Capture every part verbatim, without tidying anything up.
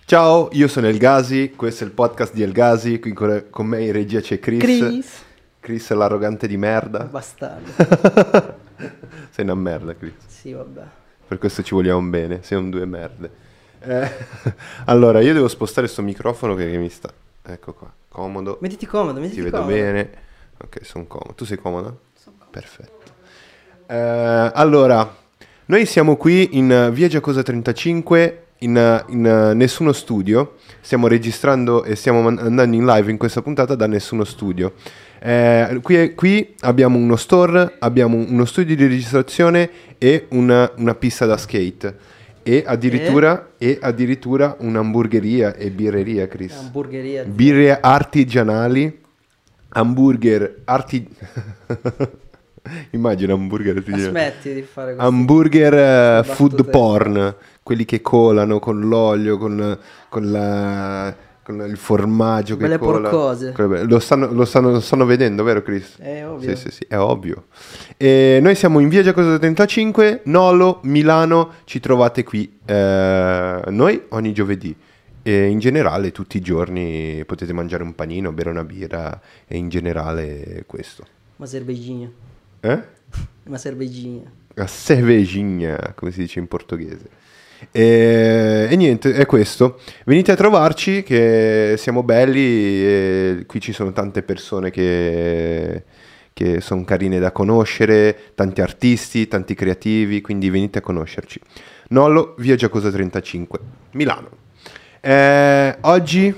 Ciao, io sono El Gasi, questo è il podcast di El Gasi, qui con con me in regia c'è Chris. Chris. Chris è l'arrogante di merda. Bastardo. Sei una merda, Chris. Sì, vabbè. Per questo ci vogliamo bene, sei un due merde. Eh, allora, io devo spostare sto microfono che, che mi sta... Ecco qua, comodo. Mettiti comodo, mettiti Ti vedo comodo. bene. Ok, sono comodo. Tu sei comodo? Sono comodo. Perfetto. Eh, allora, noi siamo qui in via Giacosa trentacinque, in, in Nessuno Studio. Stiamo registrando e stiamo man- andando in live in questa puntata da Nessuno Studio. Eh, qui, qui abbiamo uno store, abbiamo uno studio di registrazione e una, una pista da skate. E addirittura, e addirittura un'hamburgeria e birreria, Chris. Hamburgeria. zio. Birre artigianali, hamburger arti... Immagina hamburger artigianali. Smetti di fare questo. Hamburger eh, queste food battute. porn, quelli che colano con l'olio, con, con, la, con il formaggio che Belle cola. porcose. Quelle be- Lo stanno, lo, stanno, lo stanno vedendo, vero Chris? È ovvio. Sì, sì, sì, è ovvio. E noi siamo in via Giacosa trentacinque, Nolo, Milano, ci trovate qui. Eh, noi ogni giovedì. E in generale tutti i giorni potete mangiare un panino, bere una birra e in generale questo. Ma cervejinha. Eh? Ma cervejinha. A cervejinha, come si dice in portoghese. E, e niente, è questo. Venite a trovarci che siamo belli e qui ci sono tante persone che, che sono carine da conoscere, tanti artisti, tanti creativi, quindi venite a conoscerci. Nolo, via Giacosa trentacinque, Milano. Eh, oggi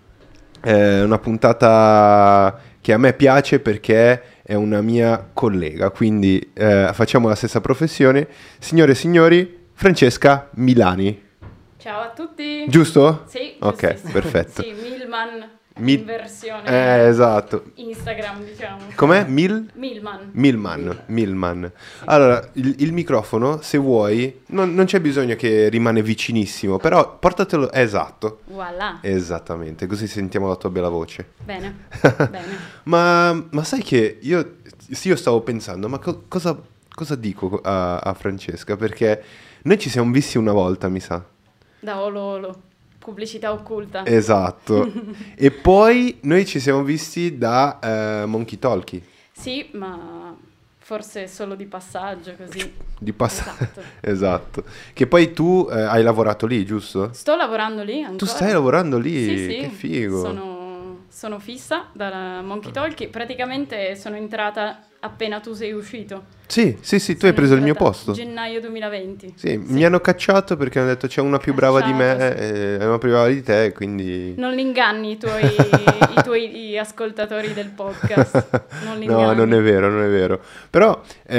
è una puntata che a me piace perché è una mia collega, quindi eh, facciamo la stessa professione. Signore e signori, Francesca Milani, Ciao a tutti. giusto? Sì, Ok, giustissimo. perfetto. Sì, Milman Mi- in versione Eh, esatto. Instagram, diciamo. Com'è? Mil? Milman. Milman, Milman. Allora, il, il microfono, se vuoi, non, non c'è bisogno che rimane vicinissimo, però portatelo, esatto, Voilà. esattamente, così sentiamo la tua bella voce. Bene, bene. Ma, ma sai che io, sì, io stavo pensando, ma co- cosa, cosa dico a, a Francesca? Perché noi ci siamo visti una volta, mi sa. Da Olo Olo. Pubblicità occulta. Esatto. E poi noi ci siamo visti da eh, Monkey Talkie. Sì, ma forse solo di passaggio, così. Di pass- Esatto. esatto. Che poi tu eh, hai lavorato lì, giusto? Sto lavorando lì ancora. Tu stai lavorando lì? Sì, sì. Che figo. Sono, sono fissa dalla Monkey Talkie. Praticamente sono entrata appena tu sei uscito. Sì, sì, sì, tu Sono hai preso il mio entrata posto. Gennaio duemilaventi. Sì, mi hanno cacciato perché hanno detto c'è una più brava di me, Cacciato, eh, è una più brava di te, quindi... Non li inganni i tuoi, i tuoi ascoltatori del podcast. Non li No, inganni. non è vero, non è vero. Però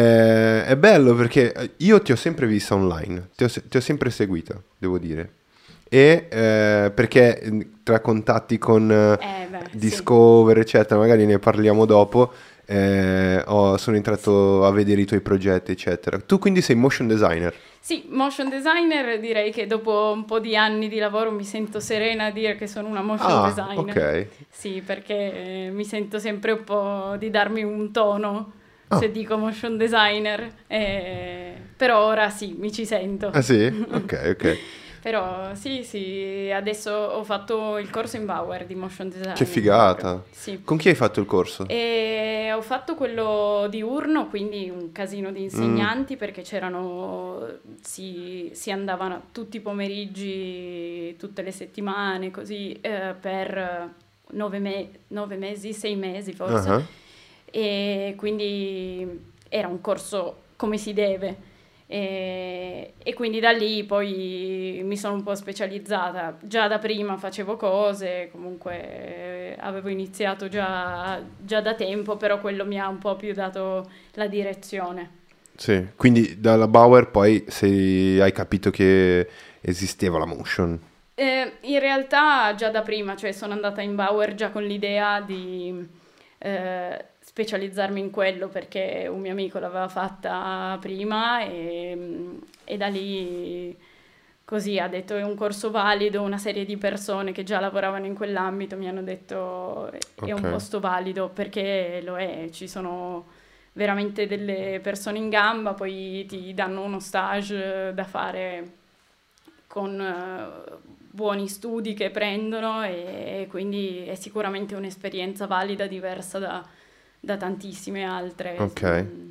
eh, è bello perché io ti ho sempre vista online, ti ho, se- ti ho sempre seguita, devo dire. E eh, perché eh, tra contatti con eh, Eh, beh, sì. Discover, eccetera, magari ne parliamo dopo, eh, ho- sono entrato a vedere i tuoi progetti, eccetera. Tu quindi sei motion designer? Sì, motion designer, direi che dopo un po' di anni di lavoro mi sento serena a dire che sono una motion Ah, designer. ok. Sì, perché eh, mi sento sempre un po' di darmi un tono Ah. se dico motion designer. eh, Però ora sì, mi ci sento. Ah sì? Ok, ok. Però sì, sì, adesso ho fatto il corso in Bauer di motion design. Che figata. proprio. Sì. Con chi hai fatto il corso? E ho fatto quello diurno, quindi un casino Mm. di insegnanti perché c'erano, si, si andavano tutti i pomeriggi, tutte le settimane, così eh, per nove, me- nove mesi, sei mesi forse. Ah, E quindi era un corso come si deve. E, e quindi da lì poi mi sono un po' specializzata. Già da prima facevo cose, comunque eh, avevo iniziato già, già da tempo, però quello mi ha un po' più dato la direzione. sì. Quindi dalla Bauer poi sei, hai capito che esisteva la motion. Eh, in realtà già da prima, cioè sono andata in Bauer già con l'idea di eh, specializzarmi in quello perché un mio amico l'aveva fatta prima e, e da lì così ha detto è un corso valido, una serie di persone che già lavoravano in quell'ambito mi hanno detto è un Ok. posto valido perché lo è, ci sono veramente delle persone in gamba, poi ti danno uno stage da fare con eh, buoni studi che prendono e, e quindi è sicuramente un'esperienza valida, diversa da, da tantissime altre. Ok. Mm,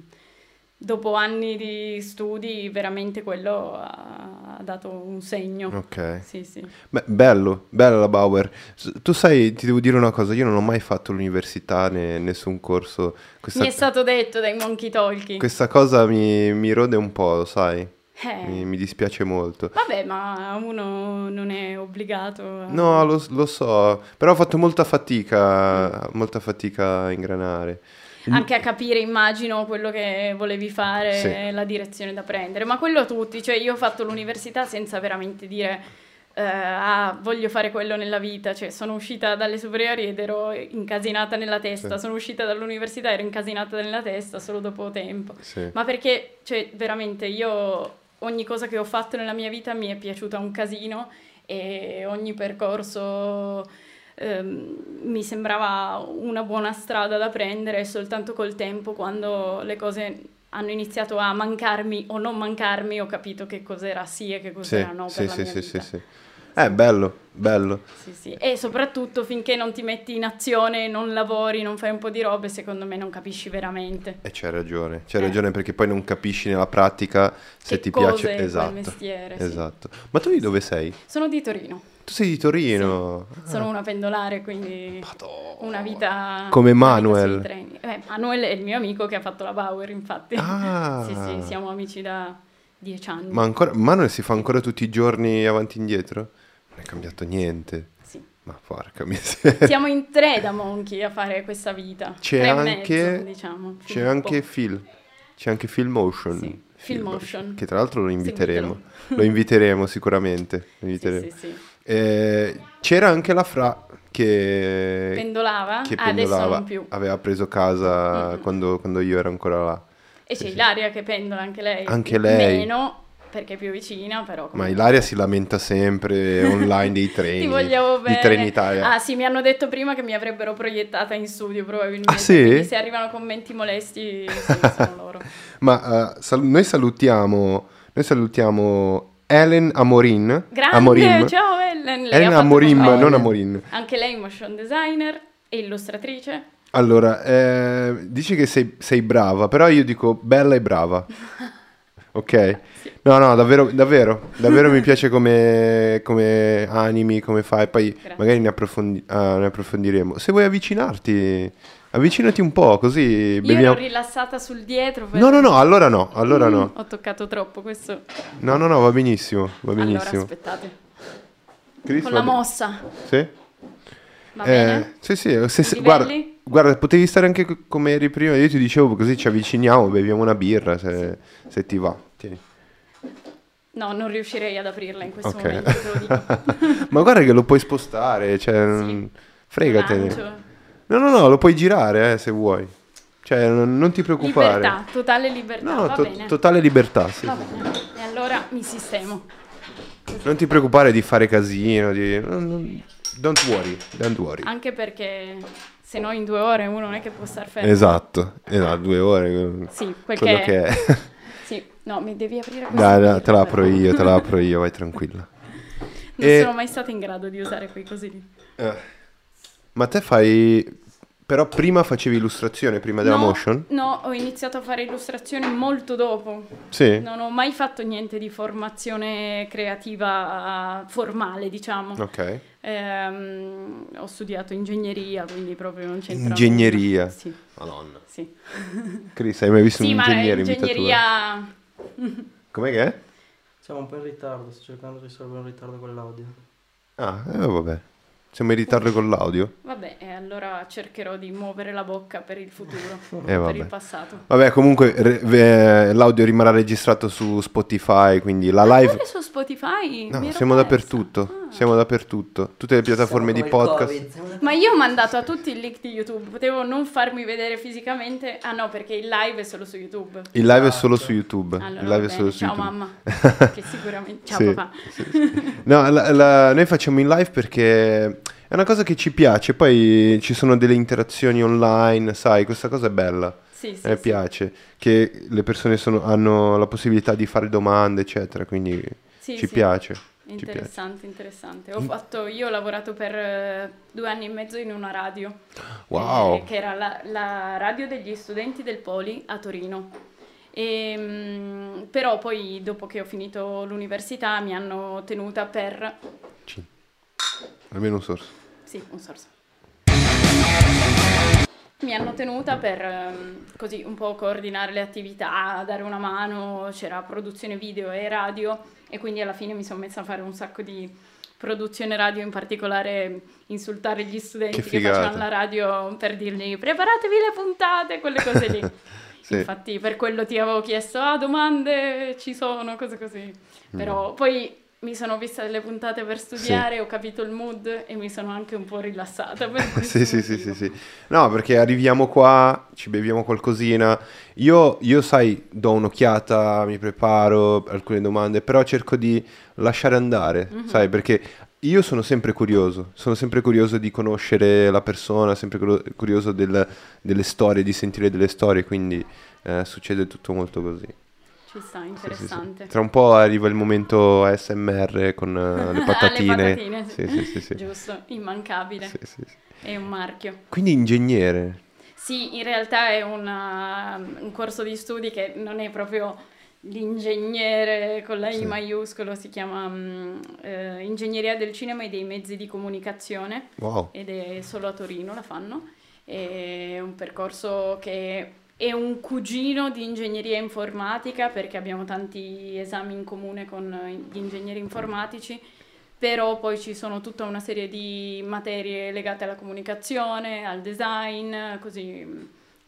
Dopo anni di studi, veramente quello ha, ha dato un segno. Ok. Sì, sì. Beh, bello, bella la Bauer. S- Tu sai, ti devo dire una cosa, io non ho mai fatto l'università né nessun corso. Questa, Mi è stato detto dai Monkey Talkie. questa cosa mi, mi rode un po', lo sai? Eh, Mi, mi dispiace molto. Vabbè, ma uno non è obbligato a... No, lo, lo so, però ho fatto molta fatica, molta fatica a ingranare. Il- Anche a capire, immagino, quello che volevi fare, Sì. la direzione da prendere. Ma quello tutti, cioè io ho fatto l'università senza veramente dire eh, ah, voglio fare quello nella vita. Cioè sono uscita dalle superiori ed ero incasinata nella testa, Sì. sono uscita dall'università e ero incasinata nella testa solo dopo tempo. Sì. Ma perché, cioè, veramente io ogni cosa che ho fatto nella mia vita mi è piaciuta un casino e ogni percorso ehm, mi sembrava una buona strada da prendere, e soltanto col tempo, quando le cose hanno iniziato a mancarmi o non mancarmi, ho capito che cos'era sì e che Sì, cos'era no per sì, la sì, mia sì, vita. sì, sì. Eh, bello, bello. Sì, sì. E soprattutto finché non ti metti in azione, non lavori, non fai un po' di robe, secondo me non capisci veramente E c'hai ragione, c'hai Eh. ragione perché poi non capisci nella pratica se che ti cos'è piace. quel Esatto, mestiere. sì. esatto. Ma tu di dove sei? Sono di Torino, Tu sei di Torino. sono una pendolare, quindi Madonna. una vita... Come una vita Manuel. sui treni. Eh, Manuel è il mio amico che ha fatto la Bauer, infatti. Ah. Sì, sì, siamo amici da dieci anni. Ma ancora, Manuel si fa ancora tutti i giorni avanti e indietro? Non è cambiato niente. Sì. Ma porca miseria. Siamo in tre da Monkey a fare questa vita. C'è Tre e anche- mezzo, diciamo. C'è Filippo. anche Phil. C'è anche Phil Motion. Sì, Phil Motion. Che tra l'altro lo inviteremo. Seguitelo. Lo inviteremo sicuramente. Lo Sì, inviteremo. sì, sì. Eh, c'era anche la Fra che, Pendolava? che Ah, adesso pendolava. non più. Aveva preso casa Mm-mm. quando, quando io ero ancora là. E c'è Sì, sì. Ilaria che pendola anche lei. Anche lei. Meno, perché è più vicina, però... Ma comunque. Ilaria si lamenta sempre online dei treni. Ti vogliamo Di bene. Trenitalia. Ah sì, mi hanno detto prima che mi avrebbero proiettata in studio probabilmente. Ah, sì? Quindi se arrivano commenti molesti, sì, sono loro. Ma eh, sal- noi salutiamo noi salutiamo Ellen Amorin. Grande, Amorim. ciao Ellen. Lei ha Ellen fatto Amorim, con me. non Amorin. Anche lei motion designer e illustratrice. Allora, eh, dici che sei, sei brava, però io dico bella e brava. Ok? No, no, davvero, davvero, davvero mi piace come, come animi, come fai, poi Grazie. magari ne, approfondi- ah, ne approfondiremo. Se vuoi avvicinarti, avvicinati un po', così Io ero beviamo... rilassata sul dietro. per- No, no, no, allora no, allora Mm, no. Ho toccato troppo questo. No, no, no, va benissimo, va Allora, benissimo. aspettate. Chris, Con va la be- mossa. Sì? Va Eh, bene? sì, sì, se- se- I guarda, livelli? guarda, potevi stare anche co- come eri prima, io ti dicevo così ci avviciniamo, beviamo una birra se, se ti va. Tieni. No, non riuscirei ad aprirla in questo Ok. momento, te lo dico. Ma guarda che lo puoi spostare, cioè, non- fregatene. Lancio. No, no, no, lo puoi girare eh, se vuoi. Cioè, non, non ti preoccupare. Libertà, totale libertà, No, va to- bene. totale libertà, sì. Va bene. E allora mi sistemo. Non ti preoccupare di fare casino, di... non- non- Don't worry, don't worry. Anche perché se no in due ore uno non è che può star fermo. Esatto, esatto, due ore. Sì, quel Quello che che è. è. Sì, no, mi devi aprire questo. Dai, dai, libro, te la però. apro io, te la apro io, vai tranquilla. Non E- sono mai stata in grado di usare quei cosi lì. Eh. Ma te fai... Però prima facevi illustrazione, prima della No, motion? No, ho iniziato a fare illustrazione molto dopo. Sì? Non ho mai fatto niente di formazione creativa formale, diciamo. Ok. Ehm, ho studiato ingegneria, quindi proprio non c'entra Ingegneria? nulla. Sì, Madonna. sì. Chris, hai mai visto Sì, un ma ingegnere in vita tua? ingegneria... Com'è che è? Siamo un po' in ritardo, sto cercando di risolvere un ritardo con l'audio. Ah, eh, vabbè. Siamo in ritardo con l'audio? Vabbè, e allora cercherò di muovere la bocca per il futuro, Eh, per vabbè. il passato. Vabbè, comunque re- ve- l'audio rimarrà registrato su Spotify, quindi la live... Pure su Spotify? No, mi ero siamo persa. dappertutto, Ah. siamo dappertutto. Tutte le piattaforme di Siamo come il podcast. Covid, siamo Ma io ho mandato a tutti il link di YouTube, potevo non farmi vedere fisicamente. Ah no, perché il live è solo su YouTube. Il live è Esatto. solo su YouTube. Allora, Il live va è solo bene. su Ciao YouTube. mamma, che sicuramente... Ciao Sì, papà. sì, sì. No, la- la- noi facciamo in live perché è una cosa che ci piace, poi ci sono delle interazioni online, sai, questa cosa è bella. Sì, sì, A me sì. piace che le persone sono- hanno la possibilità di fare domande, eccetera, quindi Sì, ci sì. piace. Interessante, interessante. Ho fatto, io ho lavorato per eh, due anni e mezzo in una radio, Wow. eh, che era la, la radio degli studenti del Poli a Torino. E, mm, però poi dopo che ho finito l'università mi hanno tenuta per... C- Almeno un sorso. Sì, un sorso. Mi hanno tenuta per ehm, così un po' coordinare le attività, dare una mano, c'era produzione video e radio e quindi alla fine mi sono messa a fare un sacco di produzione radio, in particolare insultare gli studenti Che che, figata. facevano la radio per dirgli preparatevi le puntate, quelle cose lì. Sì. Infatti per quello ti avevo chiesto, ah domande ci sono, cose così. Però poi mi sono vista delle puntate per studiare, ho capito il mood e mi sono anche un po' rilassata. Per questo Sì, sì, sì, motivo. sì, sì. No, perché arriviamo qua, ci beviamo qualcosina. Io, io, sai, do un'occhiata, mi preparo alcune domande, però cerco di lasciare andare, sai, perché io sono sempre curioso, sono sempre curioso di conoscere la persona, sempre curo- curioso del- delle storie, di sentire delle storie, quindi eh, succede tutto molto così. Ci sta, Sì, sì, sì. interessante. Tra un po' arriva il momento A S M R con eh, le patatine. Le patatine, Sì, sì, sì, sì. Giusto, immancabile. Sì, sì, sì. È un marchio. Quindi ingegnere. Sì, in realtà è una- un corso di studi che non è proprio l'ingegnere con la I Sì. maiuscolo, si chiama mm, eh, Ingegneria del Cinema e dei Mezzi di Comunicazione Wow. ed è solo a Torino la fanno. È un percorso che è un cugino di ingegneria informatica perché abbiamo tanti esami in comune con gli ingegneri informatici, però poi ci sono tutta una serie di materie legate alla comunicazione, al design, così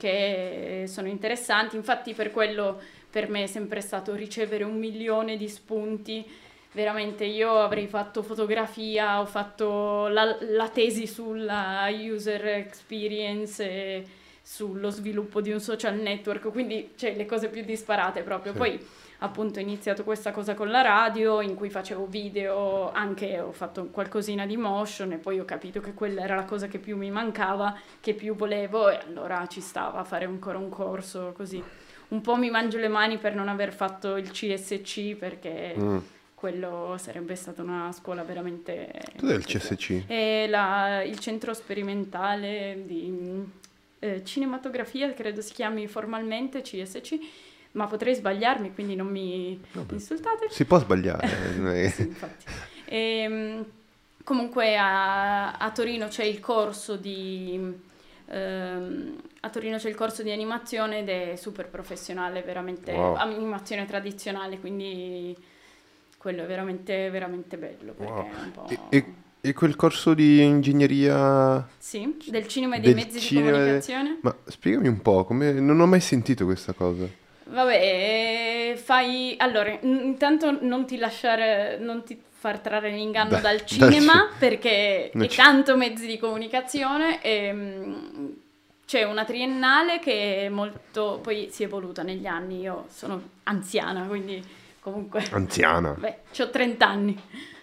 che sono interessanti. Infatti per quello per me è sempre stato ricevere un milione di spunti. Veramente io avrei fatto fotografia, ho fatto la, la tesi sulla user experience e sullo sviluppo di un social network, quindi cioè, le cose più disparate proprio. Sì. Poi appunto ho iniziato questa cosa con la radio in cui facevo video, anche ho fatto qualcosina di motion e poi ho capito che quella era la cosa che più mi mancava, che più volevo e allora ci stava a fare ancora un corso così. Un po' mi mangio le mani per non aver fatto il C S C perché Mm. quello sarebbe stata una scuola veramente... Cos'è il C S C? È la- il centro sperimentale di eh, cinematografia, credo si chiami formalmente C S C, ma potrei sbagliarmi, quindi non mi Vabbè. insultate. Si può sbagliare. non è- Sì, infatti. Ehm, comunque a, a Torino c'è il corso di... ehm, a Torino c'è il corso di animazione ed è super professionale, veramente Wow. animazione tradizionale, quindi quello è veramente, veramente bello. Perché Wow. è un po'... E, e- e quel corso di ingegneria... Sì, del cinema e dei del mezzi cinema- di comunicazione. Ma spiegami un po', come... non ho mai sentito questa cosa. Vabbè, eh, fai... Allora, in- intanto non ti lasciare, non ti far trarre in inganno Da- dal dal cinema, ci- perché non è ci- tanto mezzi di comunicazione e mm, c'è una triennale che è molto... poi si è evoluta negli anni, io sono anziana, quindi comunque... Anziana. Beh, ho trenta anni.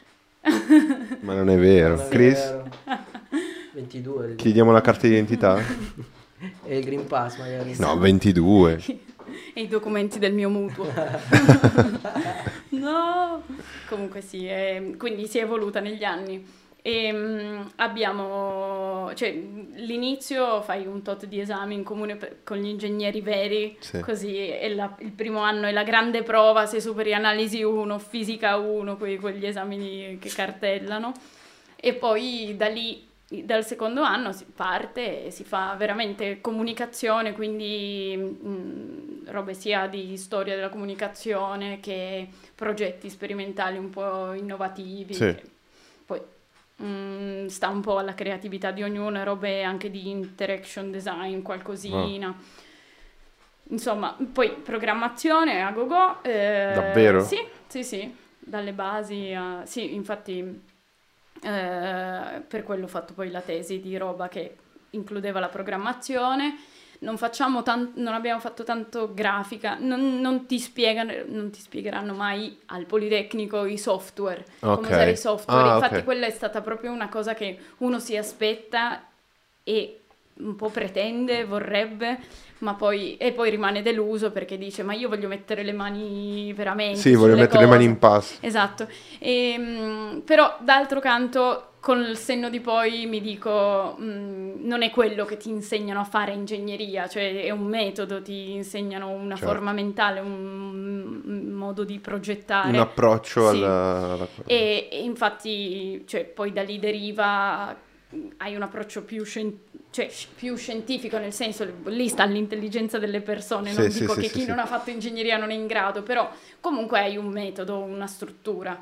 Ma non è vero. Non è Chris, vero. ventidue. chiediamo la carta d'identità? E il Green Pass magari. No, ventidue. E i documenti del mio mutuo. No! Comunque sì, eh, quindi si è evoluta negli anni. E mm, abbiamo, cioè, l'inizio fai un tot di esami in comune per- con gli ingegneri veri, Sì. così è la- il primo anno è la grande prova, se superi analisi uno, fisica uno, que- quegli esami lì che cartellano. E poi da lì, dal secondo anno si parte e si fa veramente comunicazione, quindi mh, robe sia di storia della comunicazione che progetti sperimentali un po' innovativi. Sì. che Poi mh, sta un po' alla creatività di ognuno, e robe anche di interaction design, qualcosina. Insomma, poi programmazione a go-go. eh, Davvero? Sì, sì, sì, dalle basi a... Sì, infatti... Eh, per quello ho fatto poi la tesi di roba che includeva la programmazione. Non facciamo tan- non abbiamo fatto tanto grafica, non, non ti spiegano, non ti spiegheranno mai al Politecnico i software, Ok. come usare i software. Ah, Infatti ok. quella è stata proprio una cosa che uno si aspetta e un po' pretende, vorrebbe, ma poi, e poi rimane deluso perché dice ma io voglio mettere le mani veramente Sì, voglio sulle mettere le mani cose. in pasta. Esatto. E, mh, però d'altro canto con il senno di poi mi dico mh, non è quello che ti insegnano a fare ingegneria, cioè è un metodo, ti insegnano una Certo. forma mentale, un, un modo di progettare. Un approccio Sì. alla, alla cosa. E, e infatti, cioè, poi da lì deriva, hai un approccio più, scien- cioè, sci- più scientifico, nel senso, lì sta l'intelligenza delle persone, non Sì, sì, dico sì, che sì, chi sì. non ha fatto ingegneria non è in grado, però comunque hai un metodo, una struttura.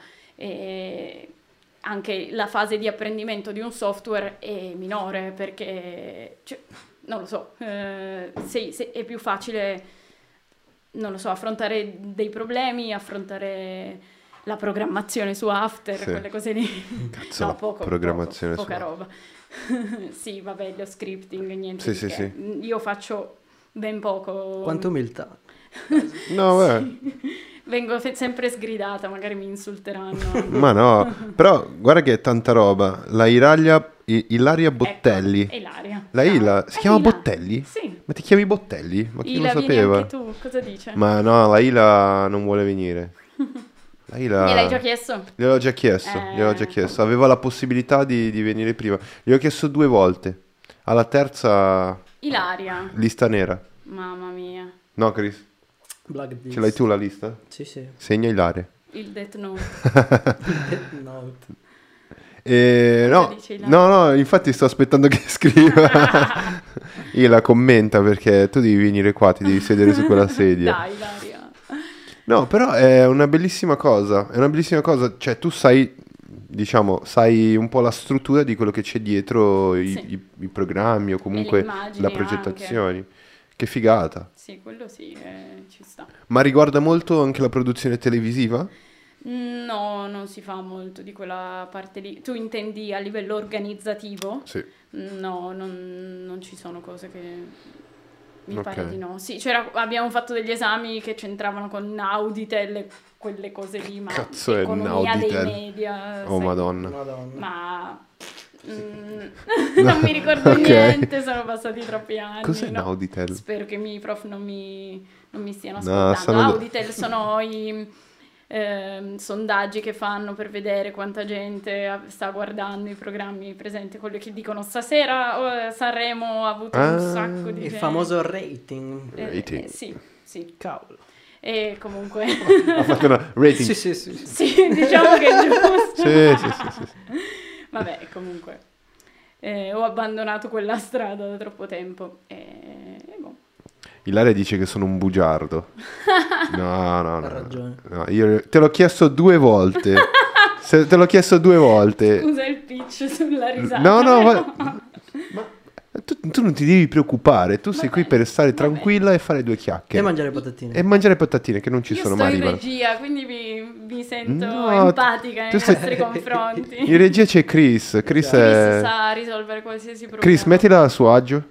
E anche la fase di apprendimento di un software è minore perché, cioè, non lo so, eh, se- se è più facile, non lo so, affrontare dei problemi, affrontare la programmazione su After, Sì. quelle cose lì. Cazzo, No, la poco, programmazione poco, poca su- roba. Sì, vabbè, lo scripting, niente Sì, di sì, che. sì. Io faccio ben poco. Quanta umiltà. No, beh. Sì. Vengo fe- sempre sgridata, magari mi insulteranno. Ma no, però guarda che è tanta roba. La Iralia, I- Ilaria Bottelli. Ecco, Ilaria. La Ciao. Ila, si Eh, chiama Ila. Bottelli? Sì. Ma ti chiami Bottelli? Ma chi Ila, lo vieni sapeva? anche tu, cosa dice? Ma no, la Ila non vuole venire. La Ila... Gliel'hai già chiesto? Gliel'ho già chiesto, Eh. gliel'ho già chiesto. Aveva la possibilità di, di venire prima. Gli ho chiesto due volte. Alla terza, Ilaria. lista nera. Mamma mia. No, Chris? Black Disc. Ce l'hai tu la lista? Sì, sì. Segna Ilaria. Il Death Note. Death Note. E, Cosa no, dice Ilaria? no, no, infatti sto aspettando che scriva. Ila commenta perché tu devi venire qua, ti devi sedere su quella sedia. Dai, Ilaria. No, però è una bellissima cosa, è una bellissima cosa, cioè tu sai, diciamo, sai un po' la struttura di quello che c'è dietro i, Sì. i- i programmi o comunque E le immagini la progettazione. Che figata. Sì, quello sì, eh, ci sta. Ma riguarda molto anche la produzione televisiva? No, non si fa molto di quella parte lì. Tu intendi a livello organizzativo? Sì. No, non, non ci sono cose che... Mi Ok. pare di no. Sì, c'era, abbiamo fatto degli esami che c'entravano con Auditel e quelle cose lì, ma Cazzo è economia dei Auditel? media. Oh sai. madonna. Madonna. Ma... mm, non mi ricordo Ok. niente, sono passati troppi anni. Cos'è no. Auditel? Spero che i miei prof non mi, non mi stiano No, ascoltando. stanno- Auditel sono i ehm, sondaggi che fanno per vedere quanta gente ha- sta guardando i programmi presenti, quelli che dicono stasera oh, Sanremo ha avuto Ah. un sacco di Il gente. famoso rating. Eh, Rating. eh, sì, sì. Cavolo. E comunque Ha fatto una rating. Sì, sì, sì. sì. sì, diciamo che è giusto. Sì, sì, sì, sì, sì. Vabbè, comunque eh, ho abbandonato quella strada da troppo tempo e, e boh. Ilaria dice che sono un bugiardo. No, no, no. Ha ragione. No, io te l'ho chiesto due volte. Se te l'ho chiesto due volte. Scusa il pitch sulla risata. No, no, però- ma- Tu, tu non ti devi preoccupare. Tu sei Va qui bene, per stare va tranquilla e fare due E chiacchiere. mangiare patatine. E mangiare patatine che non ci Io sono, sto ma in arrivano. regia, quindi mi, mi sento No, empatica tu nei sei- vostri confronti. In regia c'è Chris. Chris Chris è... sa risolvere qualsiasi problema. Chris, mettila a suo agio.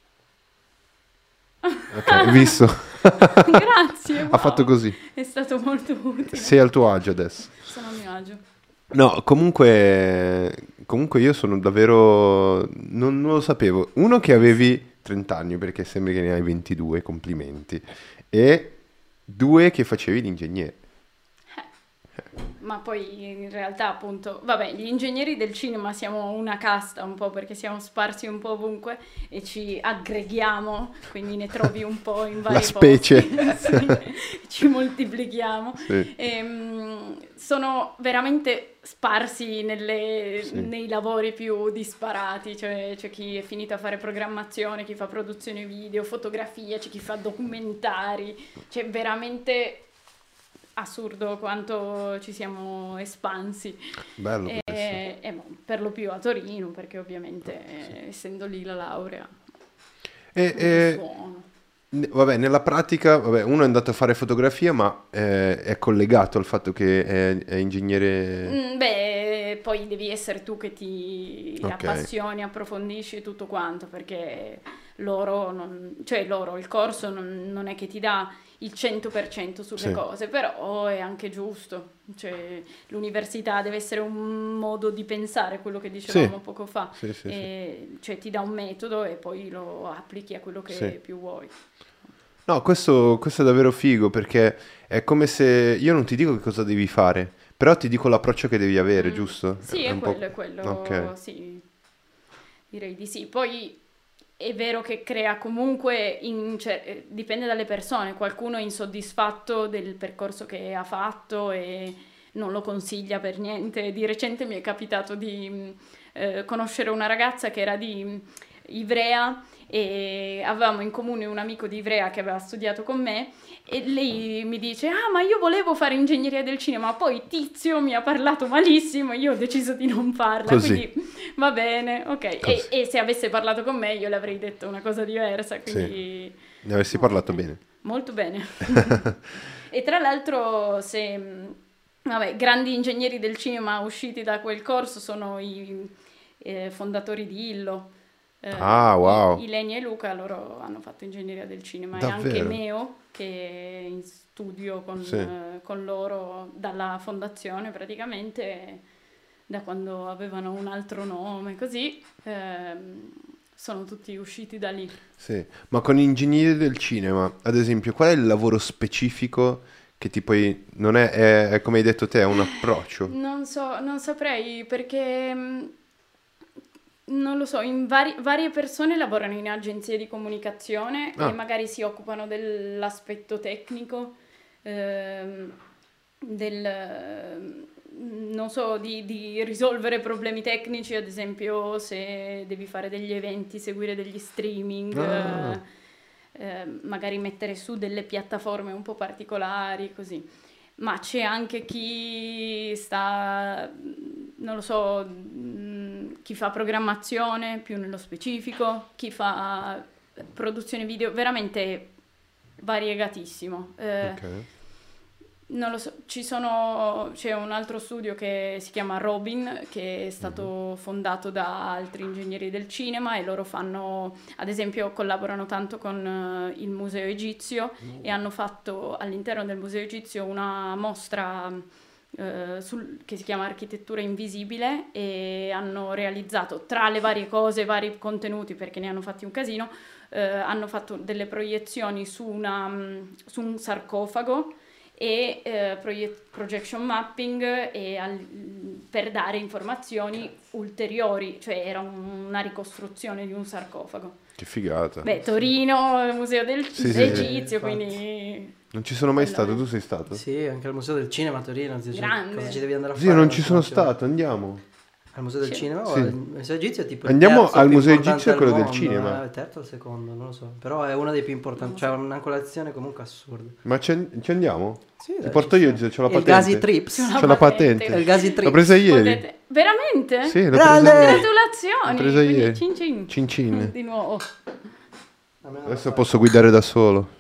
Ok, visto. Grazie. Ha wow. fatto così. È stato molto utile. Sei al tuo agio adesso. Sono a mio agio. No, comunque, comunque io sono davvero... Non, non lo sapevo. Uno che avevi trenta anni, perché sembra che ne hai ventidue, complimenti. E due che facevi l'ingegnere. Ma poi in realtà appunto, vabbè, gli ingegneri del cinema siamo una casta un po' perché siamo sparsi un po' ovunque e ci aggreghiamo, quindi ne trovi un po' in vari La specie. posti. Sì, ci moltiplichiamo. Sì. Ehm, sono veramente sparsi nelle- Sì. nei lavori più disparati, cioè c'è chi è finito a fare programmazione, chi fa produzione video, fotografia, c'è chi fa documentari, c'è veramente assurdo quanto ci siamo espansi. Bello questo. E, e boh, per lo più a Torino, perché ovviamente eh, essendo lì la laurea, E, anche e- suono. n- vabbè, nella pratica, vabbè, uno è andato a fare fotografia, ma eh, è collegato al fatto che è, è ingegnere... Mm, beh, poi devi essere tu che ti Ok. appassioni, approfondisci tutto quanto, perché loro, non, cioè loro, il corso non, non è che ti dà il cento per cento sulle Sì. cose, però è anche giusto, cioè l'università deve essere un modo di pensare, quello che dicevamo Sì. poco fa, Sì, sì, sì. e, cioè ti dà un metodo e poi lo applichi a quello che Sì. più vuoi. No, questo, questo è davvero figo perché è come se io non ti dico che cosa devi fare, però ti dico l'approccio che devi avere, Mm. giusto? Sì, È è un po'. quello, è quello, Ok. sì, direi di sì. Poi è vero che crea comunque, in cer- eh, dipende dalle persone, qualcuno è insoddisfatto del percorso che ha fatto e non lo consiglia per niente. Di recente mi è capitato di mh, eh, conoscere una ragazza che era di mh, Ivrea e avevamo in comune un amico di Ivrea che aveva studiato con me e lei mi dice: ah, ma io volevo fare ingegneria del cinema, poi Tizio mi ha parlato malissimo, io ho deciso di non farla, Così. quindi va bene, ok. E, Così. e se avesse parlato con me io le avrei detto una cosa diversa, quindi Ne avessi no, parlato eh, bene. molto bene. E tra l'altro, se mh, vabbè, grandi ingegneri del cinema usciti da quel corso sono i eh, fondatori di Illo. Eh, Ah, wow. I- Ilenia e Luca, loro hanno fatto ingegneria del cinema e anche Davvero? Meo, che è in studio con, Sì. eh, con loro dalla fondazione praticamente, da quando avevano un altro nome, così, ehm, sono tutti usciti da lì. Sì. Ma con ingegneria del cinema, ad esempio, qual è il lavoro specifico che ti poi non è, è, è come hai detto te, è un approccio? Non so, non saprei perché mh, non lo so, in vari- varie persone lavorano in agenzie di comunicazione e Ah, magari si occupano dell'aspetto tecnico, ehm, del, ehm, non so, di, di risolvere problemi tecnici, ad esempio se devi fare degli eventi, seguire degli streaming, ah, eh, eh, magari mettere su delle piattaforme un po' particolari, così. Ma c'è anche chi sta, non lo so, mh, chi fa programmazione più nello specifico, chi fa produzione video, veramente variegatissimo. Eh, ok. non lo so, ci sono, c'è un altro studio che si chiama Robin, che è stato fondato da altri ingegneri del cinema e loro fanno, ad esempio, collaborano tanto con eh, il Museo Egizio e hanno fatto all'interno del Museo Egizio una mostra eh, sul- che si chiama Architettura Invisibile e hanno realizzato tra le varie cose, vari contenuti, perché ne hanno fatti un casino, eh, hanno fatto delle proiezioni su, una, mh, su un sarcofago e eh, proie- projection mapping e al- per dare informazioni ulteriori, cioè era un- una ricostruzione di un sarcofago. Che figata. Beh, Torino, il museo del Sì, sì. Egizio, Infatti. quindi Non ci sono mai quello stato, è. tu sei stato? Sì, anche al Museo del Cinema a Torino. Zio, Grande. cosa ci devi andare a Sì, fare? non alla ci sono formazione? stato, andiamo. Al Museo del Sì. Cinema o Sì. al Museo Egizio è tipo il Andiamo terzo al più Museo importante Egizio e al quello del mondo, cinema. eh, il terzo o il secondo, non lo so. Però è uno dei più importanti, cioè ha una colazione comunque assurda. Ma ci ci andiamo? Sì, Ti dai, porto ci io, sta. c'ho la Il patente. Gazi Trips. C'ho C'ho la patente. È il Gazi L'ho Trips. presa ieri. Potete... Veramente? Sì, l'ho Grande! presa ieri. Congratulazioni! L'ho presa Quindi ieri. cin cin. Cin cin. Di nuovo. Adesso posso guidare da solo.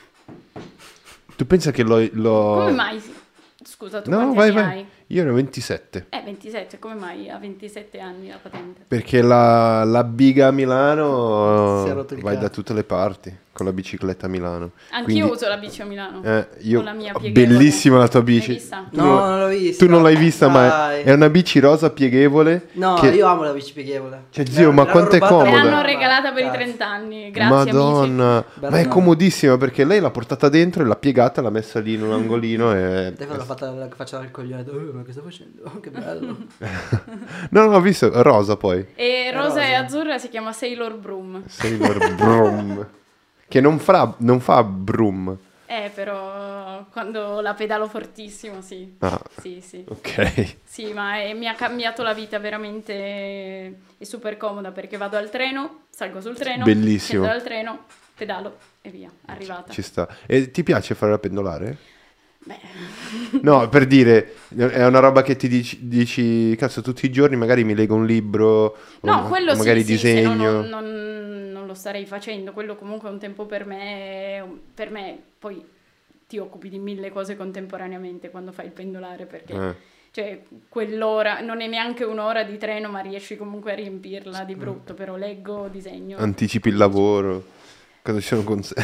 Tu pensa che l'ho... l'ho- Come mai? Scusa, tu No, quanti vai, anni vai. hai? Io ne ho ventisette. Eh, ventisette, come mai a ventisette anni la patente? Perché la, la biga a Si è Milano rotto il vai da cazzo. tutte le parti con la bicicletta a Milano. Anch'io Quindi, uso la bici a Milano. eh, io, Con la mia pieghevole. bellissima la tua bici. L'hai vista? Tu No, non, non l'ho vista. tu non l'hai vista, ma Dai. è, è una bici rosa pieghevole. No, che- io amo la bici pieghevole. Cioè, zio, Me- ma me l'hanno quanto è rubata Me comoda. l'hanno mamma. regalata per i Cazzo. trenta anni, grazie amici. Madonna, Bella ma è mamma. comodissima perché lei l'ha portata dentro e l'ha piegata, l'ha messa lì in un angolino e... Te quando l'ho fatta la faccia del coglione, oh, ma che sto facendo? Oh, che bello. No, no, ho visto, rosa poi. E rosa, rosa. e azzurra si chiama Sailor Broom. Sailor Broom. Che non fa, non fa broom. Eh, però quando la pedalo fortissimo, sì. Ah, Sì, sì. ok. Sì, ma è- mi ha cambiato la vita veramente, è super comoda perché vado al treno, salgo sul treno, Bellissimo. scendo dal treno, pedalo e via, arrivata. Ci sta. E ti piace fare la pendolare? Beh, No, per dire, è una roba che ti dici, dici, cazzo, tutti i giorni magari mi leggo un libro, no, o quello magari sì, sì, se no disegno. non, non- non lo starei facendo, quello comunque è un tempo per me, per me poi ti occupi di mille cose contemporaneamente quando fai il pendolare perché Eh, cioè quell'ora, non è neanche un'ora di treno, ma riesci comunque a riempirla di brutto, però leggo, disegno. Anticipi il lavoro. Cosa ci sono con sé?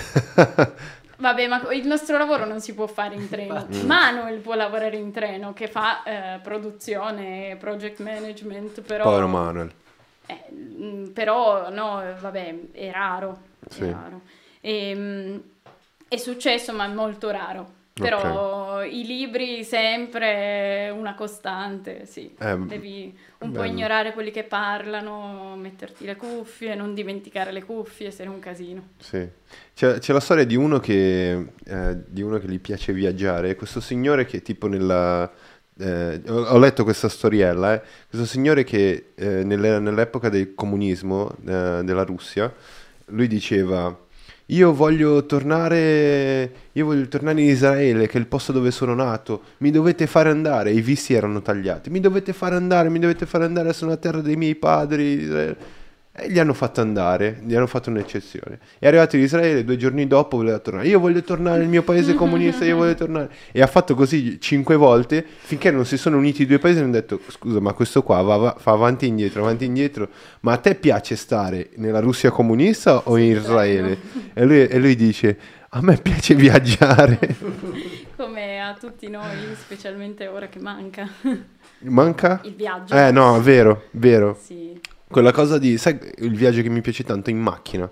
Vabbè, ma il nostro lavoro non si può fare in treno. Infatti. Manuel può lavorare in treno, che fa eh, produzione, project management, però... Povero Manuel. Eh, mm, però, no, vabbè, è raro. Sì. È raro. E, mm, è successo, ma è molto raro. Però i libri sempre una costante, sì. Eh, Devi un po' bello. ignorare quelli che parlano, metterti le cuffie, non dimenticare le cuffie, se no è un casino. Sì. C'è, c'è la storia di uno che, eh, di uno che gli piace viaggiare. Questo signore che tipo nella... eh, ho, ho letto questa storiella, eh. Questo signore che eh, nelle- nell'epoca del comunismo eh, della Russia, lui diceva... Io voglio tornare, io voglio tornare in Israele, che è il posto dove sono nato. Mi dovete fare andare. I visti erano tagliati. Mi dovete fare andare, mi dovete fare andare. Sono la terra dei miei padri. Israele. E gli hanno fatto andare, gli hanno fatto un'eccezione. È arrivato in Israele, due giorni dopo voleva tornare. Io voglio tornare nel mio paese comunista, io voglio tornare. E ha fatto così cinque volte, finché non si sono uniti i due paesi e hanno detto, scusa, ma questo qua va, va- fa avanti e indietro, avanti e indietro. Ma a te piace stare nella Russia comunista o in Israele? E lui, e lui dice, a me piace viaggiare. Come a tutti noi, specialmente ora che manca Manca? il viaggio. Eh no, è vero, vero. Sì. Quella cosa di, sai, il viaggio che mi piace tanto in macchina.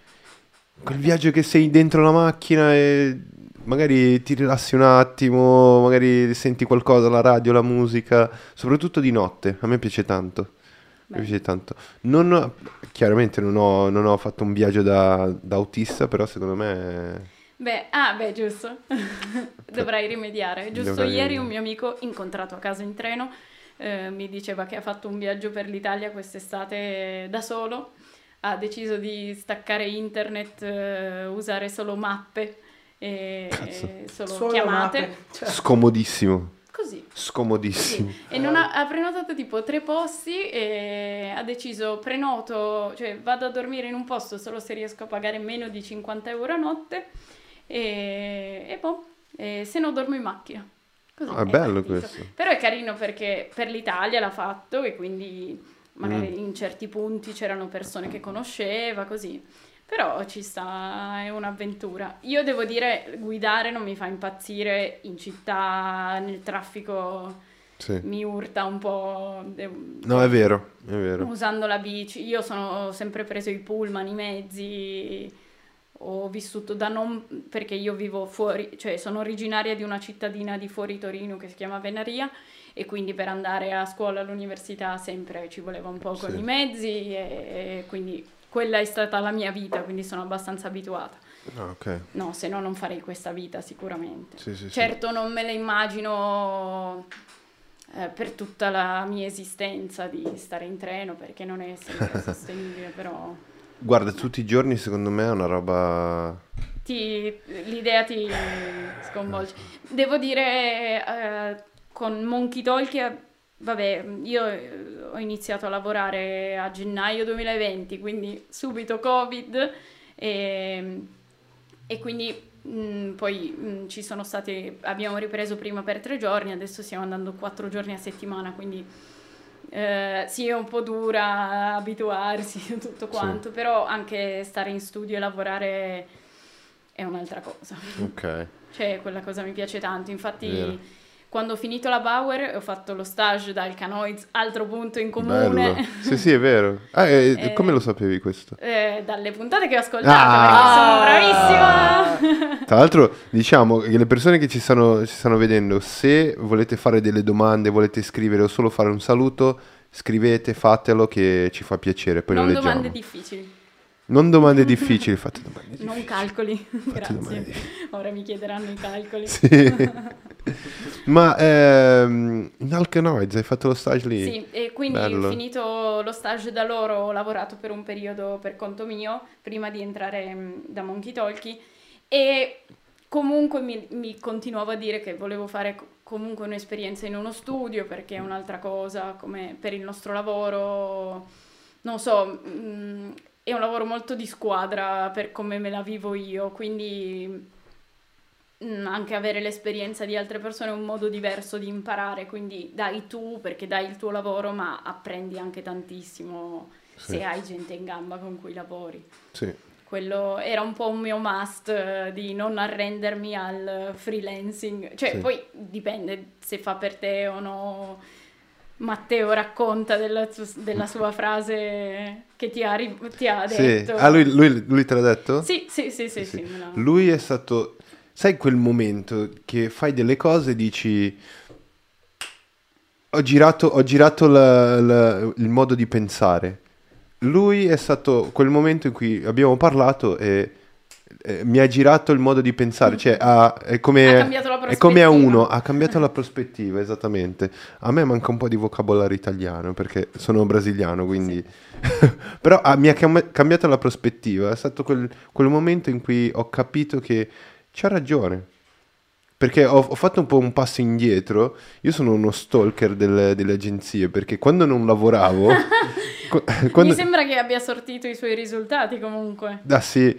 Quel viaggio che sei dentro la macchina e magari ti rilassi un attimo, magari senti qualcosa, la radio, la musica, soprattutto di notte. A me piace tanto. Mi Beh. piace tanto. Non ho- chiaramente non ho, non ho fatto un viaggio da, da autista, però secondo me... Beh, ah, beh, giusto. Dovrai rimediare. Giusto Dovrai ieri rimediare. un mio amico, incontrato a casa in treno, eh, mi diceva che ha fatto un viaggio per l'Italia quest'estate da solo. Ha deciso di staccare internet, eh, usare solo mappe e Cazzo. e solo, Solo chiamate. mappe, cioè. Scomodissimo. Così. Scomodissimo. Sì. E non ha, ha prenotato tipo tre posti e ha deciso prenoto, cioè vado a dormire in un posto solo se riesco a pagare meno di cinquanta euro a notte e, e boh, e se no dormo in macchina. Così Ah, è bello partito. questo. Però è carino perché per l'Italia l'ha fatto e quindi magari Mm. in certi punti c'erano persone che conosceva, così. Però ci sta, è un'avventura. Io devo dire, guidare non mi fa impazzire in città, nel traffico Sì. mi urta un po'. devo- No, è vero, è vero. Usando la bici, io sono ho sempre preso i pullman, i mezzi, ho vissuto da non, perché io vivo fuori, cioè sono originaria di una cittadina di fuori Torino che si chiama Venaria e quindi per andare a scuola all'università sempre ci voleva un po' con Sì. i mezzi e, e quindi quella è stata la mia vita, quindi sono abbastanza abituata. Ah, ok. No, se no non farei questa vita sicuramente. Sì, sì, sì. Certo non me la immagino eh, per tutta la mia esistenza di stare in treno perché non è sempre sostenibile, però Guarda, tutti i giorni secondo me è una roba... ti- l'idea ti sconvolge. Devo dire, eh, con Monkey Talk, eh, vabbè, io eh, ho iniziato a lavorare a gennaio duemilaventi, quindi subito Covid e, e quindi mh, poi mh, ci sono stati, abbiamo ripreso prima per tre giorni, adesso stiamo andando quattro giorni a settimana, quindi eh, sì, è un po' dura abituarsi a tutto quanto, però anche stare in studio e lavorare è un'altra cosa. Ok. Cioè, quella cosa mi piace tanto. Infatti, Vero. quando ho finito la Bauer, ho fatto lo stage da Alcanoids, altro punto in Bello. comune. Sì, sì, è vero. Ah, e- Eh, come lo sapevi questo? Eh, dalle puntate che ho ascoltato, Ah! perché sono bravissima. Tra l'altro, diciamo che le persone che ci stanno, ci stanno vedendo, se volete fare delle domande, volete scrivere o solo fare un saluto, scrivete, fatelo che ci fa piacere, poi Non lo leggiamo. domande difficili, Non domande difficili, fate domande difficili. non calcoli. domande Grazie. difficili. Ora mi chiederanno i calcoli. Sì. Ma ehm, in Alcanoids hai fatto lo stage lì? Sì, e quindi Bello. finito lo stage da loro ho lavorato per un periodo per conto mio, prima di entrare mh, da Monkey Talkie, e comunque mi, mi continuavo a dire che volevo fare co- comunque un'esperienza in uno studio, perché è un'altra cosa, come per il nostro lavoro, non so, mh, è un lavoro molto di squadra per come me la vivo io, quindi mh, anche avere l'esperienza di altre persone è un modo diverso di imparare, quindi dai tu perché dai il tuo lavoro, ma apprendi anche tantissimo Sì. se hai gente in gamba con cui lavori. Sì. Quello era un po' un mio must, eh, di non arrendermi al freelancing, cioè Sì. poi dipende se fa per te o no. Matteo racconta della, della sua frase che ti ha, ri- ti ha Sì. detto. Ah, lui, lui- lui te l'ha detto? Sì, sì, sì, sì, Sì, sì, sì. me l'ha- Lui è stato... Sai quel momento che fai delle cose e dici... Ho girato, ho girato la- la- il modo di pensare. Lui è stato quel momento in cui abbiamo parlato e, e mi ha girato il modo di pensare. Cioè, ha, è come, Ha cambiato la è come a prospettiva. uno, ha cambiato la prospettiva, esattamente. A me manca un po' di vocabolario italiano perché sono brasiliano, quindi... Però ah, mi ha cam- cambiato la prospettiva. È stato quel, quel momento in cui ho capito che c'ha ragione. Perché ho, ho fatto un po' un passo indietro. Io sono uno stalker delle, delle agenzie perché quando non lavoravo... qu- quando- Mi sembra che abbia sortito i suoi risultati comunque. Ah sì,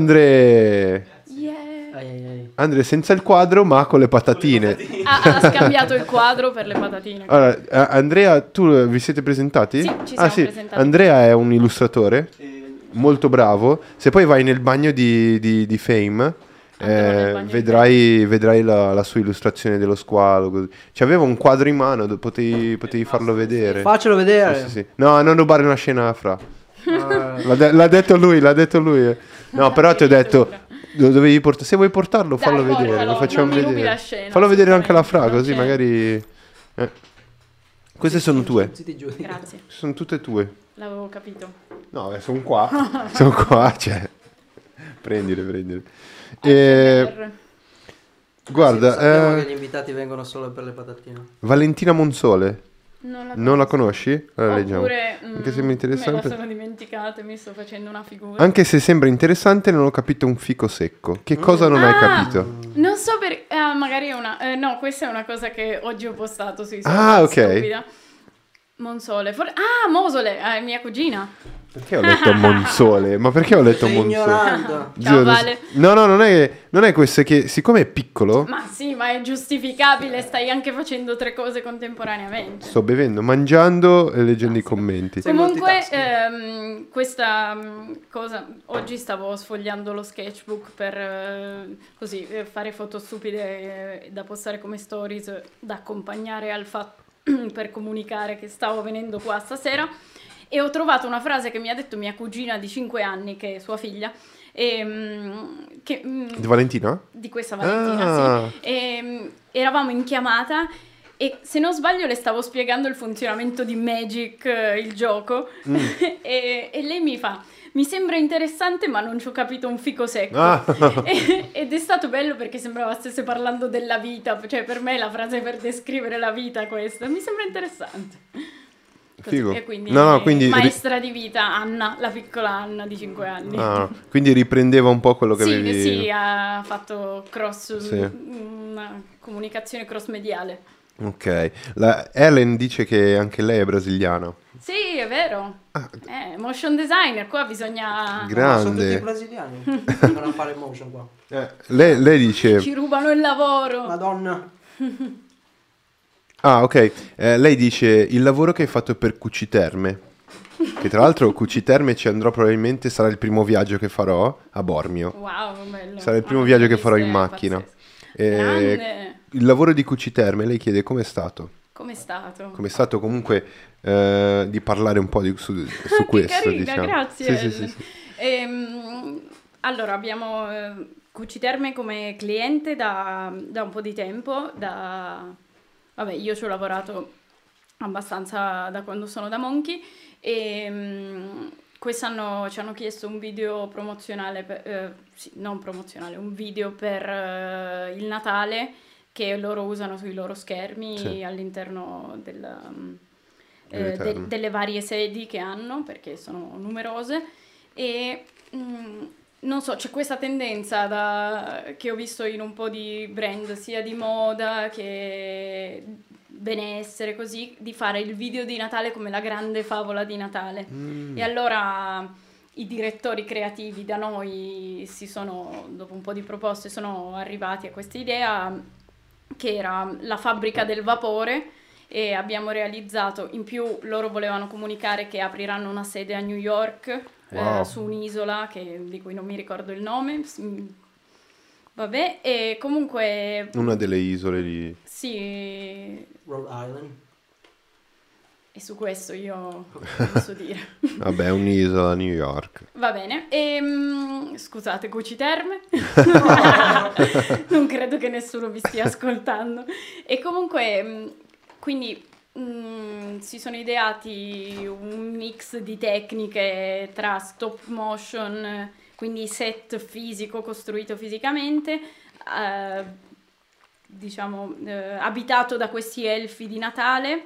Andre, Yeah. Ai, ai, ai. Andre senza il quadro ma con le patatine. Ha, ha scambiato il quadro per le patatine. Allora, a- Andrea, tu vi siete presentati? Sì, ci Ah siamo sì, presentati. Andrea è un illustratore, Eh, molto bravo. Se poi vai nel bagno di, di- di Fame, Andrò nel eh, bagno di vedrai, vedrai la, la sua illustrazione dello squalo. Così. Ci aveva un quadro in mano, do- potevi, potevi farlo vedere. Faccelo vedere. Sì, sì, sì. No, non rubare una scena fra. Ah, L'ha, de- l'ha detto lui, l'ha detto lui. eh. No, però ti ho detto, lo dovevi portare. Se vuoi portarlo, Dai, fallo portalo, vedere. Lo non facciamo mi rubi vedere. la scena, Fallo vedere anche la fra, assolutamente, così non c'è. magari. eh. Queste sono tue. Zitti giù. Grazie, Sono tutte tue. l'avevo capito. No, eh, sono qua. Sono qua, cioè. Prendile, prendile. Eh, A S M R. guarda, Sappiamo eh, che gli invitati vengono solo per le patatine. Valentina Monsole. Non la, Non la conosco. conosci? Allora leggiamo. Oppure mm, Anche se mi è me interessante. la sono dimenticata e mi sto facendo una figura. Anche se sembra interessante, non ho capito un fico secco. Che cosa non hai Ah! capito? Non so per... ah, magari è una... eh, no, questa è una cosa che oggi ho postato sui social. Ah, ok. Stupida. Monsole. For- ah, Mosole, è mia cugina. Perché ho letto Monsole? Ma perché ho letto Sei Monsole? ignorante. Ciao, Zio, Vale. No, no, non è, non è questo, è che siccome è piccolo, Ma sì, ma è giustificabile, stai anche facendo tre cose contemporaneamente. sto bevendo, mangiando e leggendo i commenti. Sei Comunque, multitasking. ehm, questa mm, cosa, oggi stavo sfogliando lo sketchbook per eh, così eh, fare foto stupide eh, da postare come stories, eh, da accompagnare al fatto per comunicare che stavo venendo qua stasera. E ho trovato una frase che mi ha detto mia cugina di cinque anni, che è sua figlia, e, mm, che, mm, Di Valentina? di questa Valentina, Ah. sì. E, mm, eravamo in chiamata e se non sbaglio le stavo spiegando il funzionamento di Magic, eh, il gioco, Mm. e, e lei mi fa, mi sembra interessante ma non ci ho capito un fico secco. Ah. E- ed è stato bello perché sembrava stesse parlando della vita, cioè per me la frase per descrivere la vita è questa, mi sembra interessante. Così, Figo. e quindi, No, no, quindi ri- maestra di vita Anna, la piccola Anna di cinque anni. Ah, no. Quindi riprendeva un po' quello che Sì, avevi... sì, ha fatto cross, Sì. una comunicazione cross mediale. Ok. La Ellen dice che anche lei è brasiliana. Sì, è vero. Ah. Eh, motion designer, qua bisogna... Gra- Sono tutti Grande. brasiliani. Vengono a fare motion qua. Eh, lei, lei dice... Ci rubano il lavoro. Madonna. Ah, ok. Eh, lei dice il lavoro che hai fatto per Cuciterme. Che tra l'altro Cuciterme ci andrò probabilmente, sarà il primo viaggio che farò a Bormio. Wow, bello. Sarà il primo Ah, viaggio che questa farò in è macchina. pazzesca. Eh, Grande. il lavoro di Cuciterme, lei chiede com'è stato. Com'è stato? Com'è stato comunque eh, di parlare un po' di- su, su Che questo, carina, diciamo. grazie. Sì, sì, Ellen. sì, sì. Ehm, allora, abbiamo eh, Cuciterme come cliente da, da un po' di tempo, da... Vabbè, io ci ho lavorato abbastanza da quando sono da Monkey e mm, quest'anno ci hanno chiesto un video promozionale, per- eh, sì, non promozionale, un video per eh, il Natale che loro usano sui loro schermi Sì. all'interno della, mm, eh, Dell'Eterno. de- delle varie sedi che hanno, perché sono numerose, e mm, non so, c'è questa tendenza da- che ho visto in un po' di brand, sia di moda che benessere, così, di fare il video di Natale come la grande favola di Natale. Mm. E allora i direttori creativi da noi si sono, dopo un po' di proposte, sono arrivati a questa idea che era la fabbrica del vapore, e abbiamo realizzato, in più loro volevano comunicare che apriranno una sede a New York, Wow. eh, su un'isola che- di cui non mi ricordo il nome, s- mm, vabbè, e comunque Una delle isole lì. sì, Rhode Island. e su questo io non posso dire. Vabbè, è un'isola a New York. Va bene, ehm, scusate, Cuci Terme, non credo che nessuno vi stia ascoltando. E comunque, mh, quindi mh, si sono ideati un mix di tecniche tra stop motion, quindi set fisico costruito fisicamente, eh, diciamo, eh, abitato da questi elfi di Natale,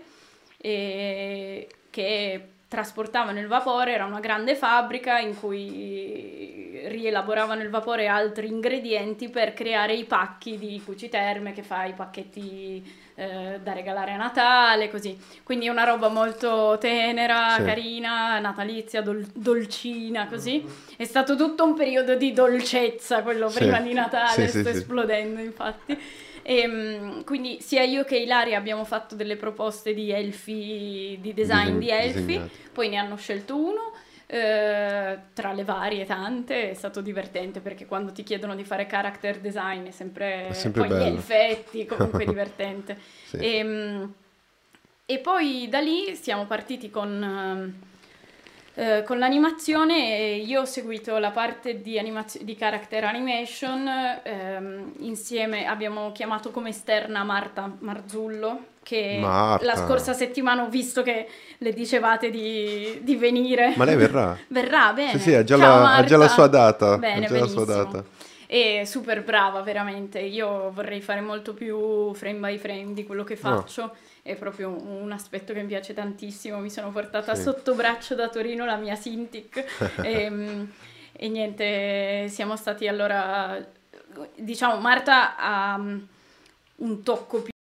e che trasportavano il vapore. Era una grande fabbrica in cui rielaboravano il vapore e altri ingredienti per creare i pacchi di Cuci Terme, che fa i pacchetti eh, da regalare a Natale, così. Quindi è una roba molto tenera, Sì. carina, natalizia, dol- dolcina, così. È stato tutto un periodo di dolcezza, quello Sì. prima di Natale, Sì, sì, sto sì. esplodendo infatti. E, mm, quindi sia io che Ilaria abbiamo fatto delle proposte di elfi, di design Disegn- di elfi, disegnati. poi ne hanno scelto uno, eh, tra le varie tante. È stato divertente perché quando ti chiedono di fare character design è sempre, È sempre poi gli bello. elfetti, comunque divertente. Sì. E, mm, e poi da lì siamo partiti con... ehm, eh, con l'animazione, e io ho seguito la parte di, animazio- di character animation, ehm, insieme abbiamo chiamato come esterna Marta Marzullo, che Marta. la scorsa settimana ho visto che le dicevate di, di venire. Ma lei verrà? Verrà, bene. Sì, sì, ha già, Ciao, la, ha già la Marta. sua data. Bene, ha già la sua benissimo. data. È super brava, veramente. Io vorrei fare molto più frame by frame di quello che faccio. È proprio un aspetto che mi piace tantissimo. Mi sono portata Sì. sotto braccio da Torino la mia Cintiq e, e niente, siamo stati allora, diciamo, Marta ha um, un tocco più.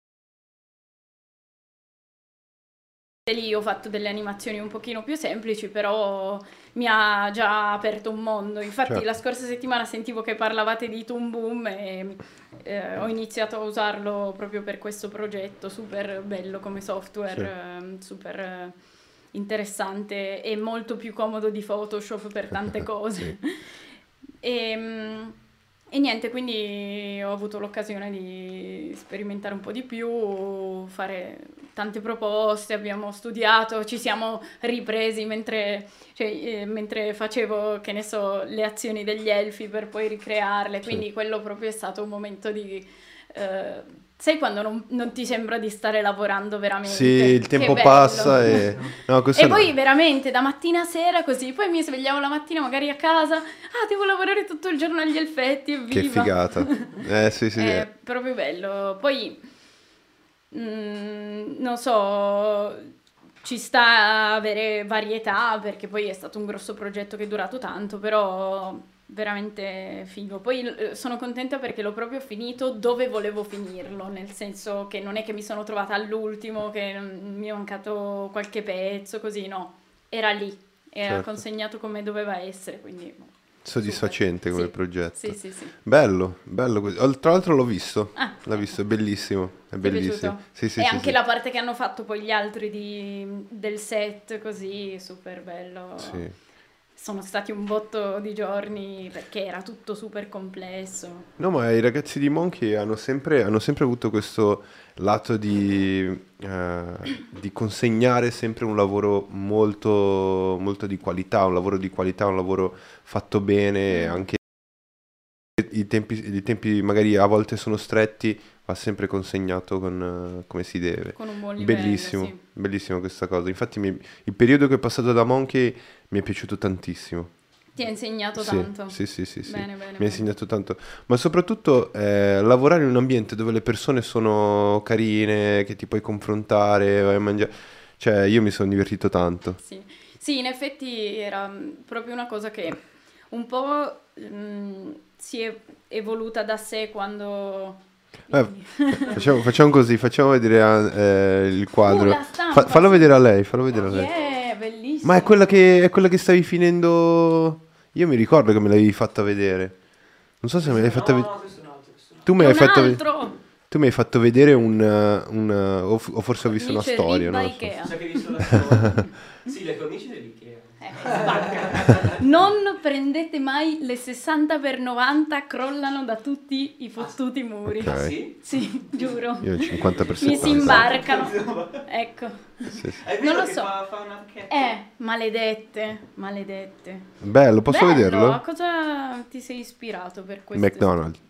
Lì ho fatto delle animazioni un pochino più semplici, però mi ha già aperto un mondo. Infatti Certo. la scorsa settimana sentivo che parlavate di Toon Boom e eh, ho iniziato a usarlo proprio per questo progetto, super bello come software, ehm, super eh, interessante e molto più comodo di Photoshop per tante cose. E, mm, e niente, quindi ho avuto l'occasione di sperimentare un po' di più, fare tante proposte, abbiamo studiato, ci siamo ripresi mentre, cioè, eh, mentre facevo, che ne so, le azioni degli elfi per poi ricrearle, quindi Sì. quello proprio è stato un momento di... eh, sai quando non, non ti sembra di stare lavorando veramente? Sì, il Che tempo bello. passa e... No, questo E no. poi veramente da mattina a sera così, poi mi svegliavo la mattina magari a casa, ah devo lavorare tutto il giorno agli elfetti, evviva! Che figata. Eh, sì, sì. È proprio bello. Poi, mm, non so, ci sta a avere varietà, perché poi è stato un grosso progetto che è durato tanto, però veramente figo. Poi eh, sono contenta perché l'ho proprio finito dove volevo finirlo, nel senso che non è che mi sono trovata all'ultimo, che mm, mi è mancato qualche pezzo, così, no. Era lì, era Certo. consegnato come doveva essere, quindi... Soddisfacente super. come Sì, progetto. Sì, sì, sì. Bello, bello così. Oh, tra l'altro l'ho visto. Ah, L'ho visto, è bellissimo. È Ti è bellissimo. piaciuto? Sì, sì, e sì, anche sì. la parte che hanno fatto poi gli altri di- del set, così, super bello. Sì. Sono stati un botto di giorni perché era tutto super complesso. No, ma i ragazzi di Monkey hanno sempre, hanno sempre avuto questo lato di, eh, di consegnare sempre un lavoro molto, molto di qualità, un lavoro di qualità, un lavoro fatto bene, Mm. anche i tempi, i tempi magari a volte sono stretti, va sempre consegnato con, eh, come si deve. Con un buon livello, Bellissimo, sì. bellissimo questa cosa. Infatti mi- il periodo che ho passato da Monkey mi è piaciuto tantissimo. Ti ha insegnato Sì, tanto. sì, sì, sì, sì. Bene, bene, Mi ha bene. insegnato tanto, ma soprattutto eh, lavorare in un ambiente dove le persone sono carine, che ti puoi confrontare, vai a mangiare. Cioè, io mi sono divertito tanto. Sì. Sì, in effetti era mm, proprio una cosa che un po' mm, si è evoluta da sé quando... Eh, Facciamo, facciamo così, facciamo vedere eh, il quadro. Uh, la stampa, Fa- fallo sì. vedere a lei, fallo vedere a lei. Yeah, bellissimo. bellissimo. Ma è quella che, è quella che stavi finendo... Io mi ricordo che me l'avevi fatta vedere. Non so se me l'hai fatta vedere. No, questo è un altro, questo è un altro. Tu mi È hai un fatto ve- altro. tu mi hai fatto vedere un, uh, un, uh, o, f- o forse ho visto una Cornice storia, Ribba non lo so. Ikea. Mi sa che hai visto la storia. Sì, le cornici dell'Ikea. Eh, spacca. Non prendete mai le sessanta per novanta, crollano da tutti i fottuti muri. Ok. Ah, sì? Sì, giuro. Io il cinquanta per Mi cento. si imbarcano. Ecco. Sì, sì. È Non vero lo che so. fa, fa un archetto. Eh, maledette, maledette. Bello, posso Bello, vederlo? a cosa ti sei ispirato per questo? McDonald's.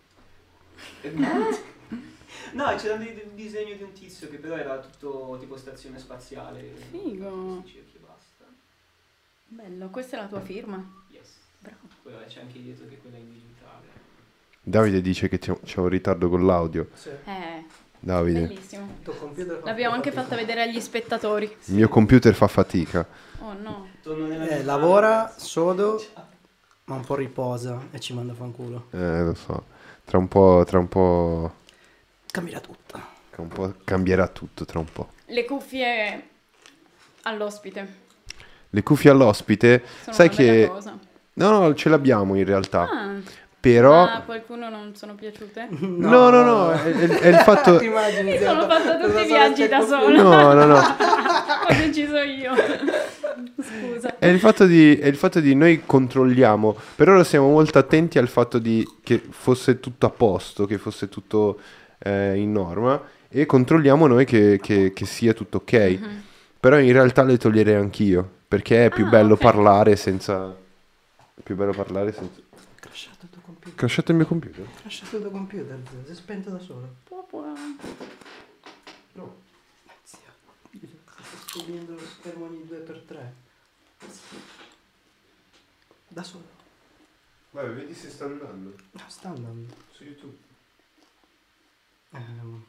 No, c'era un di- disegno di un tizio che però era tutto tipo stazione spaziale. Figo. Cerchi e basta. Bello, questa è la tua firma. Yes. Bravo. Poi vabbè, c'è anche dietro che quella è in digitale. Davide dice che c'è, c'è un ritardo con l'audio. Sì. Eh, Davide, bellissimo. Il tuo computer fa L'abbiamo anche fatica. fatta vedere agli spettatori. il mio computer fa fatica. Oh no. Torno nella Eh, mia lavora camera. sodo, ma un po' riposa e ci manda a fanculo. Eh, lo so. Tra un po', tra un po', Cambierà tutto. tra un po' cambierà tutto, tra un po'. Le cuffie all'ospite. Le cuffie all'ospite, Sono sai una bella che... cosa. No, no, ce l'abbiamo in realtà. Ah, Però... a qualcuno non sono piaciute? No, no, no, è, è- è il fatto... Ti immagini? Mi se- sono fatta tutti cosa i viaggi c'è da con- sola. No, no, no. Ho deciso io. Scusa. È il fatto di, è il fatto di noi controlliamo, per ora siamo molto attenti al fatto di che fosse tutto a posto, che fosse tutto eh, in norma e controlliamo noi che, che- che sia tutto ok. Mhm. Però in realtà le toglierei anch'io, perché è più Ah, bello ok. parlare senza... È più bello parlare senza... Crashato il tuo computer. Crashato il mio computer? Crashato il tuo computer. Si è spento da solo. Può, può. No. Zio. Sto spegnendo lo schermo ogni due per tre. Da solo. Vabbè, vedi se sta andando No, sta andando. su YouTube. Ehm.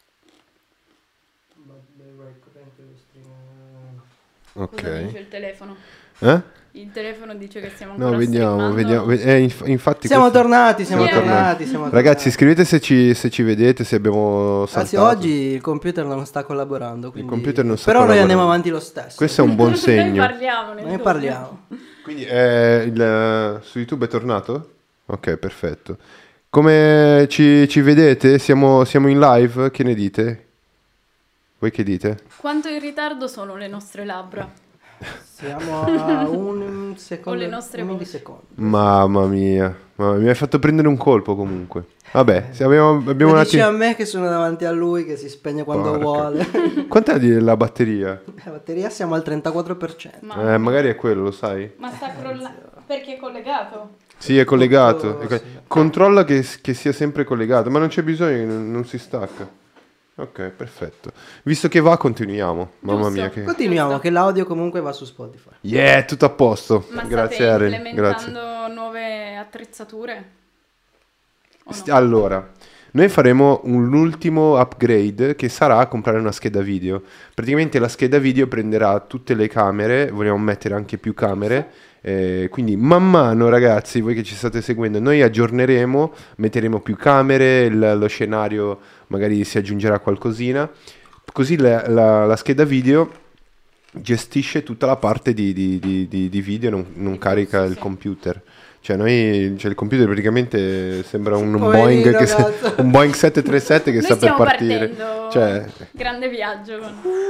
Ma deve il corrente lo stream. Cosa dice Ok. il telefono? Eh? Il telefono dice che stiamo ancora No, vediamo, streamando. vediamo. ve- eh, inf- infatti Siamo questo- tornati, siamo Siamo tornati, siamo Ragazzi, tornati. scrivete se ci, se ci vedete, se abbiamo Anzi, saltato. oggi il computer non sta collaborando. Quindi... computer non sta Però noi collaborando. andiamo avanti lo stesso. Questo è un buon Noi segno. parliamo nel Noi dubbio. parliamo. Quindi eh, il- su YouTube è tornato? Ok, perfetto. Come ci, ci vedete? Siamo, siamo in live? Che ne dite? Voi che dite? Quanto in ritardo sono le nostre labbra? Siamo a un secondo. O le nostre un voci. millisecondo. Mamma mia, mamma mia, mi hai fatto prendere un colpo comunque. Vabbè, se abbiamo, abbiamo Lo un dici attimo... a me che sono davanti a lui che si spegne quando Porca. vuole. Quant'è di- la batteria? La batteria siamo al trentaquattro per cento. Ma, Eh, magari è quello, lo sai? ma sta crollando. Perché è collegato? Sì, è collegato. Tutto, è co- sì. Controlla che, che sia sempre collegato, ma non c'è bisogno, non, non si stacca. Ok, perfetto. Visto che va, continuiamo. Mamma Giusto. mia, che... Continuiamo, Giusto. che l'audio comunque va su Spotify. Yeah, tutto a posto. Ma Grazie, state Aren. implementando Grazie. nuove attrezzature? O St- no? Allora, noi faremo un ultimo upgrade che sarà comprare una scheda video. Praticamente la scheda video prenderà tutte le camere, vogliamo mettere anche più camere. eh, quindi man mano, ragazzi, voi che ci state seguendo, noi aggiorneremo, metteremo più camere, il- lo scenario magari si aggiungerà qualcosina. Così la, la- la scheda video gestisce tutta la parte di, di- di- di- di video, non, non Di carica flusso, il sì. computer. Cioè, noi, cioè il computer praticamente sembra un, un Poverino, Boeing, che sta- cazzo. un Boeing sette tre sette che Noi sta per stiamo partire. partendo. Cioè, Grande viaggio.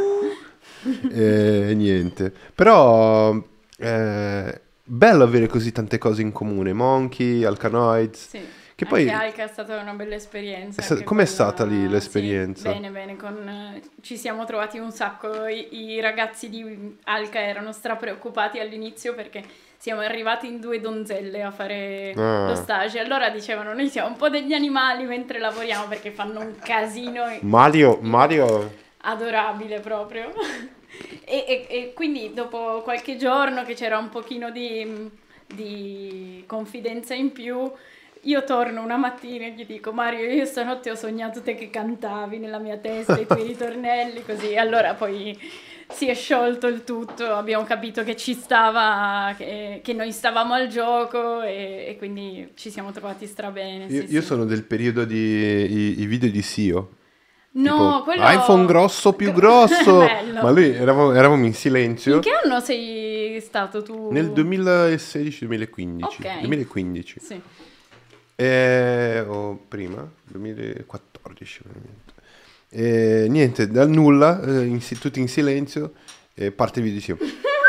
eh, niente. Però, eh, bello avere così tante cose in comune. Monkey, Alcanoids. Sì. Che poi... Anche Alca è stata una bella esperienza. È sta- anche com'è quella- stata lì sì, l'esperienza? bene, bene. Con, eh, ci siamo trovati un sacco. I, i ragazzi di Alca erano strapreoccupati all'inizio perché siamo arrivati in due donzelle a fare Ah. lo stage. Allora dicevano: noi siamo un po' degli animali mentre lavoriamo perché fanno un casino Mario, Mario... adorabile proprio. e, e- e quindi dopo qualche giorno che c'era un pochino di, di confidenza in più, io torno una mattina e gli dico: Mario, io stanotte ho sognato te che cantavi nella mia testa i tuoi ritornelli, così. Allora poi si è sciolto il tutto, abbiamo capito che ci stava, che, che noi stavamo al gioco e, e quindi ci siamo trovati strabene. Io, sì, io sì. sono del periodo di i, i video di Sio. No, tipo, quello... iPhone grosso più grosso. Bello. Ma lui eravamo, eravamo in silenzio. In che anno sei stato tu? Nel duemilasedici duemilaquindici. Ok. duemilaquindici. Sì. E, o prima, duemilaquattordici probabilmente. E niente, dal nulla, eh, in, tutti in silenzio, e parte il video dicevo,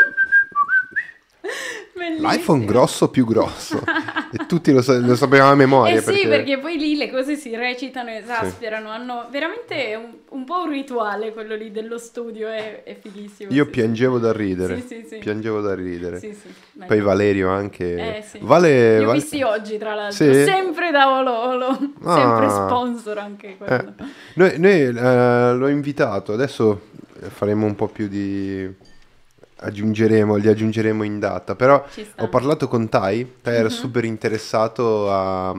Bellissimo. l'iPhone grosso più grosso. E tutti lo, sa- lo sapevamo a memoria. Eh sì, perché... perché poi lì le cose si recitano, esasperano, hanno veramente un, un po' un rituale quello lì dello studio, è, è fighissimo. io sì, piangevo da ridere. Sì, sì, sì. Piangevo da ridere. Sì, sì, bello. Poi Valerio anche. Eh sì. Vale, Li ho Vale- visti oggi tra l'altro, Sì? sempre da Ololo, Ah. sempre sponsor anche quello. Eh, noi noi, eh, l'ho invitato, adesso faremo un po' più di... aggiungeremo, li aggiungeremo in data, però Ci sta. ho parlato con Tai, Tai era Mhm. super interessato a,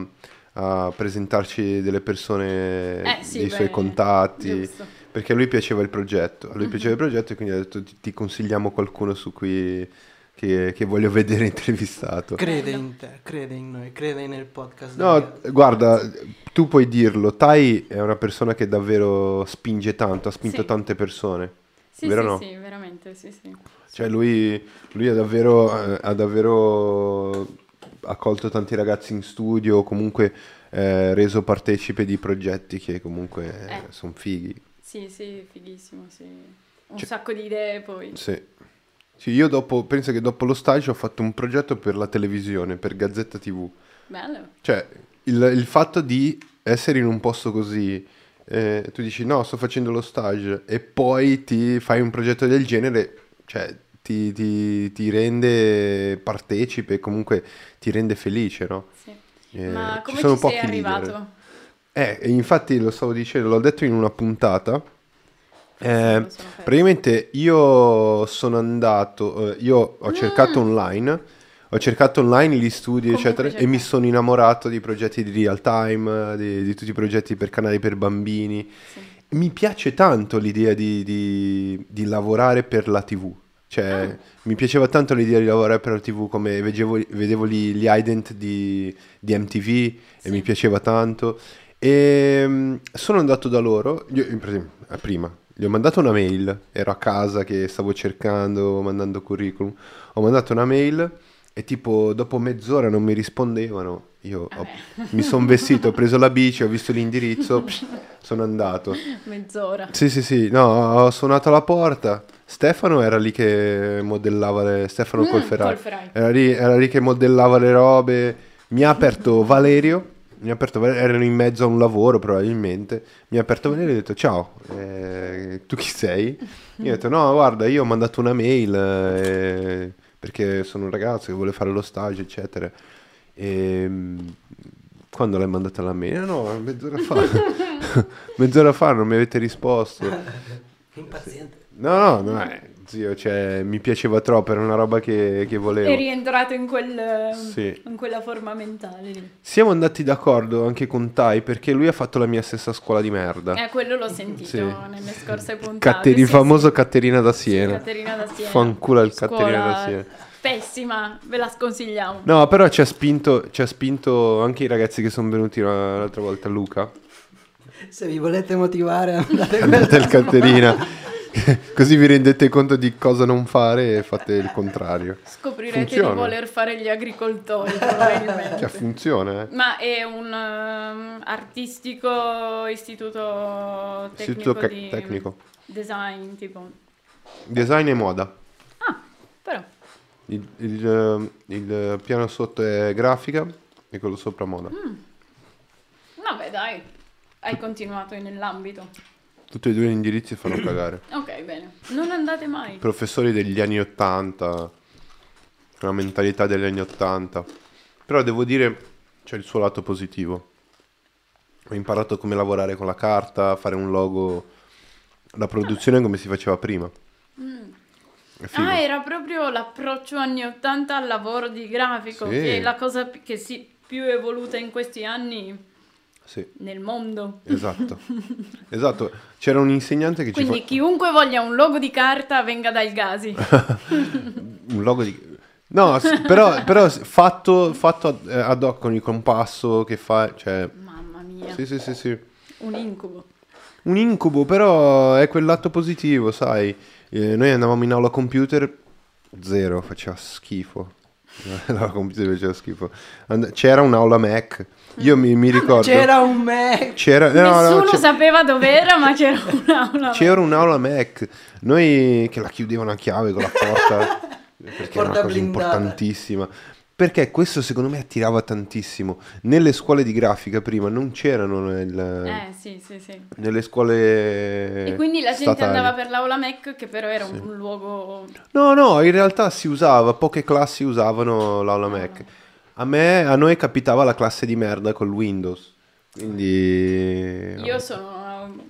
a presentarci delle persone, Eh, sì, dei beh, suoi contatti, giusto. perché a lui piaceva il progetto, a lui Mhm. piaceva il progetto e quindi ha detto ti, ti consigliamo qualcuno su cui che, che voglio vedere intervistato. Crede Bello. in te, crede in noi, crede nel podcast. No, del- guarda, tu puoi dirlo, Tai è una persona che davvero spinge tanto, ha spinto Sì. tante persone, Sì, vero sì, o no? sì, veramente, sì, sì. Cioè lui, lui ha davvero, eh, ha davvero accolto tanti ragazzi in studio, comunque eh, reso partecipe di progetti che comunque Eh. sono fighi. Sì, sì, fighissimo, sì. Un Cioè- sacco di idee poi. Sì. Sì, io dopo, penso che dopo lo stage ho fatto un progetto per la televisione, per Gazzetta tivù. Bello. Cioè, il, il fatto di essere in un posto così, eh, tu dici no, sto facendo lo stage e poi ti fai un progetto del genere, cioè ti, ti- ti rende partecipe, comunque ti rende felice, no? Sì. Eh, Ma ci come sono ci sei pochi leader. arrivato? Eh, e infatti lo stavo dicendo, l'ho detto in una puntata. Sì, Eh, me lo sono perso. praticamente io sono andato, eh, io ho cercato Ah. online, ho cercato online gli studi, Comunque eccetera, e cercai. mi sono innamorato di progetti di real time, di, di tutti i progetti per canali per bambini. Sì. Mi piace tanto l'idea di, di- di lavorare per la tivù. Cioè, Ah. mi piaceva tanto l'idea di lavorare per la tivù, come vedevo, vedevo gli, gli ident di, di M T V e Sì. mi piaceva tanto. E mm, sono andato da loro, io, per esempio, eh, prima, gli ho mandato una mail, ero a casa che stavo cercando, mandando curriculum, ho mandato una mail e tipo dopo mezz'ora non mi rispondevano, io ho- Vabbè. mi sono vestito, ho preso la bici, ho visto l'indirizzo, psh, sono andato. Mezz'ora. Sì, sì, sì, no, ho suonato alla porta, Stefano era lì che modellava le... Stefano Mm, Colferai. Colferai. Era lì, era lì che modellava le robe. Mi ha aperto Valerio. Mi ha aperto Valerio. Erano in mezzo a un lavoro probabilmente. Mi ha aperto Valerio e ha detto ciao, eh, tu chi sei? Io ho detto no, guarda, io ho mandato una mail eh, perché sono un ragazzo che vuole fare lo stage, eccetera. E mm, quando l'hai mandata la mail? "Eh, no, mezz'ora fa. Mezz'ora fa non mi avete risposto. Impaziente. No, no, no, eh, zio, cioè, mi piaceva troppo, era una roba che, che volevo. È rientrato in, quel, Sì. in quella forma mentale lì. Siamo andati d'accordo anche con Tai perché lui ha fatto la mia stessa scuola di merda. Eh, quello l'ho sentito Sì. nelle scorse puntate. Catteri- il sì, famoso sì. Caterina da Siena. Caterina da Siena. Fanculo il Scuola Caterina da Siena. Pessima, ve la sconsigliamo. No, però ci ha spinto, ci ha spinto anche i ragazzi che sono venuti la- l'altra volta, Luca. Se vi volete motivare, andate Andate al Caterina. Così vi rendete conto di cosa non fare e fate il contrario. Scoprirete Funziona. di voler fare gli agricoltori, probabilmente. Cioè, funziona, eh. Ma è un ehm, artistico istituto tecnico Istituto ca- di tecnico. design, tipo. Design e moda. Ah, però. Il, il, eh, il piano sotto è grafica e quello sopra moda. Vabbè, dai. Hai continuato nell'ambito. Tutti e due gli indirizzi fanno cagare. Ok, bene. Non andate mai. Professori degli anni ottanta, una mentalità degli anni ottanta. Però devo dire, c'è il suo lato positivo. Ho imparato come lavorare con la carta, fare un logo, la produzione come si faceva prima. È figo. Ah, era proprio l'approccio anni ottanta al lavoro di grafico, Sì. che è la cosa pi- che si più evoluta in questi anni Sì, nel mondo. esatto. Esatto. C'era un insegnante che Quindi ci fa... chiunque voglia un logo di carta venga dal Gasi. un logo di... No, s- però, però s- fatto, fatto ad, eh, ad hoc con il compasso che fa... Cioè... Mamma mia, Sì, sì, sì, sì. un incubo. Un incubo, però è quel lato positivo, sai. Eh, noi andavamo in aula computer, zero, faceva schifo. L'aula computer faceva schifo. And- c'era un'aula Mac. Io mi, mi ricordo. C'era un Mac. C'era, no, no, Nessuno c'è- sapeva dov'era, ma c'era un'aula. c'era un'aula Mac. Noi che la chiudevano a chiave con la porta. Perché era una Porta cosa blindata. importantissima. Perché questo secondo me attirava tantissimo. Nelle scuole di grafica prima non c'erano nel- Eh, sì, sì, sì. nelle scuole E quindi la gente statali. andava per l'aula Mac, che però era un, un luogo... No, no, in realtà si usava, poche classi usavano l'aula Mac. A me, a noi capitava la classe di merda col Windows. Quindi Io sono un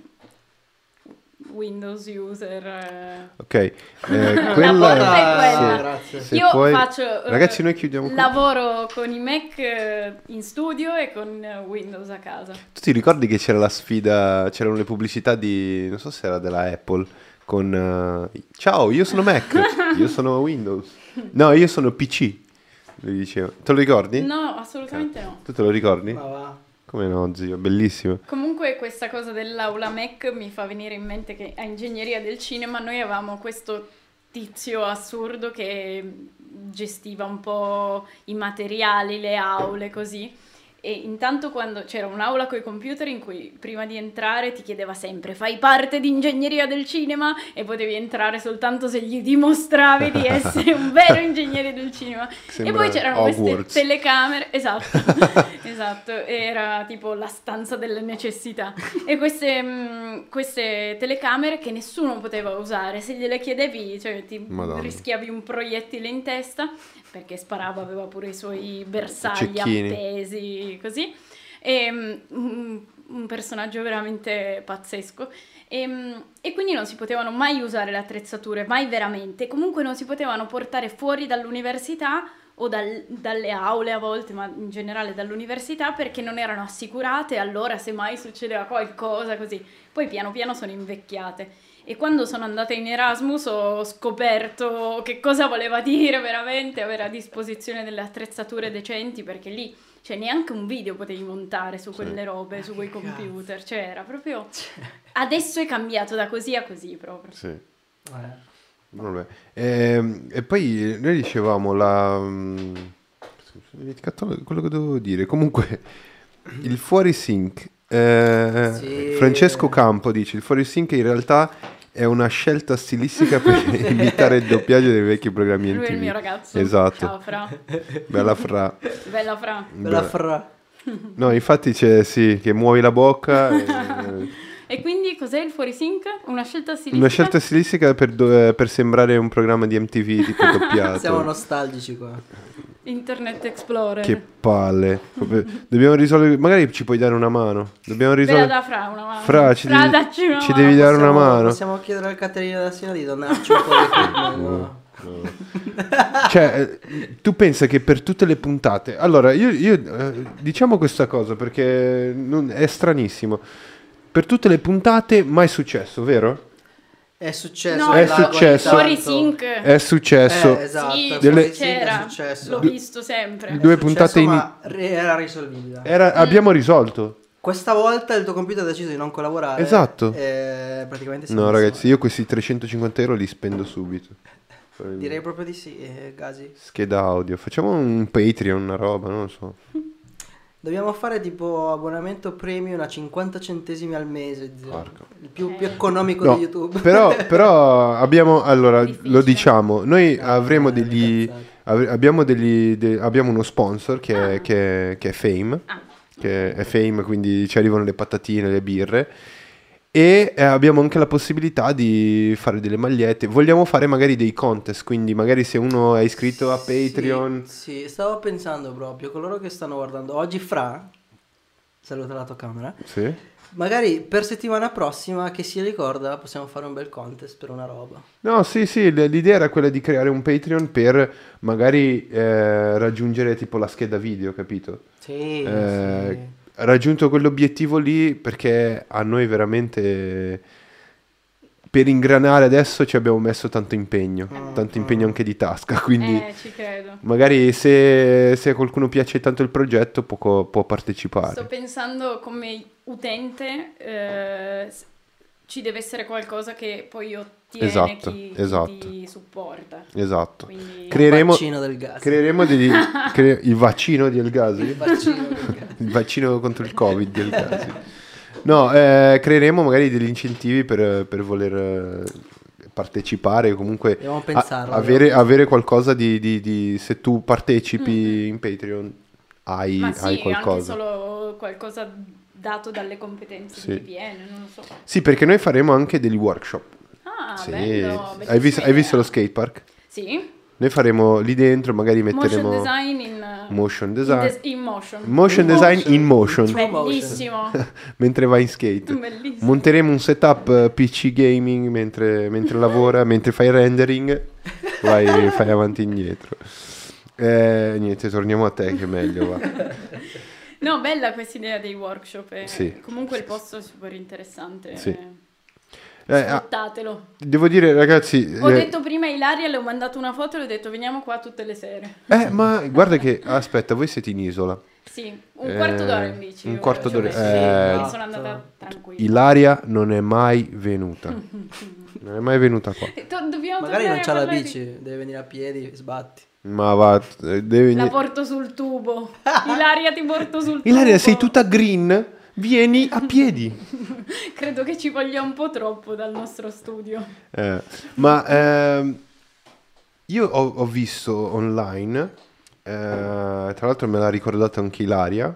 Windows user. eh. ok, eh, La quella porta è quella. sì. Grazie. Se Io puoi- faccio... eh, Ragazzi, noi chiudiamo qui. Lavoro con i Mac eh, in studio e con eh, Windows a casa. Tu ti ricordi che c'era la sfida, c'erano le pubblicità di, non so se era della Apple, con eh, ciao, io sono Mac, io sono Windows. No, io sono P C, lui diceva. Te lo ricordi? No, assolutamente no. Tu te lo ricordi? Ma va. Come no, zio, bellissimo. Comunque questa cosa dell'aula Mac mi fa venire in mente che a ingegneria del cinema noi avevamo questo tizio assurdo che gestiva un po' i materiali, le aule, così. E intanto quando c'era un'aula con i computer in cui prima di entrare ti chiedeva sempre fai parte di ingegneria del cinema e potevi entrare soltanto se gli dimostravi di essere un vero ingegnere del cinema. E Sembra poi c'erano queste Hogwarts. telecamere, esatto, esatto, era tipo la stanza delle necessità. E queste, mh, queste telecamere che nessuno poteva usare, se gliele chiedevi, cioè ti Madonna. rischiavi un proiettile in testa, perché sparava, aveva pure i suoi bersagli Cecchini. appesi, così. E, mm, un, un personaggio veramente pazzesco. E, mm, e quindi non si potevano mai usare le attrezzature, mai veramente. Comunque non si potevano portare fuori dall'università o dal- dalle aule a volte, ma in generale dall'università, perché non erano assicurate, allora se mai succedeva qualcosa così. Poi piano piano sono invecchiate. E quando sono andata in Erasmus ho scoperto che cosa voleva dire veramente avere a disposizione delle attrezzature decenti, perché lì, cioè, neanche un video potevi montare su quelle robe, su quei che computer, cioè era proprio... Adesso è cambiato da così a così proprio. Sì. Eh. Vabbè. E, e poi noi dicevamo la... mm, ho dimenticato quello che dovevo dire. Comunque, il fuori sync. eh, Sì. Francesco Campo dice: il fuori sync in realtà è una scelta stilistica per imitare il doppiaggio dei vecchi programmi Lui è il M T V. mio ragazzo. Esatto. Ciao Fra. Bella fra. Bella Fra. Bella Beh, fra. no, infatti c'è sì, che muovi la bocca. e- E quindi cos'è il fuori sync? Una scelta stilistica? Una scelta stilistica per, do- per sembrare un programma di M T V tipo doppiato. Siamo nostalgici qua. Internet Explorer. Che palle. Proprio- Dobbiamo risolvere. Magari ci puoi dare una mano. Dobbiamo Ve la risolvere. dà Fra una mano. Fra, ci devi- dacci una ci mano. devi dare una Possiamo- mano. Possiamo chiedere a Caterina da Siena di donarci un po' di equipment, no? Cioè, eh, tu pensa che per tutte le puntate. Allora, io, io, eh, diciamo questa cosa perché non- è stranissimo. Per tutte le puntate mai successo, vero? È successo. No, È il largo successo. ogni Fuori tanto. sync. È successo. Eh, esatto. Sì, il Delle- fuori sync c'era. È successo. L'ho visto sempre. È Due successo, puntate in- ma re- era risolvibile. Era- abbiamo risolto. Questa volta il tuo computer ha deciso di non collaborare. Esatto. E praticamente siamo No, messi ragazzi, io questi trecentocinquanta euro li spendo subito. male. Direi proprio di sì, eh, Gasi. Scheda audio. Facciamo un Patreon, una roba, non lo so. Dobbiamo fare tipo abbonamento premium a cinquanta centesimi al mese. zio. Porca. Il più, più economico No, di YouTube. Però, però abbiamo, allora, Difficile. lo diciamo, noi No, avremo eh, degli, cazzate. av- abbiamo degli, de- abbiamo uno sponsor che, è, Ah. che è- che è Fame, Ah. che è Fame, quindi ci arrivano le patatine, le birre, e eh, abbiamo anche la possibilità di fare delle magliette. Vogliamo fare magari dei contest, quindi magari se uno è iscritto a Patreon... Sì, sì, stavo pensando proprio, coloro che stanno guardando oggi Fra, saluta la tua camera, Sì. magari per settimana prossima che si ricorda possiamo fare un bel contest per una roba. No, sì, sì, l- l'idea era quella di creare un Patreon per magari eh, raggiungere tipo la scheda video, capito? Sì, Eh, sì. Raggiunto quell'obiettivo lì, perché a noi veramente per ingranare adesso ci abbiamo messo tanto impegno, Mm, tanto mm. impegno anche di tasca, quindi Eh, ci credo. magari se, se a qualcuno piace tanto il progetto può, co- può partecipare. Sto pensando come utente, eh, s- ci deve essere qualcosa che poi ottiene Esatto, chi, chi esatto. ti supporta. Esatto. Quindi... Creeremo, Il vaccino del gas. creeremo degli, cre- il vaccino del gas. Il vaccino del gas. Il vaccino contro il Covid del gas. No, eh, creeremo magari degli incentivi per, per voler eh, partecipare, comunque Dobbiamo a- pensarlo. avere, dobbiamo avere qualcosa di, di- di- se tu partecipi in Patreon hai, Ma sì, hai anche qualcosa. solo qualcosa dato dalle competenze Sì. di P P N, non lo so. Sì, perché noi faremo anche degli workshop. Ah, Sì. bello, Hai bellissima visto, hai visto idea. lo skatepark? Sì, Noi faremo lì dentro, magari metteremo motion design in, uh, motion in, design. des- in motion. Motion design in motion. Slow motion. Bellissimo, mentre vai in skate. bellissimo. Monteremo un setup eh, P C gaming mentre, mentre lavora, mentre fai rendering, vai, fai avanti e indietro. Eh, niente, torniamo a te che è meglio, va. No, bella questa idea dei workshop. eh. Sì. Comunque il posto è super interessante. Sì. eh. Eh, ah, Sfruttatelo. devo dire, ragazzi, Ho eh, detto prima a Ilaria, le ho mandato una foto e le ho detto veniamo qua tutte le sere. eh, ma guarda che, aspetta, voi siete in isola. Sì, un quarto Eh, d'ora in bici. un io quarto ci ho d'ora- messo, eh, quindi sono andata tranquilla. Ilaria non è mai venuta. Non è mai venuta qua. E to- dobbiamo Magari non tornare c'ha a la parlare bici, deve venire a piedi, sbatti. Ma va, eh, devi di- La venire. porto sul tubo. Ilaria ti porto sul tubo. Ilaria, sei tutta green? Vieni a piedi. Credo che ci voglia un po' troppo dal nostro studio. Eh, ma ehm, io ho, ho visto online, eh, tra l'altro me l'ha ricordato anche Ilaria,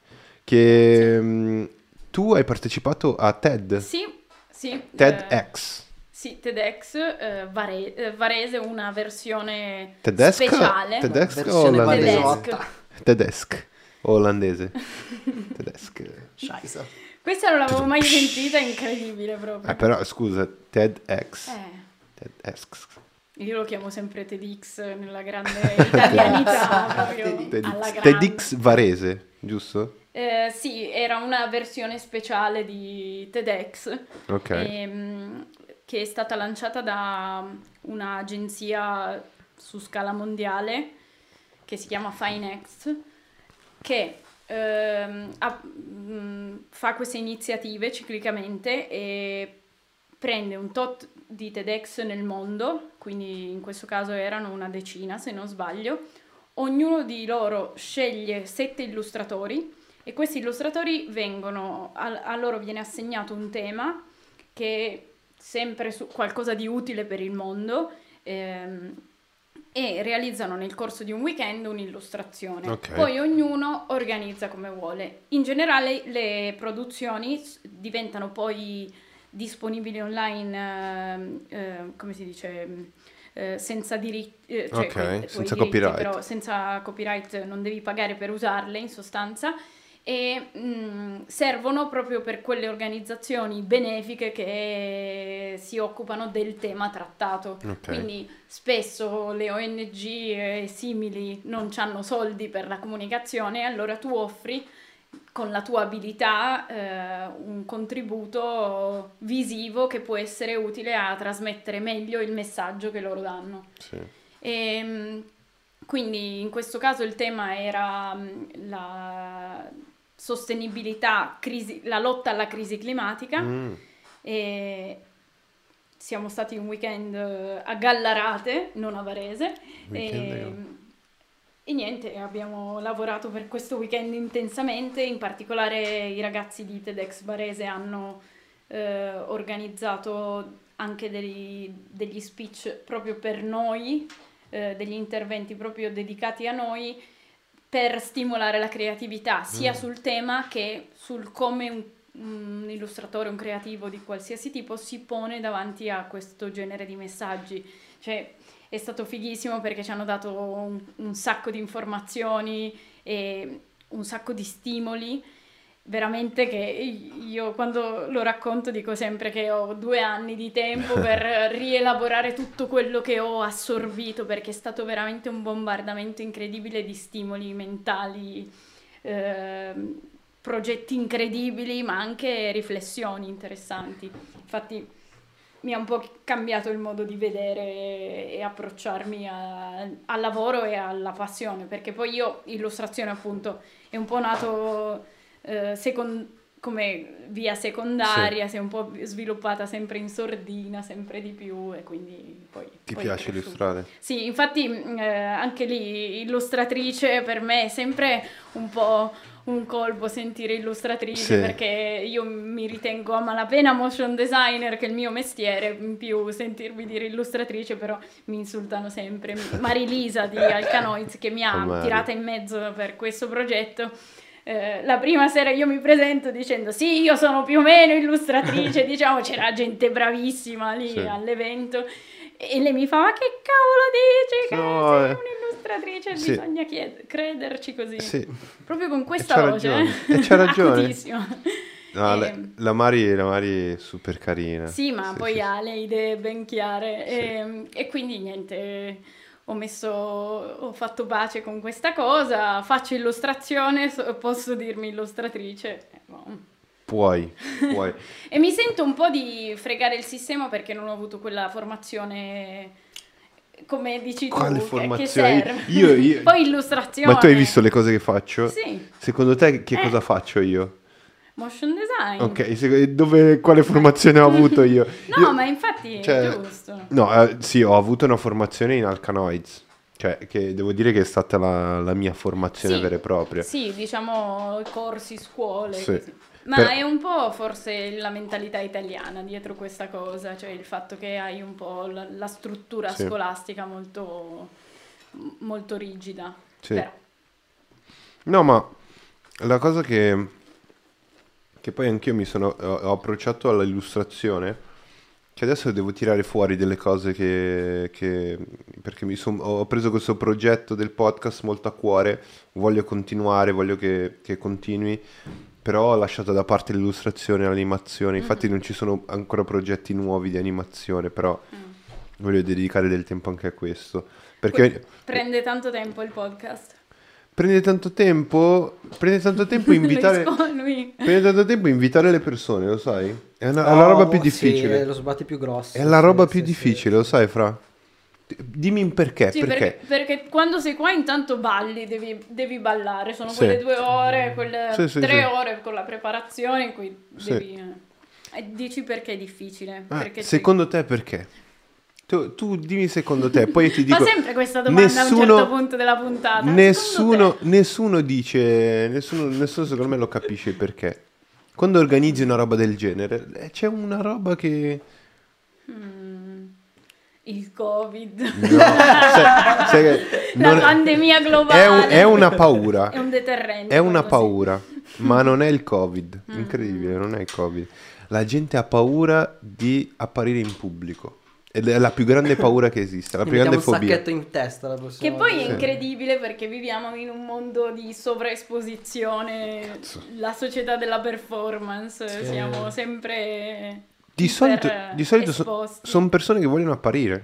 che mm, tu hai partecipato a TED, Sì, sì. eh, TEDx. sì, TEDx eh, Vare- eh, Varese, una versione Tedesca? speciale. Tedesca o Versione olandese? varesotta. Tedesca o olandese? Tedesca. Scheisse. Questa non l'avevo mai sentita, è incredibile proprio. Eh, però scusa, TEDx. Eh, TEDx. io lo chiamo sempre TEDx nella grande italianità, proprio TEDx. alla grande. TEDx Varese, giusto? Eh, sì, era una versione speciale di TEDx. Ok. ehm, che è stata lanciata da un'agenzia su scala mondiale che si chiama Finext, che ehm, ha- mh, fa queste iniziative ciclicamente e prende un tot di TEDx nel mondo, quindi in questo caso erano una decina se non sbaglio, ognuno di loro sceglie sette illustratori e questi illustratori vengono, a, a loro viene assegnato un tema che sempre su qualcosa di utile per il mondo ehm, e realizzano nel corso di un weekend un'illustrazione. Ok. Poi ognuno organizza come vuole. In generale le produzioni s- diventano poi disponibili online, ehm, eh, come si dice, eh, senza diritti, eh, cioè Ok, coi- coi senza diritti, copyright. però senza copyright non devi pagare per usarle in sostanza e mh, servono proprio per quelle organizzazioni benefiche che si occupano del tema trattato. Ok. Quindi spesso le O N G e simili non hanno soldi per la comunicazione, allora tu offri con la tua abilità eh, un contributo visivo che può essere utile a trasmettere meglio il messaggio che loro danno. Sì. E, mh, quindi in questo caso il tema era mh, la sostenibilità, crisi- la lotta alla crisi climatica Mm. e siamo stati un weekend eh, a Gallarate, non a Varese. Weekend a E, Gallarate. e niente, abbiamo lavorato per questo weekend intensamente, in particolare i ragazzi di TEDx Varese hanno eh, organizzato anche degli, degli speech proprio per noi, eh, degli interventi proprio dedicati a noi per stimolare la creatività sia Mm. sul tema che sul come un, un illustratore, un creativo di qualsiasi tipo si pone davanti a questo genere di messaggi. Cioè, è stato fighissimo perché ci hanno dato un, un sacco di informazioni e un sacco di stimoli, veramente che io quando lo racconto dico sempre che ho due anni di tempo per rielaborare tutto quello che ho assorbito, perché è stato veramente un bombardamento incredibile di stimoli mentali, ehm, progetti incredibili, ma anche riflessioni interessanti. Infatti mi ha un po' cambiato il modo di vedere e approcciarmi a- al lavoro e alla passione, perché poi io illustrazione appunto è un po' nato eh, secon- come via secondaria, si è un po' sviluppata sempre in sordina, sempre di più, e quindi poi... Ti poi piace è cresciuta. illustrare? Sì, infatti eh, anche lì illustratrice per me è sempre un po' un colpo sentire illustratrice, Sì. perché io mi ritengo a malapena motion designer, che è il mio mestiere, in più sentirmi dire illustratrice, però mi insultano sempre. Marilisa di Alcanoids, che mi ha Oh, Mari. tirata in mezzo per questo progetto, eh, la prima sera io mi presento dicendo sì, io sono più o meno illustratrice, diciamo, c'era gente bravissima lì Sì. all'evento, e lei mi fa: ma che cavolo dici che No, sei eh. un'illustratrice? Sì. Bisogna chied- crederci così, Sì. proprio con E questa c'ha voce, ragione. eh. E c'ha ragione. Acutissima. No, E- la, la Mari, la Mari è super carina. sì, ma poi sì, ha le idee ben chiare, Sì. e, e quindi niente, ho messo, ho fatto pace con questa cosa, faccio illustrazione, so- posso dirmi illustratrice. eh, boh. Puoi, puoi. E mi sento un po' di fregare il sistema, perché non ho avuto quella formazione, come dici tu, Quale che- formazione? che serve. Io- io- Poi illustrazione. Ma tu hai visto le cose che faccio? Sì, Secondo te che Eh. cosa faccio io? motion design. Ok, sec- dove, quale formazione ho avuto io? No, Io- ma infatti è cioè, giusto. No, eh, sì, ho avuto una formazione in Alcanoids, cioè che devo dire che è stata la, la mia formazione Sì, vera e propria. Sì, diciamo corsi, scuole, Sì. così. Ma Per- è un po' forse la mentalità italiana dietro questa cosa, cioè il fatto che hai un po' la, la struttura Sì. scolastica molto, molto rigida. Sì. Però, No, ma la cosa che, che poi anch'io mi sono ho, ho approcciato all'illustrazione, che adesso devo tirare fuori delle cose che, che- perché mi son- ho preso questo progetto del podcast molto a cuore, voglio continuare, voglio che, che continui, però ho lasciato da parte l'illustrazione e l'animazione, infatti non ci sono ancora progetti nuovi di animazione, però mm. voglio dedicare del tempo anche a questo, perché prende tanto tempo il podcast. prende tanto tempo, prende tanto tempo invitare... Lui sco- lui- Prende tanto tempo invitare le persone, lo sai? È, una- è Oh, la roba più sì, difficile. è lo sbatti più grosso. È la sì, roba sì, più sì. difficile, lo sai, Fra? Dimmi un perché, Sì, perché? perché, perché quando sei qua intanto balli, devi, devi ballare, sono Sì. quelle due ore, quelle Sì, sì, tre sì. ore con la preparazione in cui Sì. devi... eh, E dici perché è difficile? Ah, Perché secondo te perché? Tu, tu dimmi secondo te, poi io ti Fa dico... sempre questa domanda a un certo punto della puntata. Secondo Nessuno, te? nessuno dice, nessuno, nessuno secondo me lo capisce il perché. Quando organizzi una roba del genere, eh, c'è una roba che... Mm, il Covid. No, sai- sai che La non è- pandemia globale. È, un- è una paura. È un deterrente. È una quello, sì. paura, ma non è il Covid. Mm. Incredibile, non è il Covid. La gente ha paura di apparire in pubblico. Ed è la più grande paura che esiste, la Gli più grande mettiamo un fobia. sacchetto in testa la prossima Che poi è volta. Sì. incredibile, perché viviamo in un mondo di sovraesposizione, Cazzo. la società della performance, Sì. siamo sempre Di solito, iper di solito sono esposti. persone che vogliono apparire.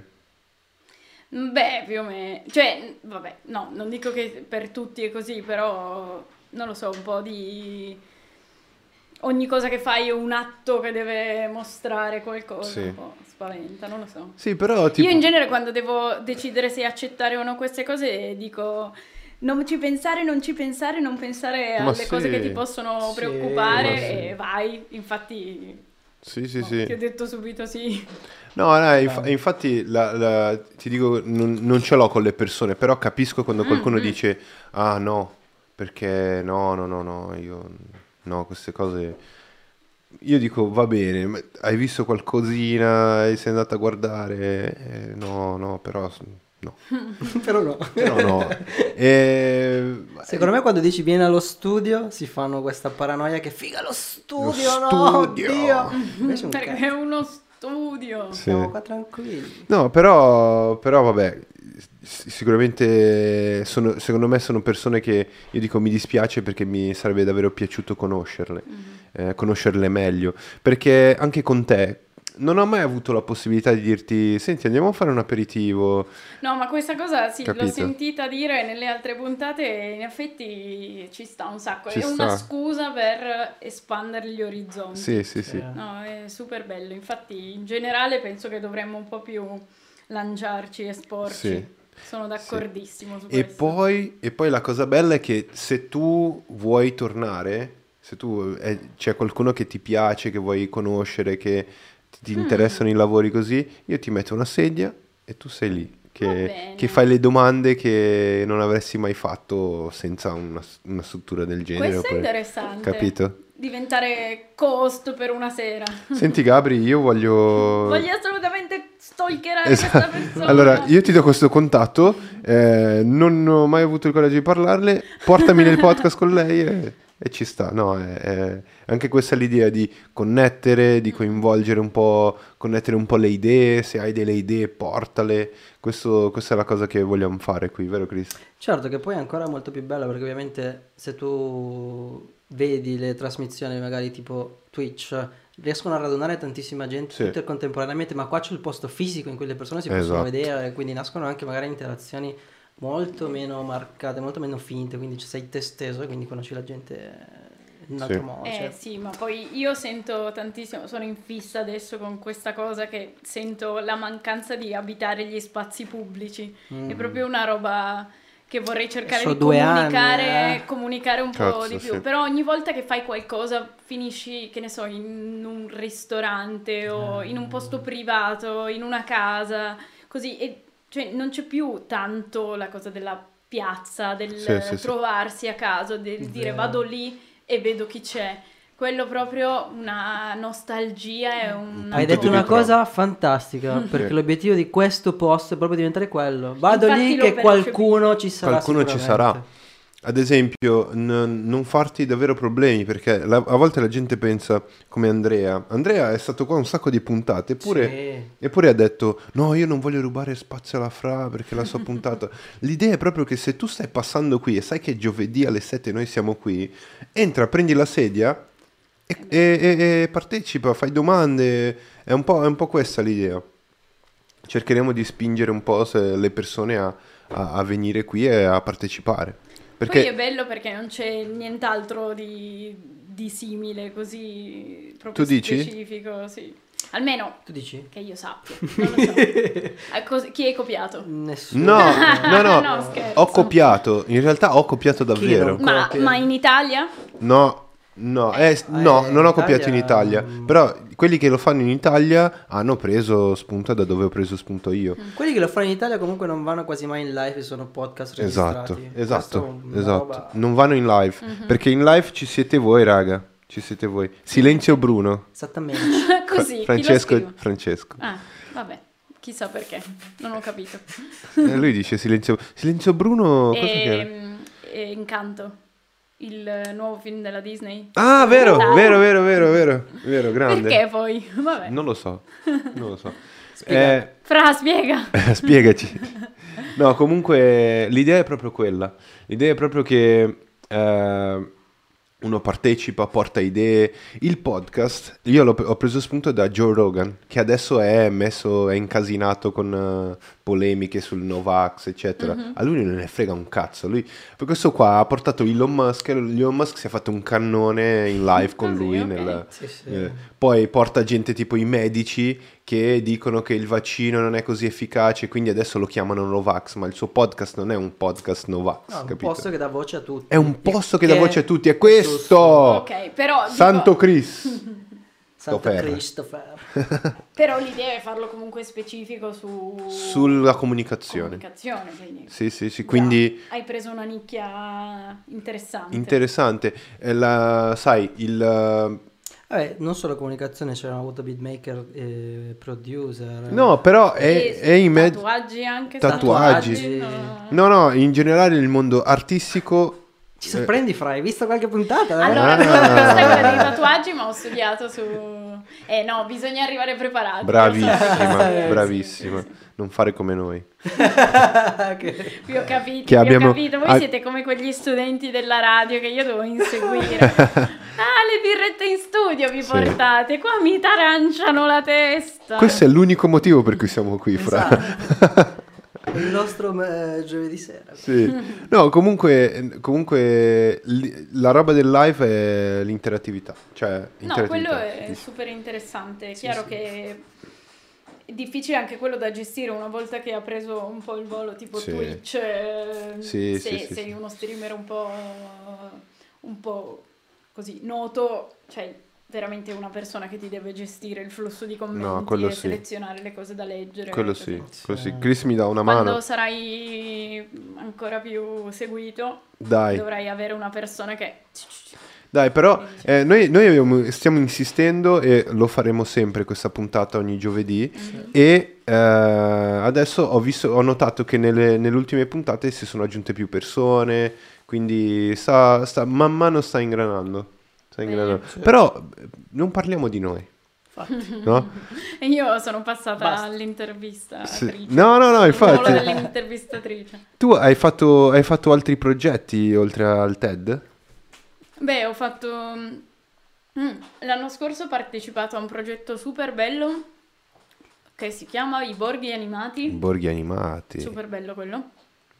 Beh, più o meno, cioè, vabbè, no, non dico che per tutti è così, però, non lo so, un po' di... Ogni cosa che fai è un atto che deve mostrare qualcosa, Sì. un po' spaventa, non lo so. Sì, però tipo... Io in genere quando devo decidere se accettare o no queste cose dico non ci pensare, non ci pensare, non pensare Ma alle sì. cose che ti possono Sì, preoccupare ma sì. e vai, infatti Sì, sì, no, sì. ti ho detto subito sì. No, no, inf- infatti la- la- ti dico, non, non ce l'ho con le persone, però capisco quando qualcuno Mm, mm. dice, ah no, perché no, no, no, no, io, no, queste cose... Io dico, va bene, ma hai visto qualcosina e sei andato a guardare? Eh, no, no, però, no, Però no. però no. E- Secondo me quando dici vieni allo studio si fanno questa paranoia che figa lo studio, Lo no, studio. oddio. Invece un Perché cazzo. è uno studio. Sì. Siamo qua tranquilli. No, però, però vabbè, s- sicuramente sono, secondo me sono persone che io dico mi dispiace perché mi sarebbe davvero piaciuto conoscerle, Mhm. eh, conoscerle meglio, perché anche con te non ho mai avuto la possibilità di dirti, senti, andiamo a fare un aperitivo. No, ma questa cosa sì, l'ho Capito. sentita dire nelle altre puntate e in effetti ci sta un sacco. Ci è una sta. scusa per espandere gli orizzonti. Sì, sì, sì. Eh. No, è super bello. Infatti, in generale penso che dovremmo un po' più lanciarci, esporci. Sì. Sono d'accordissimo su E questo. poi, e poi la cosa bella è che se tu vuoi tornare, Se tu eh, c'è qualcuno che ti piace, che vuoi conoscere, che ti, ti interessano i lavori così, io ti metto una sedia e tu sei lì, Va che, bene. che fai le domande che non avresti mai fatto senza una, una struttura del genere. Questo è oppure- interessante. Capito? Diventare cost per una sera. Senti Gabri, io voglio... Voglio assolutamente stalkerare Esatto. questa persona. Allora, io ti do questo contatto, eh, non ho mai avuto il coraggio di parlarle, portami nel podcast con lei e, e ci sta. No, è, è- anche questa è l'idea di connettere, di coinvolgere un po', connettere un po' le idee, se hai delle idee portale, questo, questa è la cosa che vogliamo fare qui, vero Chris? Certo, che poi è ancora molto più bello perché ovviamente se tu vedi le trasmissioni magari tipo Twitch riescono a radunare tantissima gente Sì. tutte contemporaneamente, ma qua c'è il posto fisico in cui le persone si possono Esatto. vedere, quindi nascono anche magari interazioni molto meno marcate, molto meno finte, quindi sei te steso e quindi conosci la gente in un altro Sì. modo. Eh cioè. sì, ma poi io sento tantissimo, sono in fissa adesso con questa cosa che sento la mancanza di abitare gli spazi pubblici. Mm. È proprio una roba che vorrei cercare Sono di due comunicare, anni, eh. comunicare un po' Cazzo, di più. sì. Però ogni volta che fai qualcosa finisci, che ne so, in un ristorante o in un posto privato, in una casa, così. E cioè non c'è più tanto la cosa della piazza, del Sì, sì, sì. trovarsi a caso, del dire Vero. vado lì e vedo chi c'è. Quello proprio una nostalgia e un... Hai Tutto detto una dietro. cosa fantastica, perché Sì. l'obiettivo di questo post è proprio diventare quello. Vado Infatti lì l'ho che percepito. qualcuno ci sarà Qualcuno ci sarà. sicuramente. Ad esempio, n- non farti davvero problemi, perché la- a volte la gente pensa come Andrea. Andrea è stato qua un sacco di puntate, eppure, Sì. eppure ha detto: no, io non voglio rubare spazio alla Fra perché la sua puntata. L'idea è proprio che se tu stai passando qui e sai che giovedì alle sette noi siamo qui, entra, prendi la sedia e, e- e- e partecipa, fai domande. È un po', è un po' questa l'idea. Cercheremo di spingere un po' se- le persone a, a- a venire qui e a partecipare. Perché Poi è bello perché non c'è nient'altro di, di simile, così proprio Tu dici? specifico, sì. Almeno Tu dici? che io sappia, non lo so. Eh, cos- chi hai copiato? Nessuno. No, no, no, No, scherzo. ho copiato, in realtà ho copiato Chi davvero. non- Ma, Copia. ma in Italia? No, no, eh, no, eh, non ho in copiato in Italia, Italia, mm. però quelli che lo fanno in Italia hanno preso spunto da dove ho preso spunto io. Quelli che lo fanno in Italia comunque non vanno quasi mai in live, sono podcast Esatto, registrati. esatto, Questo è una esatto. roba- Non vanno in live, perché in live ci siete voi, raga, ci siete voi. Silenzio Bruno. Esattamente. Così, Francesco, chi lo scrive? Francesco. Ah, vabbè, chissà perché, non ho capito. Eh, lui dice silenzio, silenzio Bruno. Cos'è che... E, e Incanto, il nuovo film della Disney. Ah, vero, Dai. vero, vero, vero, vero, vero, grande. Perché poi? Vabbè. Non lo so, non lo so. Spiega. Eh, Fra, spiega. spiegaci. No, comunque l'idea è proprio quella. L'idea è proprio che eh, uno partecipa, porta idee. Il podcast, io l'ho- ho preso spunto da Joe Rogan, che adesso è messo, è incasinato con eh, polemiche sul Novax, eccetera. A lui non ne frega un cazzo. Lui, per questo qua ha portato Elon Musk. Elon Musk si è fatto un cannone in live con Così, lui. ok. nel- Sì, sì. eh, poi porta gente tipo i medici che dicono che il vaccino non è così efficace, quindi adesso lo chiamano Novax, ma il suo podcast non è un podcast Novax, No, un capito? posto che dà voce a tutti. È un posto che Che- dà voce a tutti, è questo! Ok, però dico- Santo Chris! Santo Ferra. Christopher. Però l'idea è farlo comunque specifico su Sulla comunicazione. comunicazione, quindi Sì, sì, sì, già quindi hai preso una nicchia interessante. interessante. Eh, la- sai, il... eh, Vabbè, non solo comunicazione, c'erano avuto beatmaker e producer. No, però è, E è in mezzo... tatuaggi anche Tatuaggi. stati fatti, No, no. no, in generale il mondo artistico... Ci sorprendi, Fra? Hai visto qualche puntata? eh? Allora, Ah. non ho visto quella dei tatuaggi, ma ho studiato su... Eh no, bisogna arrivare preparati. Bravissima, Sì, bravissima. sì, sì. Non fare come noi. Che- Vi ho capito, Che vi abbiamo- ho capito. Voi ah- siete come quegli studenti della radio che io devo inseguire. Ah, le birrette in studio vi Sì. portate. Qua mi taranciano la testa. Questo è l'unico motivo per cui siamo qui, Fra. Esatto. Il nostro eh, giovedì sera. Sì. No, comunque, comunque li- la roba del live è l'interattività. Cioè, No, interattività. quello è super interessante. È chiaro sì. che è difficile anche quello da gestire una volta che ha preso un po' il volo tipo Sì. Twitch. eh, Sì, se sì, sì, sei sì. uno streamer un po', un po' così noto, cioè veramente una persona che ti deve gestire il flusso di commenti No, quello e sì. selezionare le cose da leggere. Quello così. sì, quello sì. Chris mi dà una Quando mano. sarai ancora più seguito, Dai. dovrai avere una persona che... Dai, però eh, noi, noi abbiamo- stiamo insistendo e lo faremo sempre questa puntata ogni giovedì. E eh, adesso ho visto, ho notato che nelle, nelle ultime puntate si sono aggiunte più persone, quindi sta, sta- man mano sta ingranando. Sta Bene. ingranando. Però eh, non parliamo di noi, no? E io sono passata Basta. all'intervista. Sì. No, no, no, Il ruolo infatti. dell'intervistatrice. Tu hai fatto, hai fatto altri progetti oltre al TED? Beh, ho fatto... mm, l'anno scorso ho partecipato a un progetto super bello che si chiama I Borghi Animati. Borghi animati. Super bello quello.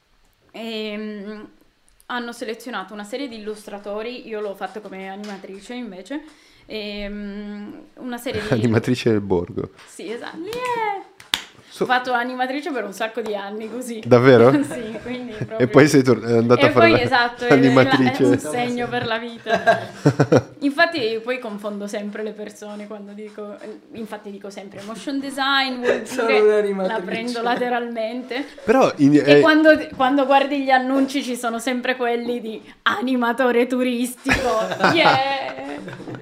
E, mm, hanno selezionato una serie di illustratori, io l'ho fatto come animatrice invece, e, mm, una serie di... Animatrice del borgo. Sì, esatto. Yeah! So- Ho fatto animatrice per un sacco di anni così. Davvero? Sì, quindi proprio... E poi sei tor- è andata E a fare poi la- esatto, è, è l'animatrice. un segno per la vita. Infatti poi confondo sempre le persone quando dico, infatti dico sempre motion design, vuol Sono dire un'animatrice. la prendo lateralmente. Però in- E eh, quando, quando guardi gli annunci ci sono sempre quelli di animatore turistico, yeah!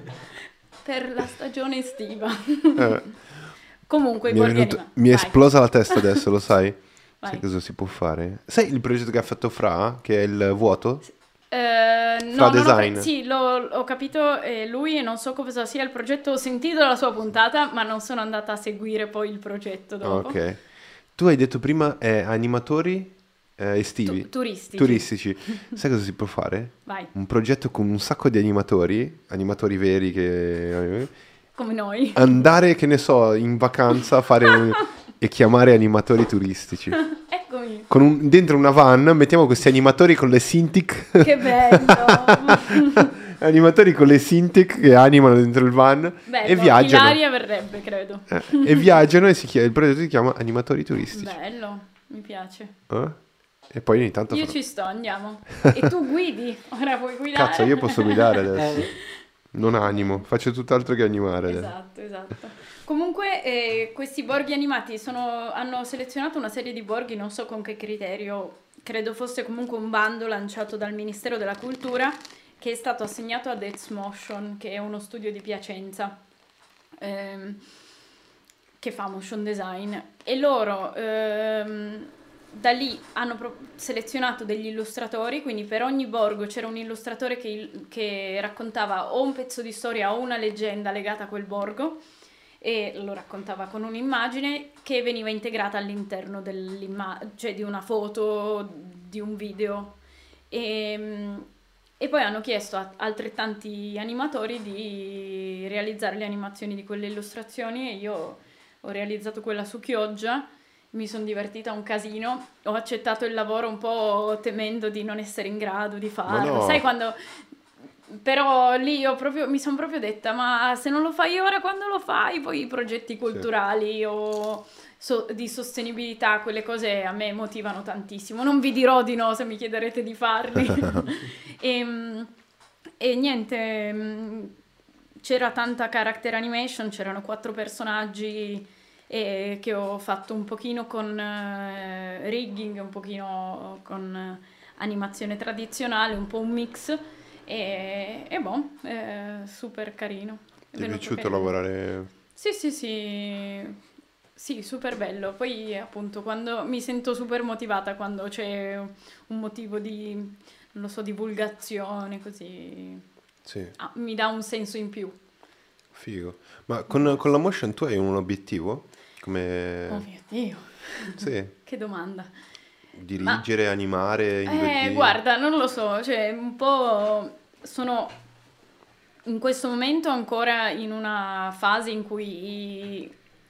Per la stagione estiva. eh, Comunque i mi è, borghi venuto- animati. mi è Vai. esplosa la testa adesso, lo sai? Vai. Sai cosa si può fare? Sai il progetto che ha fatto Fra, che è il vuoto? Eh, no, Fra non ho ca- Design. sì, l'ho, ho capito eh, lui e non so cosa sia il progetto, ho sentito la sua puntata, ma non sono andata a seguire poi il progetto dopo. Ok. Tu hai detto prima eh, animatori eh, estivi? Tu- turistici. Turistici. Sai cosa si può fare? Vai, Un progetto con un sacco di animatori, animatori veri che... come noi. Andare, che ne so, in vacanza a fare un- e chiamare animatori turistici. Eccomi, Con un- dentro una van mettiamo questi animatori con le Cintiq. che bello. Animatori con le Cintiq che animano dentro il van Bello, e viaggiano. Ilaria verrebbe, credo. Eh, e viaggiano e si chia- il progetto si chiama Animatori Turistici. Bello, mi piace. Eh? E poi ogni tanto Io fanno- ci sto, andiamo. E tu guidi, ora puoi guidare. Cazzo, io posso guidare adesso. Eh, Non animo, faccio tutt'altro che animare adesso. Esatto, esatto. Comunque eh, questi borghi animati sono- hanno selezionato una serie di borghi, non so con che criterio, credo fosse comunque un bando lanciato dal Ministero della Cultura che è stato assegnato ad Motion, che è uno studio di Piacenza ehm, che fa motion design, e loro ehm, da lì hanno pro- selezionato degli illustratori, quindi per ogni borgo c'era un illustratore che, il- che raccontava o un pezzo di storia o una leggenda legata a quel borgo e lo raccontava con un'immagine che veniva integrata all'interno dell'imma- cioè di una foto, di un video. E, e poi hanno chiesto a altrettanti animatori di realizzare le animazioni di quelle illustrazioni e io ho realizzato quella su Chioggia. Mi sono divertita un casino, ho accettato il lavoro un po' temendo di non essere in grado di farlo. no. Sai quando... Però lì io proprio, mi sono proprio detta, ma se non lo fai ora, quando lo fai? Poi i progetti culturali o so- di sostenibilità, quelle cose a me motivano tantissimo. Non vi dirò di no se mi chiederete di farli. e, e niente, mh, c'era tanta character animation, c'erano quattro personaggi e che ho fatto un pochino con eh, rigging, un pochino con eh, animazione tradizionale, un po' un mix e, e boh, eh, super carino. È Ti è venuto piaciuto carino. lavorare? Sì, sì, sì, sì, super bello. Poi appunto quando mi sento super motivata quando c'è un motivo di, non lo so, divulgazione, così Sì, ah, mi dà un senso in più. figo. Ma con, con la motion tu hai un obiettivo? Come... Oh mio Dio, Sì, che domanda. dirigere, animare, Eh, invertire. guarda, non lo so, cioè un po' sono in questo momento ancora in una fase in cui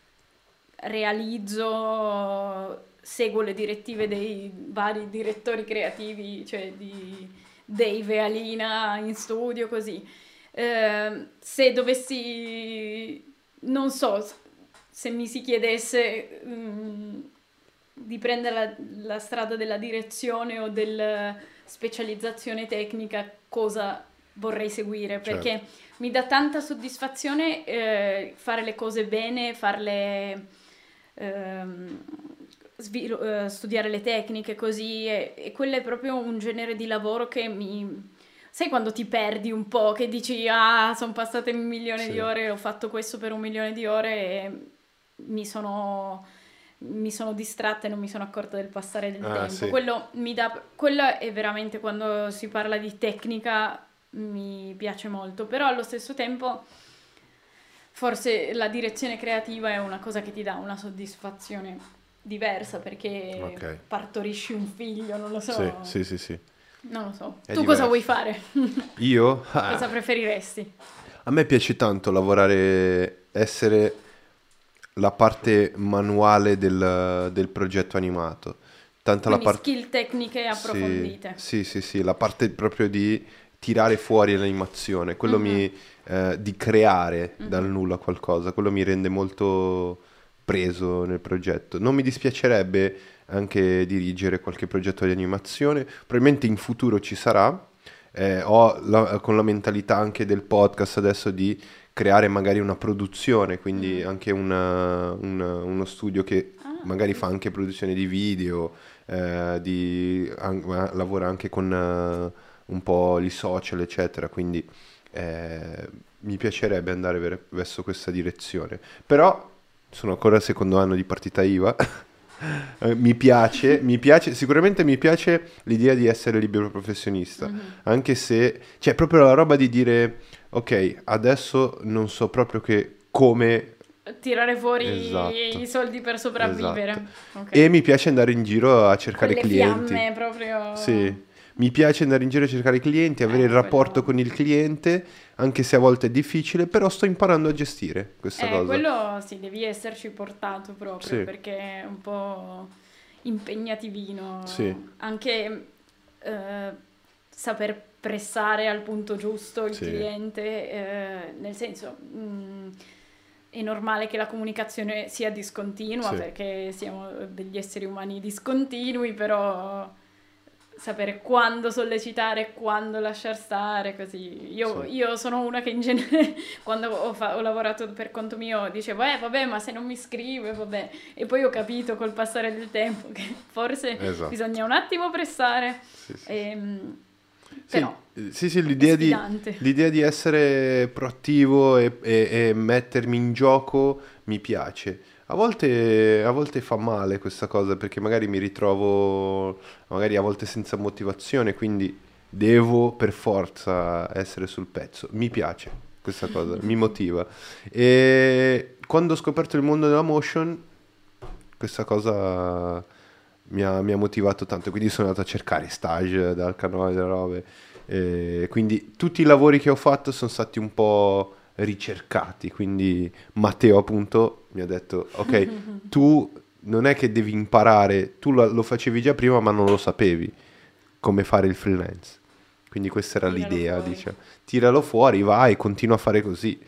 realizzo, seguo le direttive dei vari direttori creativi, cioè di Dave e Alina in studio, così. Eh, se dovessi, non so, se mi si chiedesse mm, di prendere la, la strada della direzione o della specializzazione tecnica, cosa vorrei seguire, perché Certo. mi dà tanta soddisfazione eh, fare le cose bene, farle ehm, svil- eh, studiare le tecniche così, e, e quello è proprio un genere di lavoro che mi... Sai quando ti perdi un po', che dici, ah, sono passate un milione Sì. di ore, ho fatto questo per un milione di ore e mi sono, mi sono distratta e non mi sono accorta del passare del Ah, tempo. sì. Quello mi dà, quello è veramente, quando si parla di tecnica, mi piace molto, però allo stesso tempo forse la direzione creativa è una cosa che ti dà una soddisfazione diversa, perché Ok. partorisci un figlio, non lo so. Sì, sì, sì, sì. Non lo so. È Tu cosa diverso. vuoi fare? Io? Ah, Cosa preferiresti? a me piace tanto lavorare, essere la parte manuale del, del progetto animato. Tanta la Quindi parte... skill tecniche approfondite. Sì, sì, sì, la parte proprio di tirare fuori l'animazione, quello Mhm. mi, eh, di creare dal Mhm. nulla qualcosa, quello mi rende molto preso nel progetto. Non mi dispiacerebbe anche dirigere qualche progetto di animazione, probabilmente in futuro ci sarà. Eh, ho la- con la mentalità anche del podcast adesso di creare magari una produzione, quindi Mm. anche una- una- uno studio che Ah, magari sì. fa anche produzione di video, eh, di, an- ma lavora anche con eh, un po' i social, eccetera, quindi eh, mi piacerebbe andare ver- verso questa direzione. Però sono ancora al secondo anno di partita I V A. Eh, mi piace, mi piace, sicuramente mi piace l'idea di essere libero professionista, Mhm. anche se c'è proprio la roba di dire, ok, adesso non so proprio che come. Tirare fuori Esatto, i soldi per sopravvivere. esatto. Ok. E mi piace andare in giro a cercare Quelle clienti. fiamme proprio... Sì, mi piace andare in giro a cercare clienti, avere Eh, il rapporto quello- con il cliente, anche se a volte è difficile, però sto imparando a gestire questa Eh, cosa. quello sì, devi esserci portato proprio, Sì. perché è un po' impegnativino. Sì. Anche eh, saper pressare al punto giusto il Sì. cliente, eh, nel senso... mh, è normale che la comunicazione sia discontinua, Sì. perché siamo degli esseri umani discontinui, però sapere quando sollecitare, quando lasciar stare, così. Io, Sì. io sono una che in genere, quando ho, fa- ho lavorato per conto mio, dicevo, eh vabbè, ma se non mi scrive, vabbè. E poi ho capito col passare del tempo che forse Esatto. bisogna un attimo pressare. Sì, sì, sì. Ehm, Sì, però, eh, sì, sì, l'idea è di, sfidante. l'idea di essere proattivo e, e- e mettermi in gioco mi piace. A volte, a volte fa male questa cosa perché magari mi ritrovo, magari a volte senza motivazione, quindi devo per forza essere sul pezzo. Mi piace questa cosa, mi motiva. E quando ho scoperto il mondo della motion, questa cosa mi ha, mi ha motivato tanto, quindi sono andato a cercare stage dal canale delle robe. E quindi tutti i lavori che ho fatto sono stati un po' ricercati, quindi Matteo appunto mi ha detto, ok, tu non è che devi imparare, tu lo, lo facevi già prima ma non lo sapevi come fare il freelance. Quindi questa era Tiralo l'idea, fuori. diciamo. Tiralo fuori, vai, continua a fare così.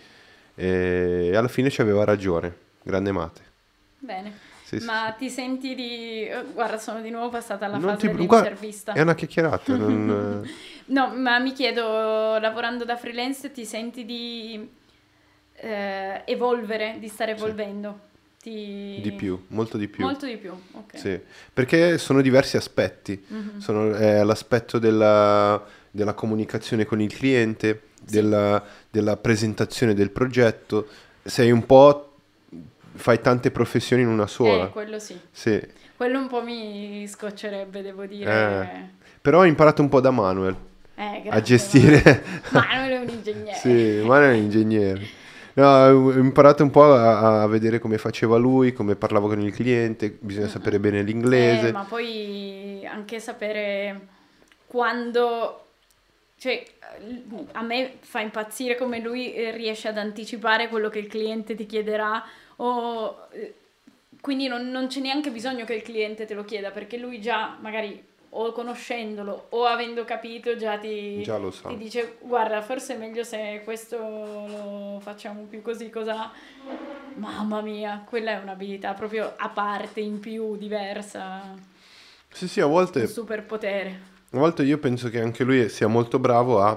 E alla fine ci aveva ragione, grande Mate. Bene. Sì, sì, Ma ti senti di... eh, Guarda, sono di nuovo passata alla Non fase ti- guarda, dell'intervista. è una chiacchierata, non... No, ma mi chiedo, lavorando da freelance, ti senti di eh, evolvere, di stare Sì. evolvendo? Ti... Di più, molto di più. Molto di più, ok. Sì, perché sono diversi aspetti. Mhm. Sono eh, l'aspetto della, della comunicazione con il cliente, Sì. della, della presentazione del progetto. Sei un po'... fai tante professioni in una sola. Eh, quello sì. Sì. Quello un po' mi scoccerebbe, devo Eh, dire. però ho imparato un po' da Manuel Eh, a grande, gestire. Manuel è un ingegnere. Sì, Manuel è un ingegnere. No, ho imparato un po' a, a vedere come faceva lui, come parlava con il cliente, bisogna Mm-mm. sapere bene Eh, l'inglese. ma poi anche sapere quando, cioè, a me fa impazzire come lui eh, riesce ad anticipare quello che il cliente ti chiederà, o eh, quindi non, non c'è neanche bisogno che il cliente te lo chieda, perché lui già magari o conoscendolo o avendo capito già ti, Già lo sa. ti dice guarda, forse è meglio se questo lo facciamo più così, cosa. Mamma mia, quella è un'abilità proprio a parte, in più, diversa, Sì, sì, a un volte, superpotere. a volte io penso che anche lui sia molto bravo a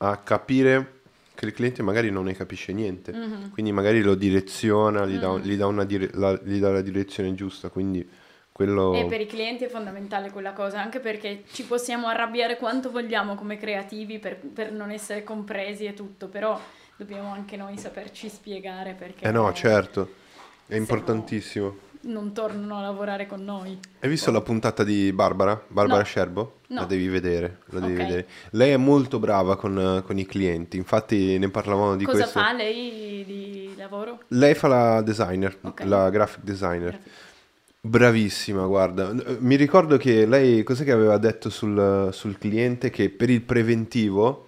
a capire che il cliente magari non ne capisce niente, Mhm. quindi magari lo direziona, gli dà, Mm. gli dà una dire- la, gli dà la direzione giusta, quindi quello... E per i clienti è fondamentale quella cosa, anche perché ci possiamo arrabbiare quanto vogliamo come creativi per, per non essere compresi e tutto, però dobbiamo anche noi saperci spiegare perché Eh no, certo, è se no importantissimo. non tornano a lavorare con noi. Hai visto la puntata di Barbara? Barbara No. Scerbo? La No. devi vedere, la devi Ok. vedere. Lei è molto brava con, con i clienti, infatti ne parlavamo di Cosa questo. fa lei di lavoro? Lei fa la designer, Ok. la graphic designer. Grafica. Bravissima, guarda. Mi ricordo che lei, cos'è che aveva detto sul, sul cliente? Che per il preventivo,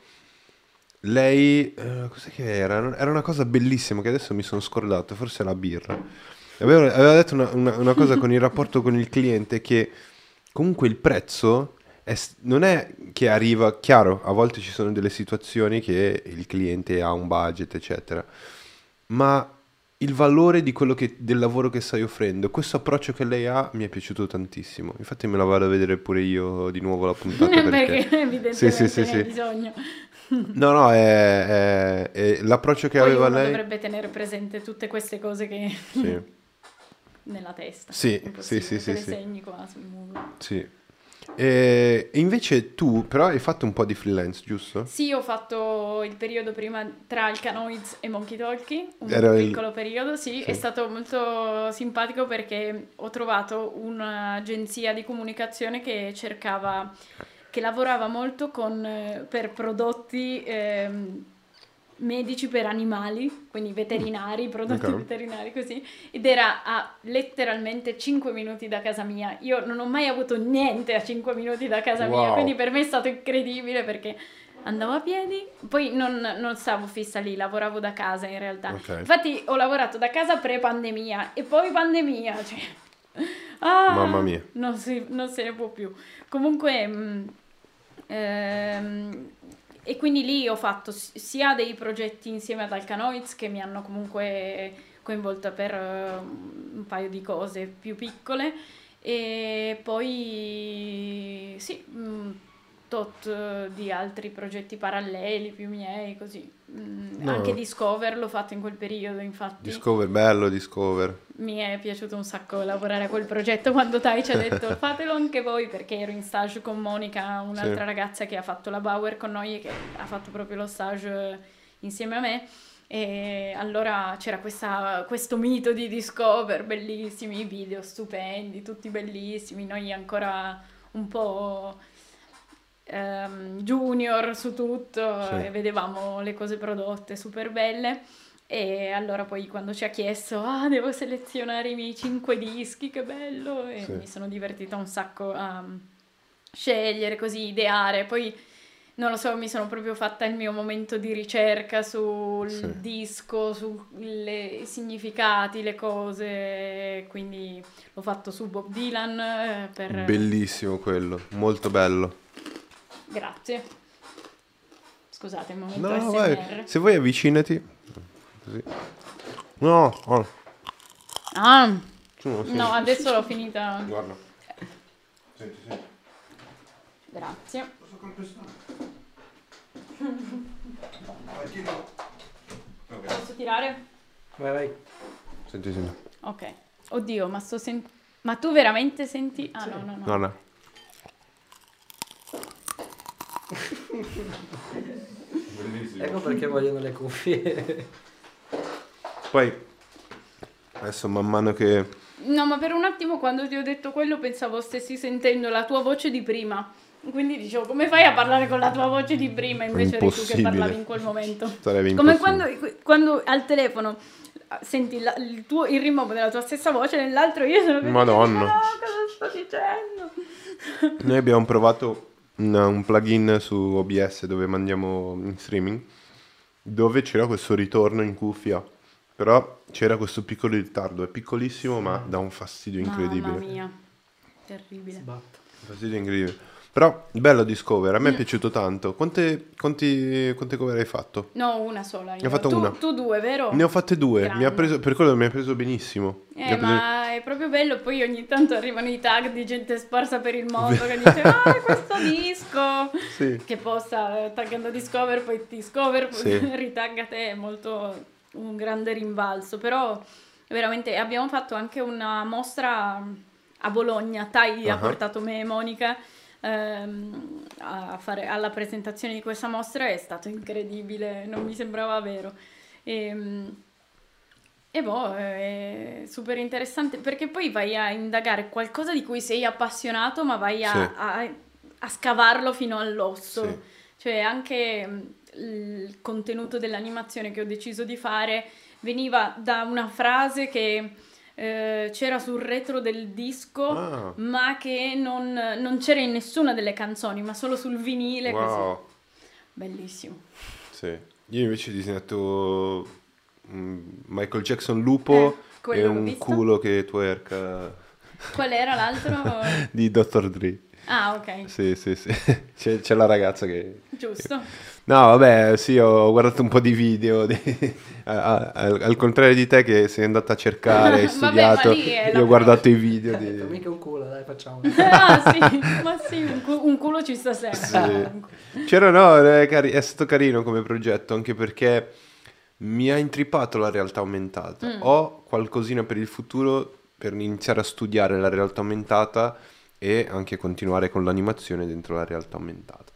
lei, eh, cos'è che era? Era una cosa bellissima che adesso mi sono scordato, forse la birra. Aveva, aveva detto una, una- una cosa con il rapporto con il cliente che comunque il prezzo è s- non è che arriva, chiaro, a volte ci sono delle situazioni che il cliente ha un budget, eccetera, ma il valore di quello che, del lavoro che stai offrendo, questo approccio che lei ha mi è piaciuto tantissimo. Infatti me la vado a vedere pure io di nuovo la puntata perché... Perché evidentemente Sì, sì, sì, ne hai sì. bisogno. No, no, è, è- è l'approccio che Poi aveva uno lei. dovrebbe tenere presente tutte queste cose che Sì, nella testa. Sì, Impossibile, sì, sì, te sì, le sì. segni qua sul muro. sì. E, e invece tu, però, hai fatto un po' di freelance, giusto? Sì, ho fatto il periodo prima tra il Canoids e Monkey Talkie, un Era il- piccolo periodo, sì, sì. è stato molto simpatico perché ho trovato un'agenzia di comunicazione che cercava, che lavorava molto con, eh, per prodotti ehm, medici per animali, quindi veterinari, prodotti Ok. veterinari così, ed era a letteralmente cinque minuti da casa mia. Io non ho mai avuto niente a cinque minuti da casa mia, Wow. quindi per me è stato incredibile perché andavo a piedi, poi non, non stavo fissa lì, lavoravo da casa in realtà. Ok. Infatti ho lavorato da casa pre-pandemia e poi pandemia, cioè... Ah, Mamma mia. Non, si- non se ne può più. Comunque... mh, ehm, e quindi lì ho fatto s- sia dei progetti insieme ad Alcanoids che mi hanno comunque coinvolta per eh, un paio di cose più piccole e poi sì, mh, tot eh, di altri progetti paralleli più miei, così. Mm, No. Anche Discover l'ho fatto in quel periodo, infatti. Discover, bello Discover. Mi è piaciuto un sacco lavorare a quel progetto quando Tai ci ha detto fatelo anche voi, perché ero in stage con Monica, un'altra Sì. ragazza che ha fatto la Bauer con noi e che ha fatto proprio lo stage insieme a me. E allora c'era questa- questo mito di Discover, bellissimi, video stupendi, tutti bellissimi, noi ancora un po' ehm, junior su tutto Sì. e vedevamo le cose prodotte super belle. E allora poi quando ci ha chiesto, ah, devo selezionare i miei cinque dischi, che bello, e Sì. mi sono divertita un sacco a scegliere, così, ideare. Poi, non lo so, mi sono proprio fatta il mio momento di ricerca sul Sì. disco, sui significati, le cose, quindi l'ho fatto su Bob Dylan eh, per... Bellissimo quello, molto bello. Grazie. Scusate, un momento No, S M vai, R. se vuoi avvicinati. Così. No, oh, Ah, no, sì. no, adesso l'ho finita. Guarda. Senti, senti. Grazie. Posso calpestare? Ok. Posso tirare? Vai, vai. Senti, senti. Ok. Oddio, ma sto sen- Ma tu veramente senti? Ah, Sì. no, no, no. No, no. Bellissimo. Ecco perché vogliono le cuffie. Poi, adesso man mano che... No, ma per un attimo quando ti ho detto quello pensavo stessi sentendo la tua voce di prima. Quindi dicevo, come fai a parlare con la tua voce di prima? Invece eri tu che Impossibile. parlavi in quel momento. Sarebbe Come impossibile. quando, quando al telefono senti la- il tuo il rimorso della tua stessa voce, nell'altro io sono così, Madonna. no, cosa sto dicendo? Noi abbiamo provato un, un plugin su O B S dove mandiamo in streaming, dove c'era questo ritorno in cuffia, però c'era questo piccolo ritardo, è piccolissimo ma dà un fastidio incredibile. Mamma mia, terribile. Sbatto. Un fastidio incredibile. Però bello Discover, a me è piaciuto tanto. Quante, quanti, quante cover hai fatto? No, una sola io. Ne ho fatto tu, una. tu due, vero? Ne ho fatte due, mi ha Grande. preso, per quello mi ha preso benissimo. Mi Eh, ha preso- ma è proprio bello. Poi ogni tanto arrivano i tag di gente sparsa per il mondo che dice ah questo disco, Sì. che posta eh, taggando Discover, poi Discover Sì. ritagga te, è molto un grande rinvalso. Però veramente abbiamo fatto anche una mostra a Bologna, Tai ha Ah. portato me e Monica ehm, a fare alla presentazione di questa mostra, è stato incredibile, non mi sembrava vero. E, e boh, è super interessante perché poi vai a indagare qualcosa di cui sei appassionato, ma vai a, Sì. a- a scavarlo fino all'osso. Sì. Cioè anche mh, il contenuto dell'animazione che ho deciso di fare veniva da una frase che eh, c'era sul retro del disco, Ah. ma che non, non c'era in nessuna delle canzoni, ma solo sul vinile, così. Wow. Bellissimo. Sì. Io invece ho disegnato un Michael Jackson lupo Eh, quello e l'ho un visto. culo che twerka Qual era l'altro? di doctor Dre. Ah, ok, Sì, sì, sì. C'è, c'è la ragazza che... giusto. No, vabbè, sì, ho guardato un po' di video, di- a- a- al, al contrario di te che sei andata a cercare, hai Vabbè, studiato, ma lì è la io ho guardato i video Ho detto, di... mica un culo, dai, facciamo. Ah, sì, ma sì, un, cu- un culo ci sta sempre. Sì. C'era, no, è, cari- è stato carino come progetto, anche perché mi ha intrippato la realtà aumentata. Mm. Ho qualcosina per il futuro per iniziare a studiare la realtà aumentata e anche continuare con l'animazione dentro la realtà aumentata.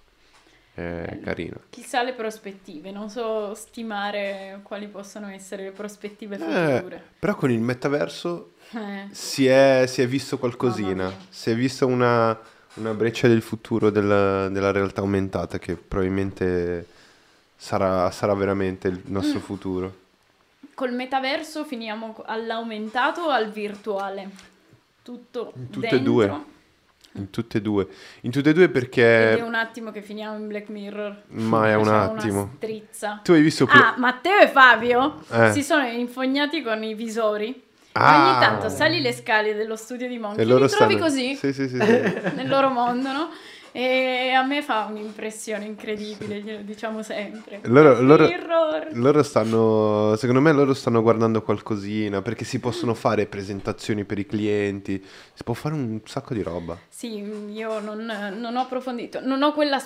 È Bello. carino. Chissà le prospettive, non so stimare quali possono essere le prospettive Eh, future. però con il metaverso Eh, si è, si è visto qualcosina, Mamma mia. si è vista una, una breccia del futuro della, della realtà aumentata che probabilmente sarà, sarà veramente il nostro Mm. futuro. Col metaverso finiamo co- all'aumentato o al virtuale? Tutto In tutte e dentro. due. In tutte e due. In tutte e due Ed è perché... un attimo che finiamo in Black Mirror. Ma è un Facciamo attimo. Una strizza. Tu hai visto... Ah, Matteo e Fabio Eh. si sono infognati con i visori. Ah. Ogni tanto sali le scale dello studio di Monchi E e loro li trovi stanno... così Sì, sì, sì, sì. nel loro mondo, no? E a me fa un'impressione incredibile, glielo diciamo sempre. Loro, loro, Mirror. loro stanno, secondo me loro stanno guardando qualcosina perché si possono fare presentazioni per i clienti, si può fare un sacco di roba. Sì, io non, non ho approfondito, non ho quella,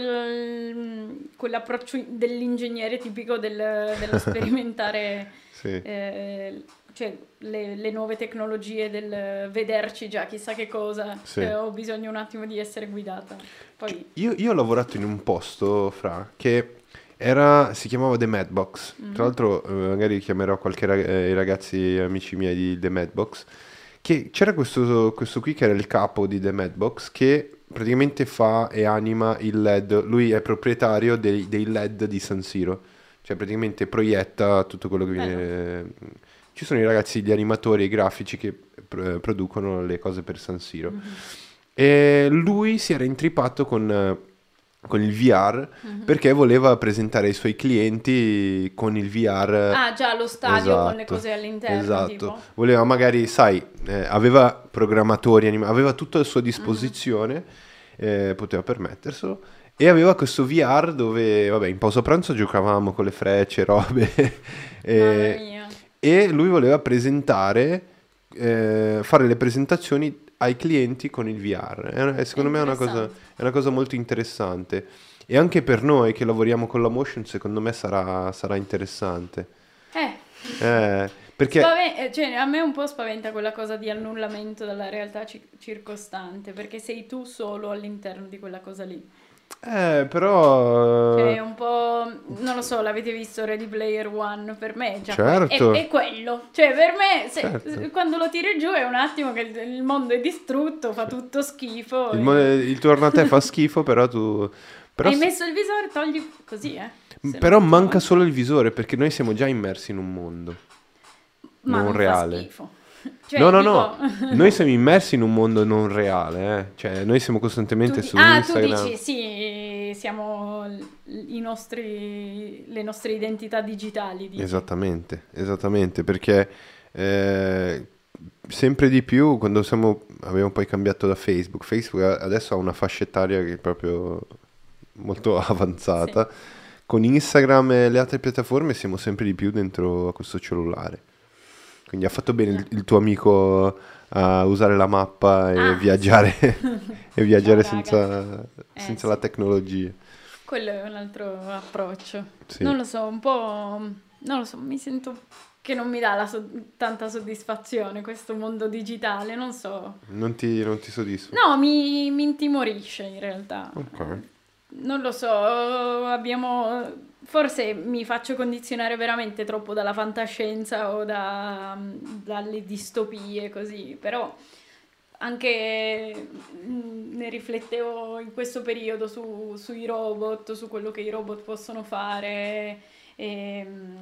quel, quell'approccio dell'ingegnere tipico del- dello sperimentare, Sì. eh, cioè le, le nuove tecnologie, del vederci già chissà che cosa. Sì. Cioè, ho bisogno un attimo di essere guidata. Poi, Io, io ho lavorato in un posto, Fra, che era, si chiamava The Madbox. Mhm. Tra l'altro, eh, magari chiamerò qualche rag- eh, i ragazzi amici miei di The Madbox. Che c'era questo, questo qui che era il capo di The Madbox che praticamente fa e anima il L E D. Lui è proprietario dei, dei L E D di San Siro. Cioè, praticamente proietta tutto quello che viene. Ci sono i ragazzi, gli animatori e i grafici che pro- producono le cose per San Siro. mhm, E lui si era intrippato con, eh, con il V R mhm. perché voleva presentare ai suoi clienti con il V R. Ah, già lo stadio con le Esatto, cose all'interno, esatto. tipo. Voleva magari, sai, eh, aveva programmatori, anima- aveva tutto a sua disposizione, eh, poteva permetterselo. E aveva questo V R dove, vabbè, in pausa pranzo giocavamo con le frecce, robe. Mamma e, mia. e lui voleva presentare, eh, fare le presentazioni ai clienti con il V R. È una- è- secondo me è una cosa, Interessante. è una cosa molto interessante. E anche per noi che lavoriamo con la motion, secondo me sarà, sarà interessante. Eh, Eh, perché Spaven- eh, cioè, a me un po' spaventa quella cosa di annullamento dalla realtà ci- circostante, perché sei tu solo all'interno di quella cosa lì. eh, però Cioè, è un po', non lo so, l'avete visto Ready Player One? Per me è già Certo. è, è quello. Cioè, per me, se- Certo. quando lo tiri giù è un attimo che il, il mondo è distrutto, fa tutto schifo. il, e- mo- il torno a te fa schifo, però tu... Però, Hai messo il visore, togli così, eh. Se però no- manca solo il visore perché noi siamo già immersi in un mondo Ma non non fa reale. schifo. Cioè, no, no, dico- no, noi siamo immersi in un mondo non reale, eh. Cioè noi siamo costantemente Tu su di- ah, Instagram. tu dici, sì, siamo l- i nostri, le nostre identità digitali. Dici. Esattamente, esattamente, perché eh, sempre di più quando siamo, abbiamo poi cambiato da Facebook, Facebook adesso ha una fascia etaria che è proprio molto avanzata, con Instagram e le altre piattaforme siamo sempre di più dentro a questo cellulare, Quindi ha fatto bene il, il tuo amico a usare la mappa e Ah, viaggiare, e viaggiare Ciao, raga. senza, Eh, senza sì. la tecnologia. Quello è un altro approccio. Sì. Non lo so, un po'... Non lo so, mi sento che non mi dà la so- tanta soddisfazione questo mondo digitale, non so. Non ti, non ti soddisfa? No, mi, mi intimorisce in realtà. Ok. Non lo so, abbiamo... Forse mi faccio condizionare veramente troppo dalla fantascienza o da- dalle distopie così, però anche mm, ne riflettevo in questo periodo su- sui robot, su quello che i robot possono fare e mm,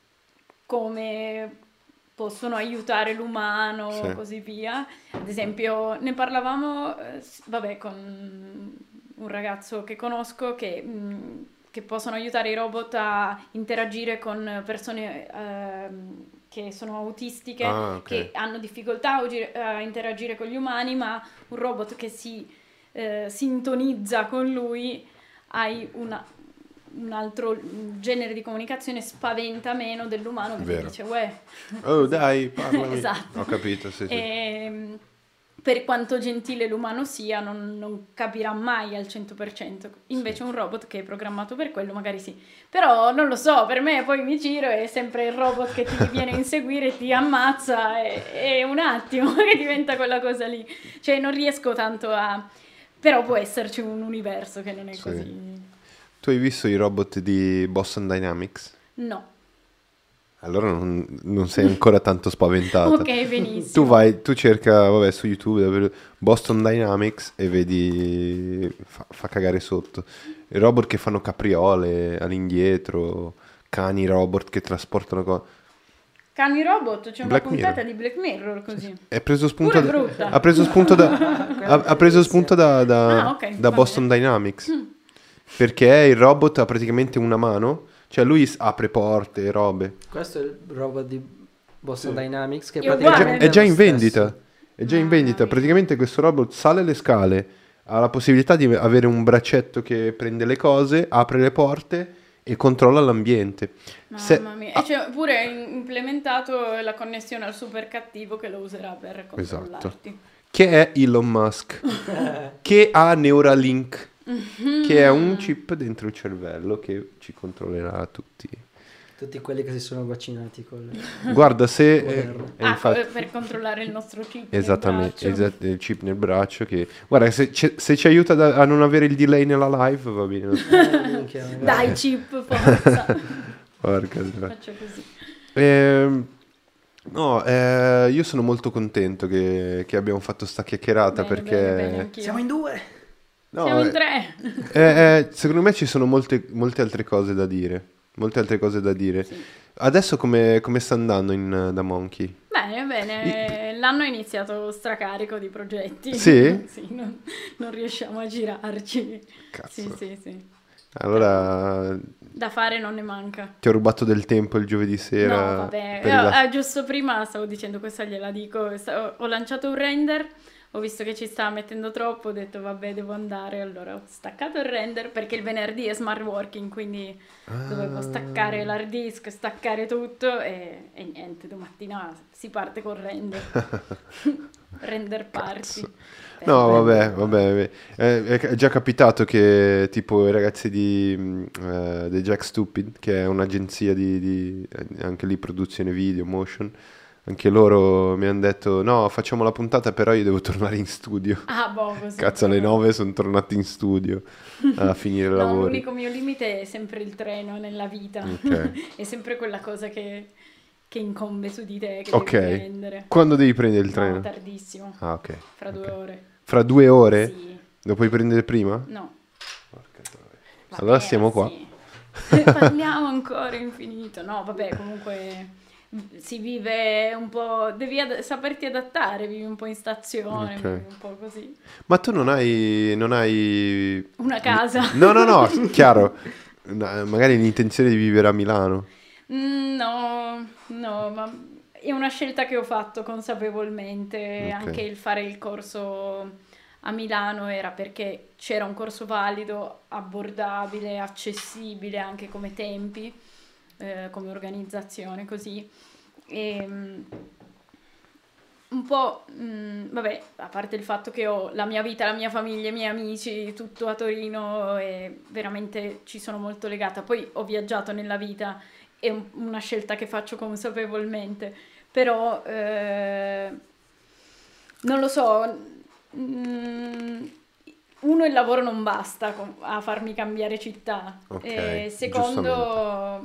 come possono aiutare l'umano, Sì. così via. Ad esempio, ne parlavamo, eh, s- vabbè, con un ragazzo che conosco che, mh, che possono aiutare i robot a interagire con persone ehm, che sono autistiche, Ah, ok. che hanno difficoltà a, ugi- a interagire con gli umani, ma un robot che si eh, sintonizza con lui, hai una- un altro genere di comunicazione, spaventa meno dell'umano che ti Vero. dice, uè. Oh, Così. dai, parlami. Esatto. Ho capito, sì, sì. Ehm, per quanto gentile l'umano sia, non, non capirà mai al cento per cento. Invece un robot che è programmato per quello, magari sì. Però non lo so, per me poi mi giro è sempre il robot che ti viene a inseguire e ti ammazza e, e un attimo che diventa quella cosa lì. Cioè non riesco tanto a... Però può esserci un universo che non è Sì. così... Tu hai visto i robot di Boston Dynamics? No. Allora non, non sei ancora tanto spaventata. Ok, benissimo. Tu vai, tu cerca, vabbè, su YouTube davvero, Boston Dynamics e vedi, fa, fa cagare sotto. I robot che fanno capriole all'indietro, cani robot che trasportano cose. Cani robot, c'è una Black puntata Mirror. di Black Mirror così. È preso spunto Pure da, brutta. ha preso spunto da, ha, ha preso spunto da, da- Ah, ok, da va Boston bene. Dynamics. Perché il robot ha praticamente una mano, cioè lui s- apre porte, robe. Questo è il robot di Boston Dynamics che È È già, praticamente è già lo in stesso. vendita. È già in Mamma vendita. mia. Praticamente questo robot sale le scale, ha la possibilità di avere un braccetto che prende le cose, apre le porte e controlla l'ambiente. Se- Mamma mia. ah, E c'è pure in- implementato la connessione al super cattivo che lo userà per Esatto. controllarti. che è Elon Musk, che ha Neuralink, che è un chip dentro il cervello che ci controllerà tutti. Tutti quelli che si sono vaccinati con le... Guarda, se... eh, Moderno. eh, Ah, infatti- co- per controllare il nostro chip nel Esattamente, braccio. esat- il chip nel braccio che... Guarda, se, ci- se ci aiuta da- a non avere il delay nella live va bene. Eh, minchia, magari. Dai chip, forza. Porca troia. Faccio così. Ehm, no, eh, io sono molto contento che, che abbiamo fatto sta chiacchierata Bene, perché... bene, bene, anch'io. Siamo in due! no, Siamo in eh, tre. eh, eh, secondo me ci sono molte, molte altre cose da dire. Molte altre cose da dire. Sì. Adesso come, come sta andando in uh, da Monkey? Bene, bene, l'anno è iniziato stracarico di progetti. Sì? Sì, non, non riusciamo a girarci. Cazzo. Sì, sì, sì. Allora Da fare non ne manca. ti ho rubato del tempo il giovedì sera. No, vabbè, per Io, rila- eh, giusto prima stavo dicendo, questa gliela dico, sta- ho lanciato un render, ho visto che ci stava mettendo troppo, ho detto vabbè devo andare, allora ho staccato il render perché il venerdì è smart working, quindi dovevo Ah. staccare l'hard disk, staccare tutto e, e niente, domattina si parte col render. Render party. Eh, No, bello. vabbè, vabbè, eh, è già capitato che tipo i ragazzi di mh, eh, The Jack Stupid, che è un'agenzia di, di- eh, anche lì produzione video, motion, anche loro mi hanno detto no, facciamo la puntata, però io devo tornare in studio. Ah, boh, così. Cazzo, alle proprio. nove sono tornato in studio a finire i No, lavori. l'unico mio limite è sempre il treno nella vita. Ok. È sempre quella cosa che, che incombe su di te, che Ok. devi prendere. Quando devi prendere il No, treno? tardissimo. Ah, ok. Fra due ok. ore. Fra due ore? Sì. Lo puoi prendere prima? No. Porca troia. Vabbè, Allora stiamo ma qua. sì. Parliamo ancora infinito. No, vabbè, comunque si vive un po'... Devi ad- saperti adattare, vivi un po' in stazione, Ok. vivi un po' così. Ma tu non hai, non hai... Una casa. No, no, no, chiaro. No, magari l'intenzione di vivere a Milano. Mm, no, no, ma è una scelta che ho fatto consapevolmente. Ok. Anche il fare il corso a Milano era perché c'era un corso valido, abbordabile, accessibile anche come tempi, eh, come organizzazione, così. E, mm, un po', mh, vabbè, a parte il fatto che ho la mia vita, la mia famiglia, i miei amici, tutto a Torino e veramente ci sono molto legata. Poi ho viaggiato nella vita, è un- una scelta che faccio consapevolmente, però eh, non lo so, mh, uno il lavoro non basta com- a farmi cambiare città. Ok, E secondo,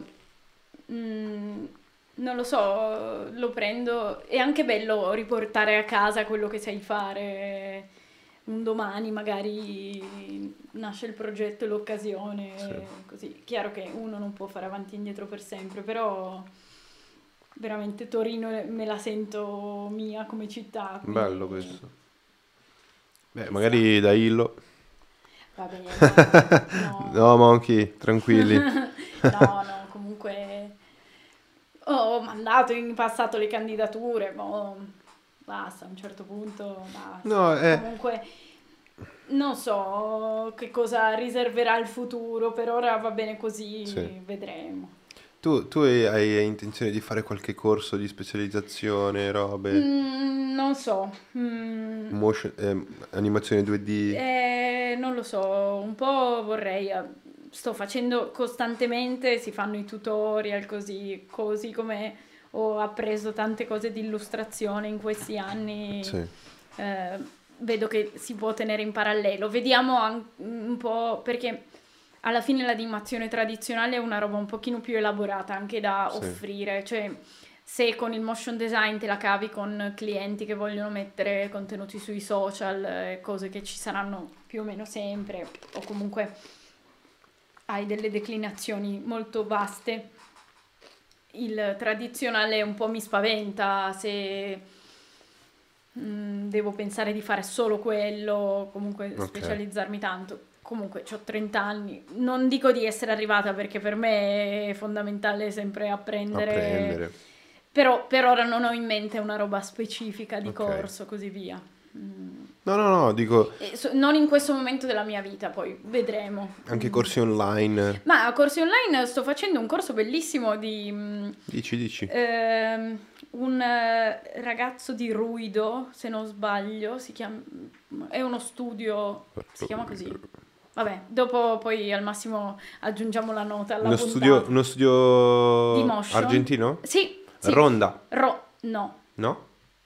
mh, non lo so, lo prendo. È anche bello riportare a casa quello che sai fare. Un domani magari nasce il progetto e l'occasione, Sì. così. Chiaro che uno non può fare avanti e indietro per sempre, però veramente Torino me la sento mia come città. quindi- Bello questo. Beh, magari da Illo. Va bene, no. No, Monkey, tranquilli. No, no, comunque ho mandato in passato le candidature, ma basta, a un certo punto basta. No, eh, Comunque non so che cosa riserverà il futuro, per ora va bene così, Sì. vedremo. tu, tu hai, hai intenzione di fare qualche corso di specializzazione, robe, Mm, non so, mm, motion, eh, animazione due D? eh, non lo so, un po' vorrei, eh, sto facendo costantemente, si fanno i tutorial così, così come ho appreso tante cose di illustrazione in questi anni, Sì, eh, vedo che si può tenere in parallelo. Vediamo an- un po', perché alla fine l'animazione tradizionale è una roba un pochino più elaborata anche da Sì. offrire, cioè se con il motion design te la cavi con clienti che vogliono mettere contenuti sui social, eh, cose che ci saranno più o meno sempre, o comunque hai delle declinazioni molto vaste, il tradizionale un po' mi spaventa se mm, devo pensare di fare solo quello, comunque Ok. specializzarmi tanto. Comunque ho trenta anni, non dico di essere arrivata perché per me è fondamentale sempre apprendere, apprendere. però per ora non ho in mente una roba specifica di Ok. corso, così via. Mm. No, no, no, dico E so- non in questo momento della mia vita, poi vedremo. anche Mm. corsi online. Ma a corsi online sto facendo un corso bellissimo di mm, Dici, dici. ehm, un eh, ragazzo di Ruido, se non sbaglio, si chiama, è uno studio, si chiama così. Vabbè, dopo poi al massimo aggiungiamo la nota alla Uno puntata. studio, uno studio Di motion. argentino? Sì, sì. Ronda, Ro- no, no?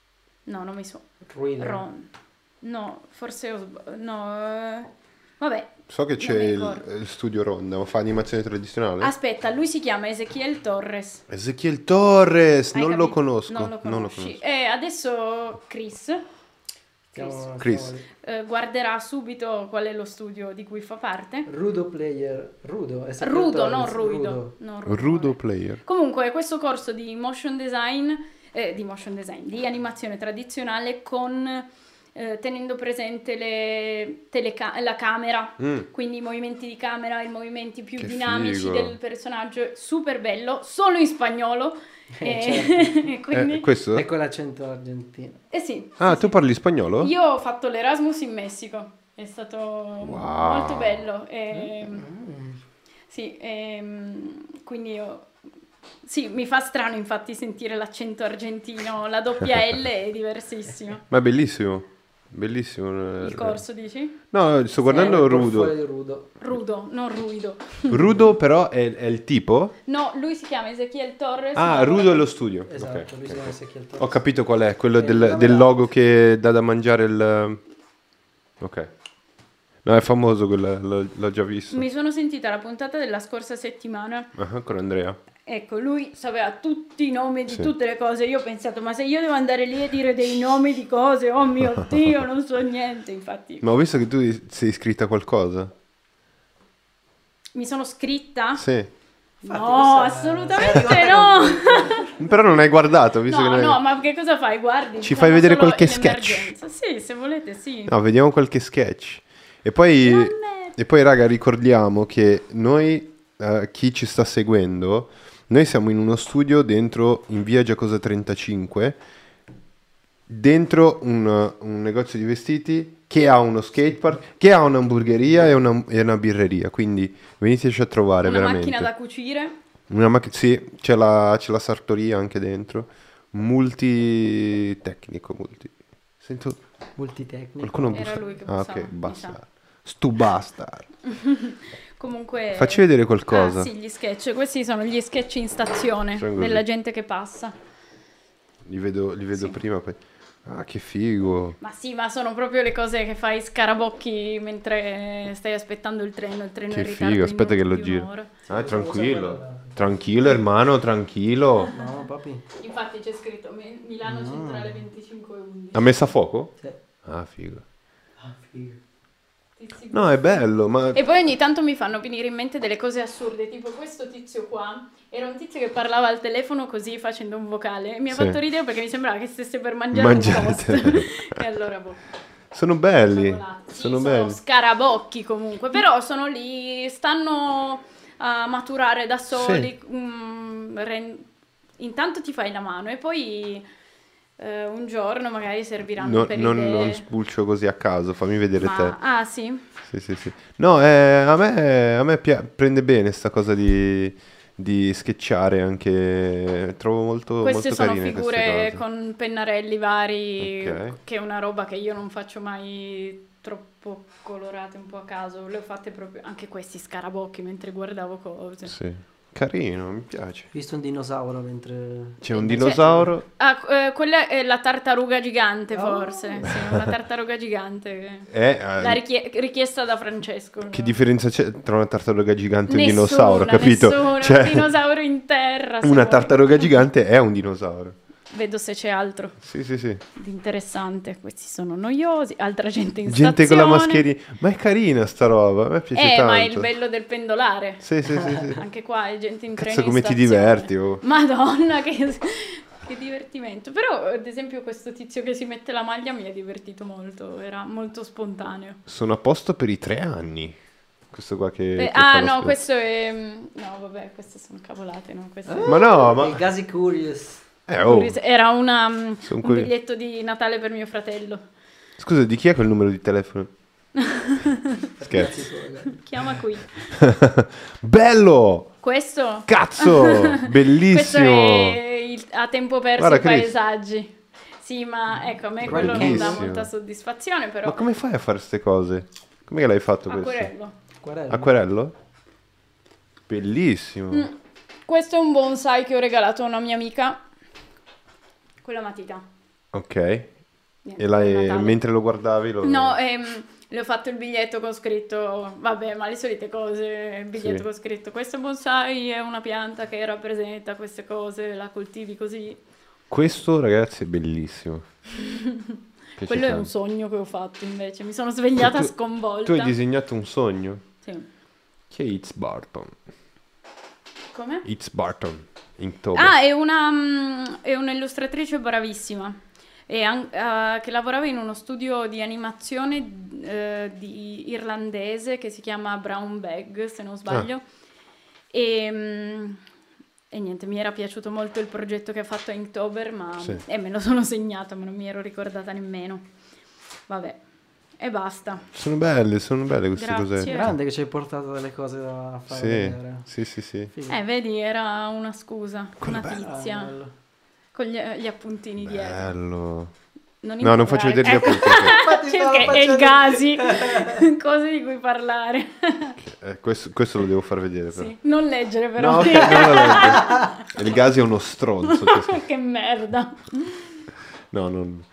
no, non mi so. Ruido. Ron. No, forse ho sb- no, eh, vabbè. So che Non c'è mi il, ricordo. il studio Ronda, ma fa animazione tradizionale? Aspetta, lui si chiama Ezequiel Torres. Ezequiel Torres, Hai non lo capito? conosco. Non lo conosci. E adesso Chris, Stiamo- Chris. stiamo- eh, guarderà subito qual è lo studio di cui fa parte. Rudo player. Rudo. è sempre Rudo, Torres, non Ruido. Rudo. non Rudo player. Comunque, questo corso di motion design, eh, di motion design, di animazione tradizionale con eh, tenendo presente le teleca- la camera, Mm, quindi i movimenti di camera, i movimenti più Che dinamici figo. del personaggio, super bello, solo in spagnolo. Eh, e certo. quindi, eh, questo? E con l'accento argentino. eh sì, Ah, sì, tu sì. parli spagnolo? Io ho fatto l'Erasmus in Messico, è stato Wow. molto bello. E, Mm. sì, ehm, quindi io... Sì, mi fa strano infatti sentire l'accento argentino, la doppia L è diversissimo. Ma è bellissimo. Bellissimo. Il corso, dici? No, sto guardando Eh, Rudo. portfolio Rudo. Rudo, non ruido. Rudo però è, è il tipo? No, lui si chiama Ezequiel Torres. Ah, ma- Rudo è lo studio. Esatto, Ok, lui ok. si chiama Ezequiel Torres. Ho capito qual è, quello Eh, del, bravo, del bravo. logo che dà da mangiare il... Ok. No, è famoso quello, l'ho, l'ho già visto. Mi sono sentita la puntata della scorsa settimana. Ah, con Andrea. Ecco, lui sapeva tutti i nomi di Sì. tutte le cose. Io ho pensato, ma se io devo andare lì a dire dei nomi di cose, oh mio Dio, non so niente. Infatti, Ma ho visto che tu sei iscritta a qualcosa. mi sono scritta? Sì. Infatti, No, questa- sei assolutamente arrivata no. Però non hai guardato, visto No, che non no, hai... ma che cosa fai? Guardi, Ci sono fai vedere solo qualche in sketch? emergenza. Sì, se volete, sì. No, vediamo qualche sketch. E poi, Non è- e poi raga, ricordiamo che noi, eh, chi ci sta seguendo, noi siamo in uno studio dentro, in via Giacosa trentacinque, dentro un, un negozio di vestiti che ha uno skatepark, che ha un'hamburgeria e una, e una birreria. Quindi veniteci a trovare Una veramente. macchina da cucire. Una macch- sì, c'è la, c'è la sartoria anche dentro. multitecnico, multi... Sento Multitecnico. qualcuno Era bussa. lui che Ah, bussava, ok, mi basta. Stu bastard. Comunque... Facci vedere qualcosa. Ah sì, gli sketch. Questi sono gli sketch in stazione, Sono così. della gente che passa. Li vedo, li vedo Sì. prima, poi... Ah, che figo. Ma sì, ma sono proprio le cose che fai scarabocchi mentre stai aspettando il treno, il treno Che è in ritardo figo, di aspetta un- che lo di giro. un'ora. Ah, tranquillo. Tranquillo, hermano, tranquillo. No, papi. Infatti c'è scritto Mi- Milano Centrale venticinque undici. Ha messo a fuoco? Sì. Ah, figo. Ah, figo. Tizi No, è bello, ma... E poi ogni tanto mi fanno venire in mente delle cose assurde, tipo questo tizio qua, era un tizio che parlava al telefono così facendo un vocale, e mi ha Sì. fatto ridere perché mi sembrava che stesse per mangiare Mangiate. un toast. E allora boh, Sono belli. cavolate. Sì, Sono sono belli. scarabocchi comunque, però sono lì, stanno a maturare da soli, mm, ren- intanto ti fai la mano e poi eh, un giorno magari serviranno No- per non, idee. non spulcio così a caso, fammi vedere te. Ma, ah sì? Sì, sì, sì. No, eh, a me, a me pia- prende bene sta cosa di, di sketchare anche. Trovo molto, Queste molto sono carine queste figure cose. con pennarelli vari, Ok. che è una roba che io non faccio mai troppo colorate un po' a caso. Le ho fatte proprio anche questi scarabocchi mentre guardavo cose. Sì. Carino, mi piace. Ho visto un dinosauro mentre... C'è un Cioè- dinosauro. Ah, eh, quella è la tartaruga gigante, Oh. forse. Sì, una tartaruga gigante. Eh, La eh, richie- richiesta da Francesco. che differenza c'è tra una tartaruga gigante e un Nessuna, dinosauro, capito? nessuna, Cioè, un dinosauro in terra. se una vuoi. tartaruga gigante è un dinosauro. Vedo se c'è altro Sì, sì, sì. di interessante. Questi sono noiosi, altra gente in Gente con la stazione. mascherina. Ma è carina sta roba, a me piace Eh, tanto. ma è il bello del pendolare. Sì, sì, sì, sì. Anche qua è gente in Cazzo, treno in come ti stazione. diverti, oh. Madonna, che, che divertimento. Però, ad esempio, questo tizio che si mette la maglia mi ha divertito molto. Era molto spontaneo. Sono a posto per i tre anni. Questo qua che... Eh, che ah, fa lo no, sketch. questo è... No, vabbè, queste sono cavolate, no? Queste- Ma no, ma... Il Gazi Curious. Eh, oh. Era una, mm, Sono un quelli- biglietto di Natale per mio fratello. Scusa, di chi è quel numero di telefono? Scherzo. Chiama qui. Bello! Questo... Cazzo! Questo Bellissimo! è il- a tempo perso Guarda, i Chris. paesaggi. Sì, ma ecco, a me quello non dà Bellissimo. molta soddisfazione, però... Ma come fai a fare queste cose? Come l'hai fatto questo? Acquerello. Acquarello. Acquerello? Bellissimo. Mm. Questo è un bonsai che ho regalato a una mia amica con la matita. Ok. Niente, E l'hai, per Natale. mentre lo guardavi lo... No, ehm, le ho fatto il biglietto con scritto, vabbè, ma le solite cose, il biglietto Sì. con scritto, questo bonsai è una pianta che rappresenta queste cose, la coltivi così. Questo, ragazzi, è bellissimo. Piace Quello è un tanto. sogno che ho fatto invece, mi sono svegliata Tu- sconvolta. Tu hai disegnato un sogno? Sì. Chi è It's Barton? Come? It's Barton. Inktober. Ah, è una, mm, è un'illustratrice bravissima, e an- eh, che lavorava in uno studio di animazione eh, di irlandese che si chiama Brown Bag, se non sbaglio. E, mm, e niente, mi era piaciuto molto il progetto che ha fatto a Inktober, ma Sì. e me lo sono segnato, ma non mi ero ricordata nemmeno. Vabbè, e basta. Sono belle, sono belle queste Grazie. cose. Grande che ci hai portato delle cose da fare Sì, vedere. sì, sì, sì. Figo. Eh, vedi, era una scusa, Quello una è bello. tizia, Ah, bello. con gli, gli appuntini dietro. Bello. Non No, non faccio vedere gli Ecco. appunti. Infatti Cioè, stavo che è il facendo- Gazi, cose di cui parlare. Eh, questo, questo lo devo far vedere però. Sì, non leggere però. No, ok, non lo leggo. Il Gasi è uno stronzo. cioè, Che merda. No, non...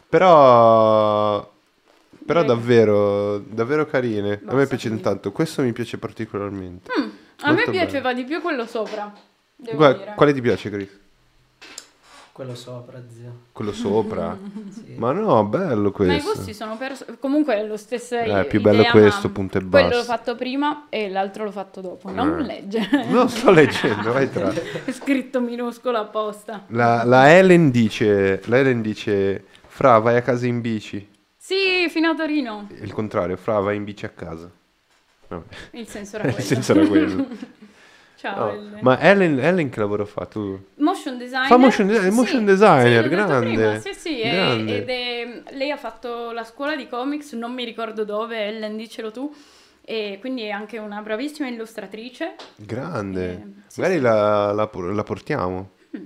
Però... Però Prego. davvero, davvero carine. A me Basta, piace quindi. tanto. Questo mi piace particolarmente. Mm, a me Molto piaceva di più quello sopra, devo Guarda, dire. quale ti piace, Chris? Quello sopra, zio. Quello sopra? Sì. Ma no, bello Ma i questo. gusti sono perso... Comunque è lo stesso Eh, è più idea, bello ma questo, punto e quello l'ho basta. fatto prima e l'altro l'ho fatto dopo. Non Eh. leggere. Non sto leggendo, vai tra. È scritto minuscolo apposta. La, la Ellen dice, la Ellen dice, Fra, vai a casa in bici. Sì, fino a Torino. Il contrario, Fra, vai in bici a casa. Vabbè. Il senso era Il quello. senso era quello. Ciao. Oh, Elle. ma Ellen, Ellen che lavoro fa tu? Motion designer. Fa motion design- Sì, motion designer, sì, l'ho detto grande, prima, Sì, sì, e- grande. ed è, lei ha fatto la scuola di comics, non mi ricordo dove, Ellen, dicelo tu, e quindi è anche una bravissima illustratrice. Grande. Eh, sì, Magari sì. La, la por- la portiamo. Mm.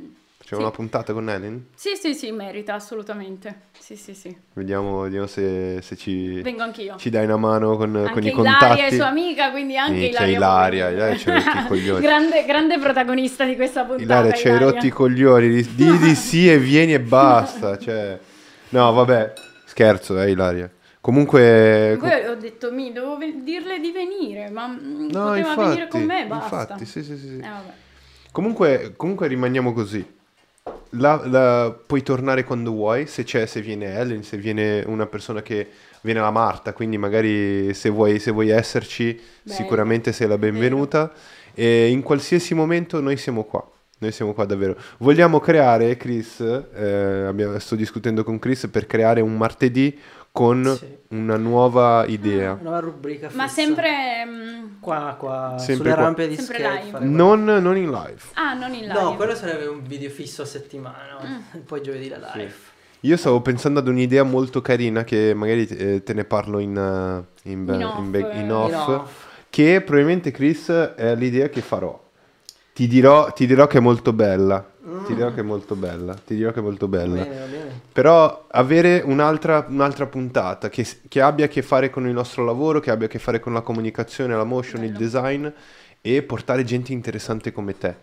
Facciamo Sì. una puntata con Ellen? Sì, sì, sì, merita assolutamente. Sì, sì, sì. Vediamo, vediamo se, se ci, Vengo anch'io. ci dai una mano con, con Anche i Ilaria contatti. è sua amica, quindi anche Minchia, Ilaria. Ilaria, può venire. Ilaria ci hai rotti i coglioni. grande, grande protagonista di questa puntata. Ilaria, ci hai rotti i coglioni. Di, di, di sì e vieni e basta. Cioè... No, vabbè, scherzo, eh, Ilaria. Comunque... Poi ho detto, mi devo ve- dirle di venire, ma mm, No, poteva infatti, venire con me, basta. infatti, sì, sì, sì. sì. Eh, vabbè. Comunque, comunque rimaniamo così. La- la- puoi tornare quando vuoi, se c'è, se viene Ellen, se viene una persona che viene la Marta, quindi magari se vuoi, se vuoi esserci, Bello. sicuramente sei la benvenuta. E in qualsiasi momento noi siamo qua. Noi siamo qua davvero. Vogliamo creare, Chris, eh, abbiamo- sto discutendo con Chris per creare un martedì con Sì. una nuova idea. Una nuova rubrica Ma fissa. sempre... mm, Qua, qua, Sempre sulle qua. rampe di Sempre skate. live. fare Non, non in live. Ah, non in live. quello. No, quello sarebbe un video fisso a settimana. Mm. Poi giovedì la live. Io stavo pensando ad un'idea molto carina che magari eh, te ne parlo in, uh, in, In off, in back- in eh. off, In off. che probabilmente Chris è l'idea che farò. Ti dirò, ti dirò che è molto bella. Ti dirò che è molto bella. Ti dirò che è molto Va bella. bene, va bene. Però avere un'altra, un'altra puntata che, che abbia a che fare con il nostro lavoro, che abbia a che fare con la comunicazione, la motion, il Bello. design e portare gente interessante come te.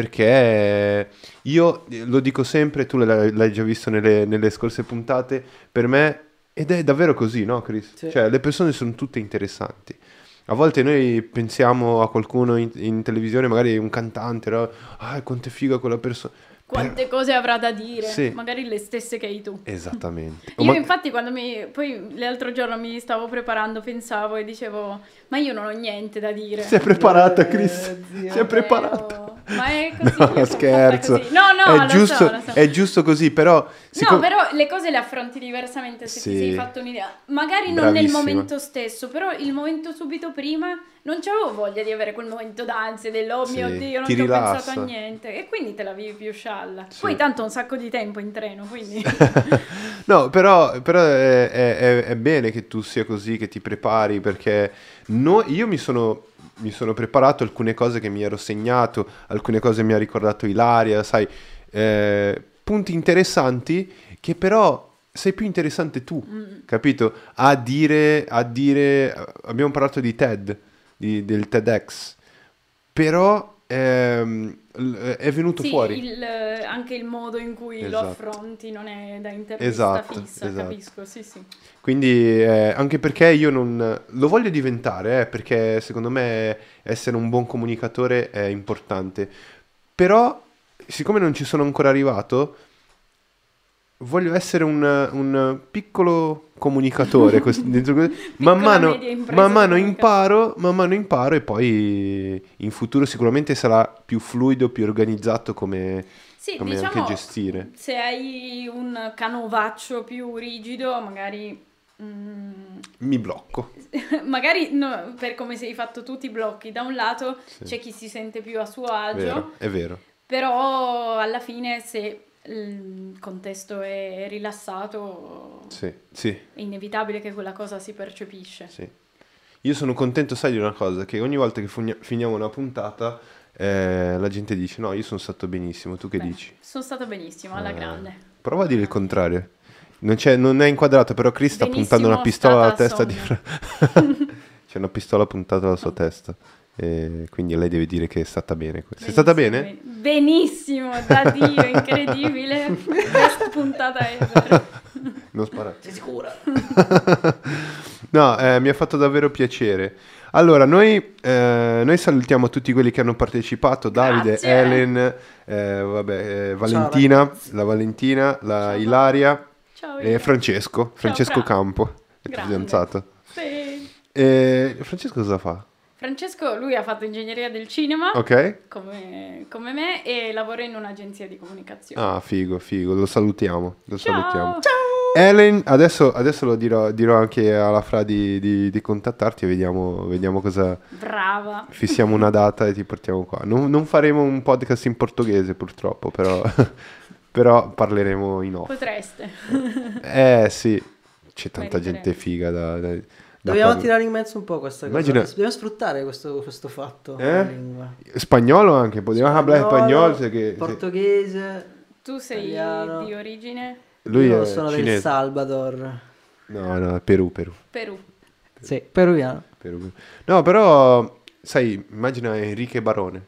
Perché io lo dico sempre, tu l'hai, l'hai già visto nelle, nelle scorse puntate, per me, ed è davvero così, no Chris? Sì. Cioè le persone sono tutte interessanti. A volte noi pensiamo a qualcuno in, in televisione, magari un cantante, no? Ah, quanto è figa quella persona. Quante cose avrà da dire, Sì. magari le stesse che hai tu. Esattamente. O Io ma- infatti quando mi... Poi l'altro giorno mi stavo preparando, pensavo e dicevo, ma io non ho niente da dire. Si è preparata, Eh, Chris. zio. Si è preparata. Ma è così. No, io sono scherzo. fatta così. No, no, è lo giusto, so, lo so. è giusto così, però... No, siccome- però le cose le affronti diversamente se Sì. ti sei fatto un'idea. Magari non nel Bravissima. momento stesso, però il momento subito prima non c'avevo voglia di avere quel momento d'ansia del oh Sì, mio Dio, non ti ci ho rilassa. pensato a niente. E quindi te la vivi più scialla. Sì. Poi tanto ho un sacco di tempo in treno, quindi... No, però, però è, è- è- è bene che tu sia così, che ti prepari, perché no- io mi sono, mi sono preparato alcune cose che mi ero segnato, alcune cose mi ha ricordato Ilaria, sai, eh, punti interessanti che però sei più interessante tu, capito? A dire, a dire, abbiamo parlato di TED, di- del TEDx, però ehm, l- è venuto Sì, fuori. il- anche il modo in cui lo Esatto. affronti non è da intervista Esatto, fissa, esatto. capisco, sì sì. Quindi eh, anche perché io non lo voglio diventare, eh, perché secondo me essere un buon comunicatore è importante. Però, siccome non ci sono ancora arrivato, voglio essere un, un piccolo comunicatore. quest- dentro que- man mano, media impresa man mano di imparo, man mano imparo e poi in futuro sicuramente sarà più fluido, più organizzato come, Sì, come diciamo, anche gestire. se hai un canovaccio più rigido, magari... mm, Mi blocco. magari no, per come sei fatto tu ti blocchi. Da un lato Sì. c'è chi si sente più a suo agio, Vero, è vero. però alla fine se il contesto è rilassato Sì, sì. è inevitabile che quella cosa si percepisce. Sì. Io sono contento, sai, di una cosa, che ogni volta che fugna- finiamo una puntata eh, la gente dice no, io sono stato benissimo, tu che Beh, dici? sono stata benissimo, alla Eh, grande. Prova a dire il contrario. Non, c'è, non è inquadrato, però Chris sta Benissimo, puntando una pistola alla stata testa di... sonno. C'è una pistola puntata alla sua testa. E quindi lei deve dire che è stata bene. Sei stata Benissimo, bene? ben- Benissimo, da Dio, incredibile. Best puntata ever. Non sparare. Sei sicura? No, eh, mi ha fatto davvero piacere. Allora, noi, eh, noi salutiamo tutti quelli che hanno partecipato, Davide, Grazie. Ellen, eh, vabbè, eh, Valentina, ragazzi. la Valentina, la Ciao. Ilaria Ciao. e Ilaria. Francesco, Francesco Fra. Campo, il tuo Grande. fidanzato. Sì. E Francesco cosa fa? Francesco, lui ha fatto ingegneria del cinema, Ok? come, come me, e lavora in un'agenzia di comunicazione. Ah, figo, figo, lo salutiamo, lo Ciao. salutiamo. Ellen, adesso, adesso lo dirò, dirò anche alla Fra di, di- di contattarti e vediamo, vediamo cosa... Brava. Fissiamo una data e ti portiamo qua. Non, non faremo un podcast in portoghese purtroppo, però, però parleremo in off. Potreste. Eh sì, c'è tanta Meriterei. gente figa da... da- da Dobbiamo parla- tirare in mezzo un po' questa cosa. Immagina- Dobbiamo sfruttare questo, questo fatto. Eh? La lingua. Spagnolo anche, possiamo parlare spagnolo. se che- se- portoghese. Tu sei Italiano. di origine Lui Io è sono del cinese. Salvador. No, no, Perù, Perù, Perù. Sì, peruviano. Perù. Perù. No, però, sai, immagina Enrique Barone.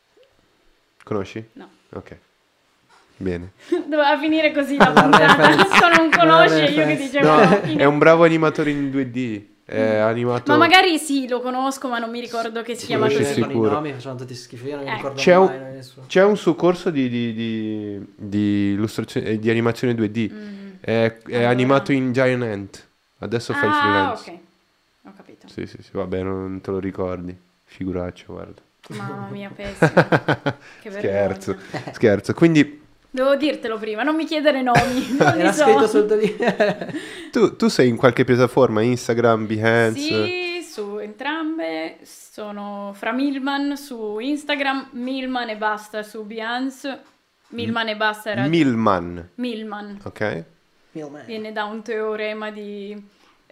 Conosci? No. Ok. Bene. Doveva finire così la La puntata. reference. Solo non La conosce io che reference. dicevo. No, in- è un bravo animatore in due D. È animato... Ma magari sì, lo conosco, ma non mi ricordo che si Sì, chiama sì, così. sì. Con i sicuro. nomi facevano tutti schifo, io non mi Eh. ricordo C'è un- mai nessuno. C'è un suo corso di, di, di, di illustrazione, eh, di animazione due D. Mm. È, è Allora. animato in Giant Ant. Adesso fa il Ah, freelance. ok. Ho capito. Sì, sì, sì, vabbè, non te lo ricordi. Figuraccio, guarda. Mamma mia, pessimo. Che Scherzo, vergogna. scherzo. Quindi Devo dirtelo prima, non mi chiedere nomi. Non Era li so. scritto sotto lì. tu, tu sei in qualche piattaforma, Instagram, Behance? Sì, su entrambe. Sono fra Milman su Instagram, Milman e basta su Behance. Milman e basta era Milman, Milman. ok? Milman. Viene da un teorema di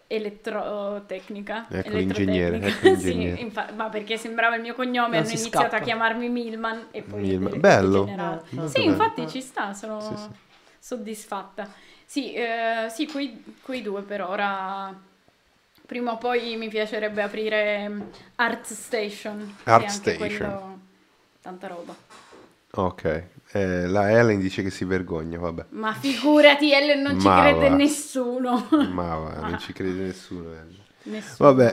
elettrotecnica. Ecco elettrotecnica. l'ingegnere, ecco l'ingegnere. Sì, infa- ma perché sembrava il mio cognome, Non hanno si iniziato scappa. a chiamarmi Milman e poi Milman. è Bello. degenerato. Molto Sì, bello. infatti ci sta, sono Sì, sì. soddisfatta. Sì, eh, sì, quei, quei due per ora. Prima o poi mi piacerebbe aprire mm, Art Station. che Art anche Station. quello- tanta roba. Ok, eh, la Ellen dice che si vergogna, vabbè. Ma figurati, Ellen, non ci Ma crede va. nessuno. Ma va, non ci crede nessuno. Ellen. Nessuno. Vabbè,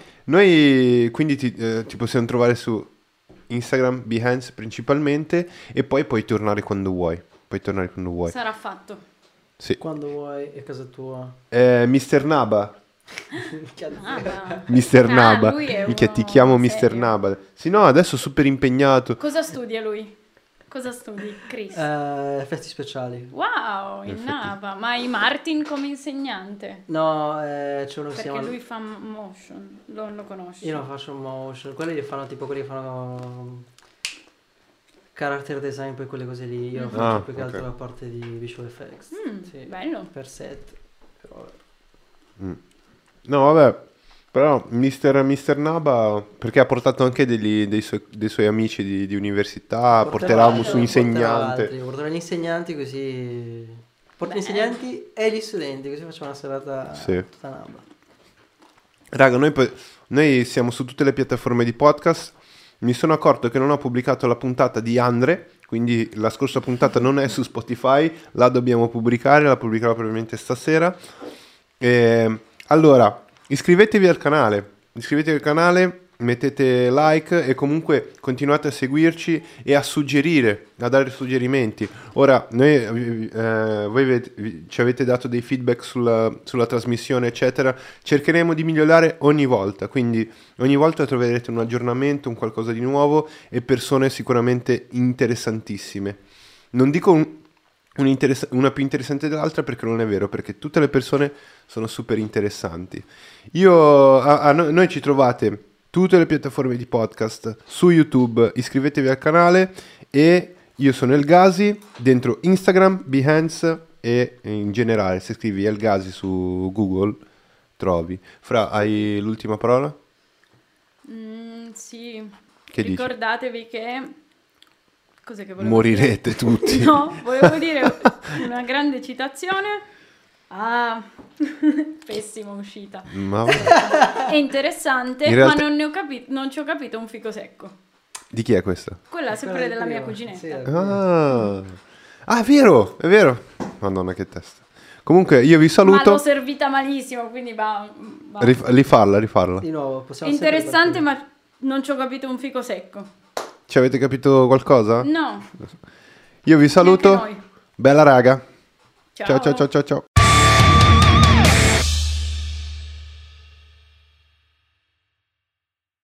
noi quindi ti, eh, ti possiamo trovare su Instagram, Behance principalmente, e poi puoi tornare quando vuoi. Puoi tornare quando vuoi. Sarà fatto. Sì. Quando vuoi, è casa tua. Eh, mister Naba. Cazzo. Ah, mister Ah, Naba. lui è Minchia, uno ti chiamo mister serio. Naba. Sì, no, adesso super impegnato. cosa studia lui? Cosa studi, Chris? Eh, effetti speciali. Wow, in Effetti. Nava, ma hai Martin come insegnante? No, eh, c'è uno che si Perché chiama... lui fa motion, non lo conosci? Io non faccio motion, quelli li fanno tipo quelli che fanno character design, poi quelle cose lì. Io Mhm. faccio Ah, più che altro ok. la parte di visual effects. Mm, Sì, bello. per set. Però... Mm. No, vabbè, però mister, mister Naba, perché ha portato anche degli- dei, suoi, dei suoi amici di, di università, porterà un suo porterò insegnante. altri, porterò gli insegnanti così... Porto gli Beh. insegnanti e gli studenti, così facciamo una serata Sì. tutta namba. Raga, noi, poi- noi siamo su tutte le piattaforme di podcast. Mi sono accorto che non ho pubblicato la puntata di Andre, quindi la scorsa puntata non è su Spotify, la dobbiamo pubblicare, la pubblicherò probabilmente stasera. E, allora, iscrivetevi al canale, iscrivetevi al canale, mettete like e comunque continuate a seguirci e a suggerire, a dare suggerimenti. Ora, noi, eh, voi avete- vi- ci avete dato dei feedback sulla, sulla trasmissione, eccetera. Cercheremo di migliorare ogni volta, quindi ogni volta troverete un aggiornamento, un qualcosa di nuovo e persone sicuramente interessantissime. Non dico un- un interessa- una più interessante dell'altra perché non è vero, perché tutte le persone sono super interessanti. Io, a, a no- noi ci trovate tutte le piattaforme di podcast, su YouTube, iscrivetevi al canale e io sono El Gazi, dentro Instagram, Behance e in generale se scrivi El Gazi su Google trovi. Fra, hai l'ultima parola? Mm, sì, Che dici? ricordatevi che... Cos'è che volevo Morirete tutti. dire? No, volevo dire una grande citazione. Ah, pessima uscita. Ma vabbè. È interessante, In realtà- ma non, ne ho capi- non ci ho capito un fico secco. Di chi è questa? Quella è sempre Quella della di mia prima. cuginetta. Sì, è- Ah, ah, è vero, è vero. Madonna che testa. Comunque io vi Ma saluto. l'ho servita malissimo, quindi va... va. Rif- rifarla, rifarla. Di nuovo, È possiamo sempre interessante, partire. ma non ci ho capito un fico secco. Ci avete capito qualcosa? No, Io vi saluto. neanche noi. Bella raga. Ciao. Ciao ciao ciao ciao ciao.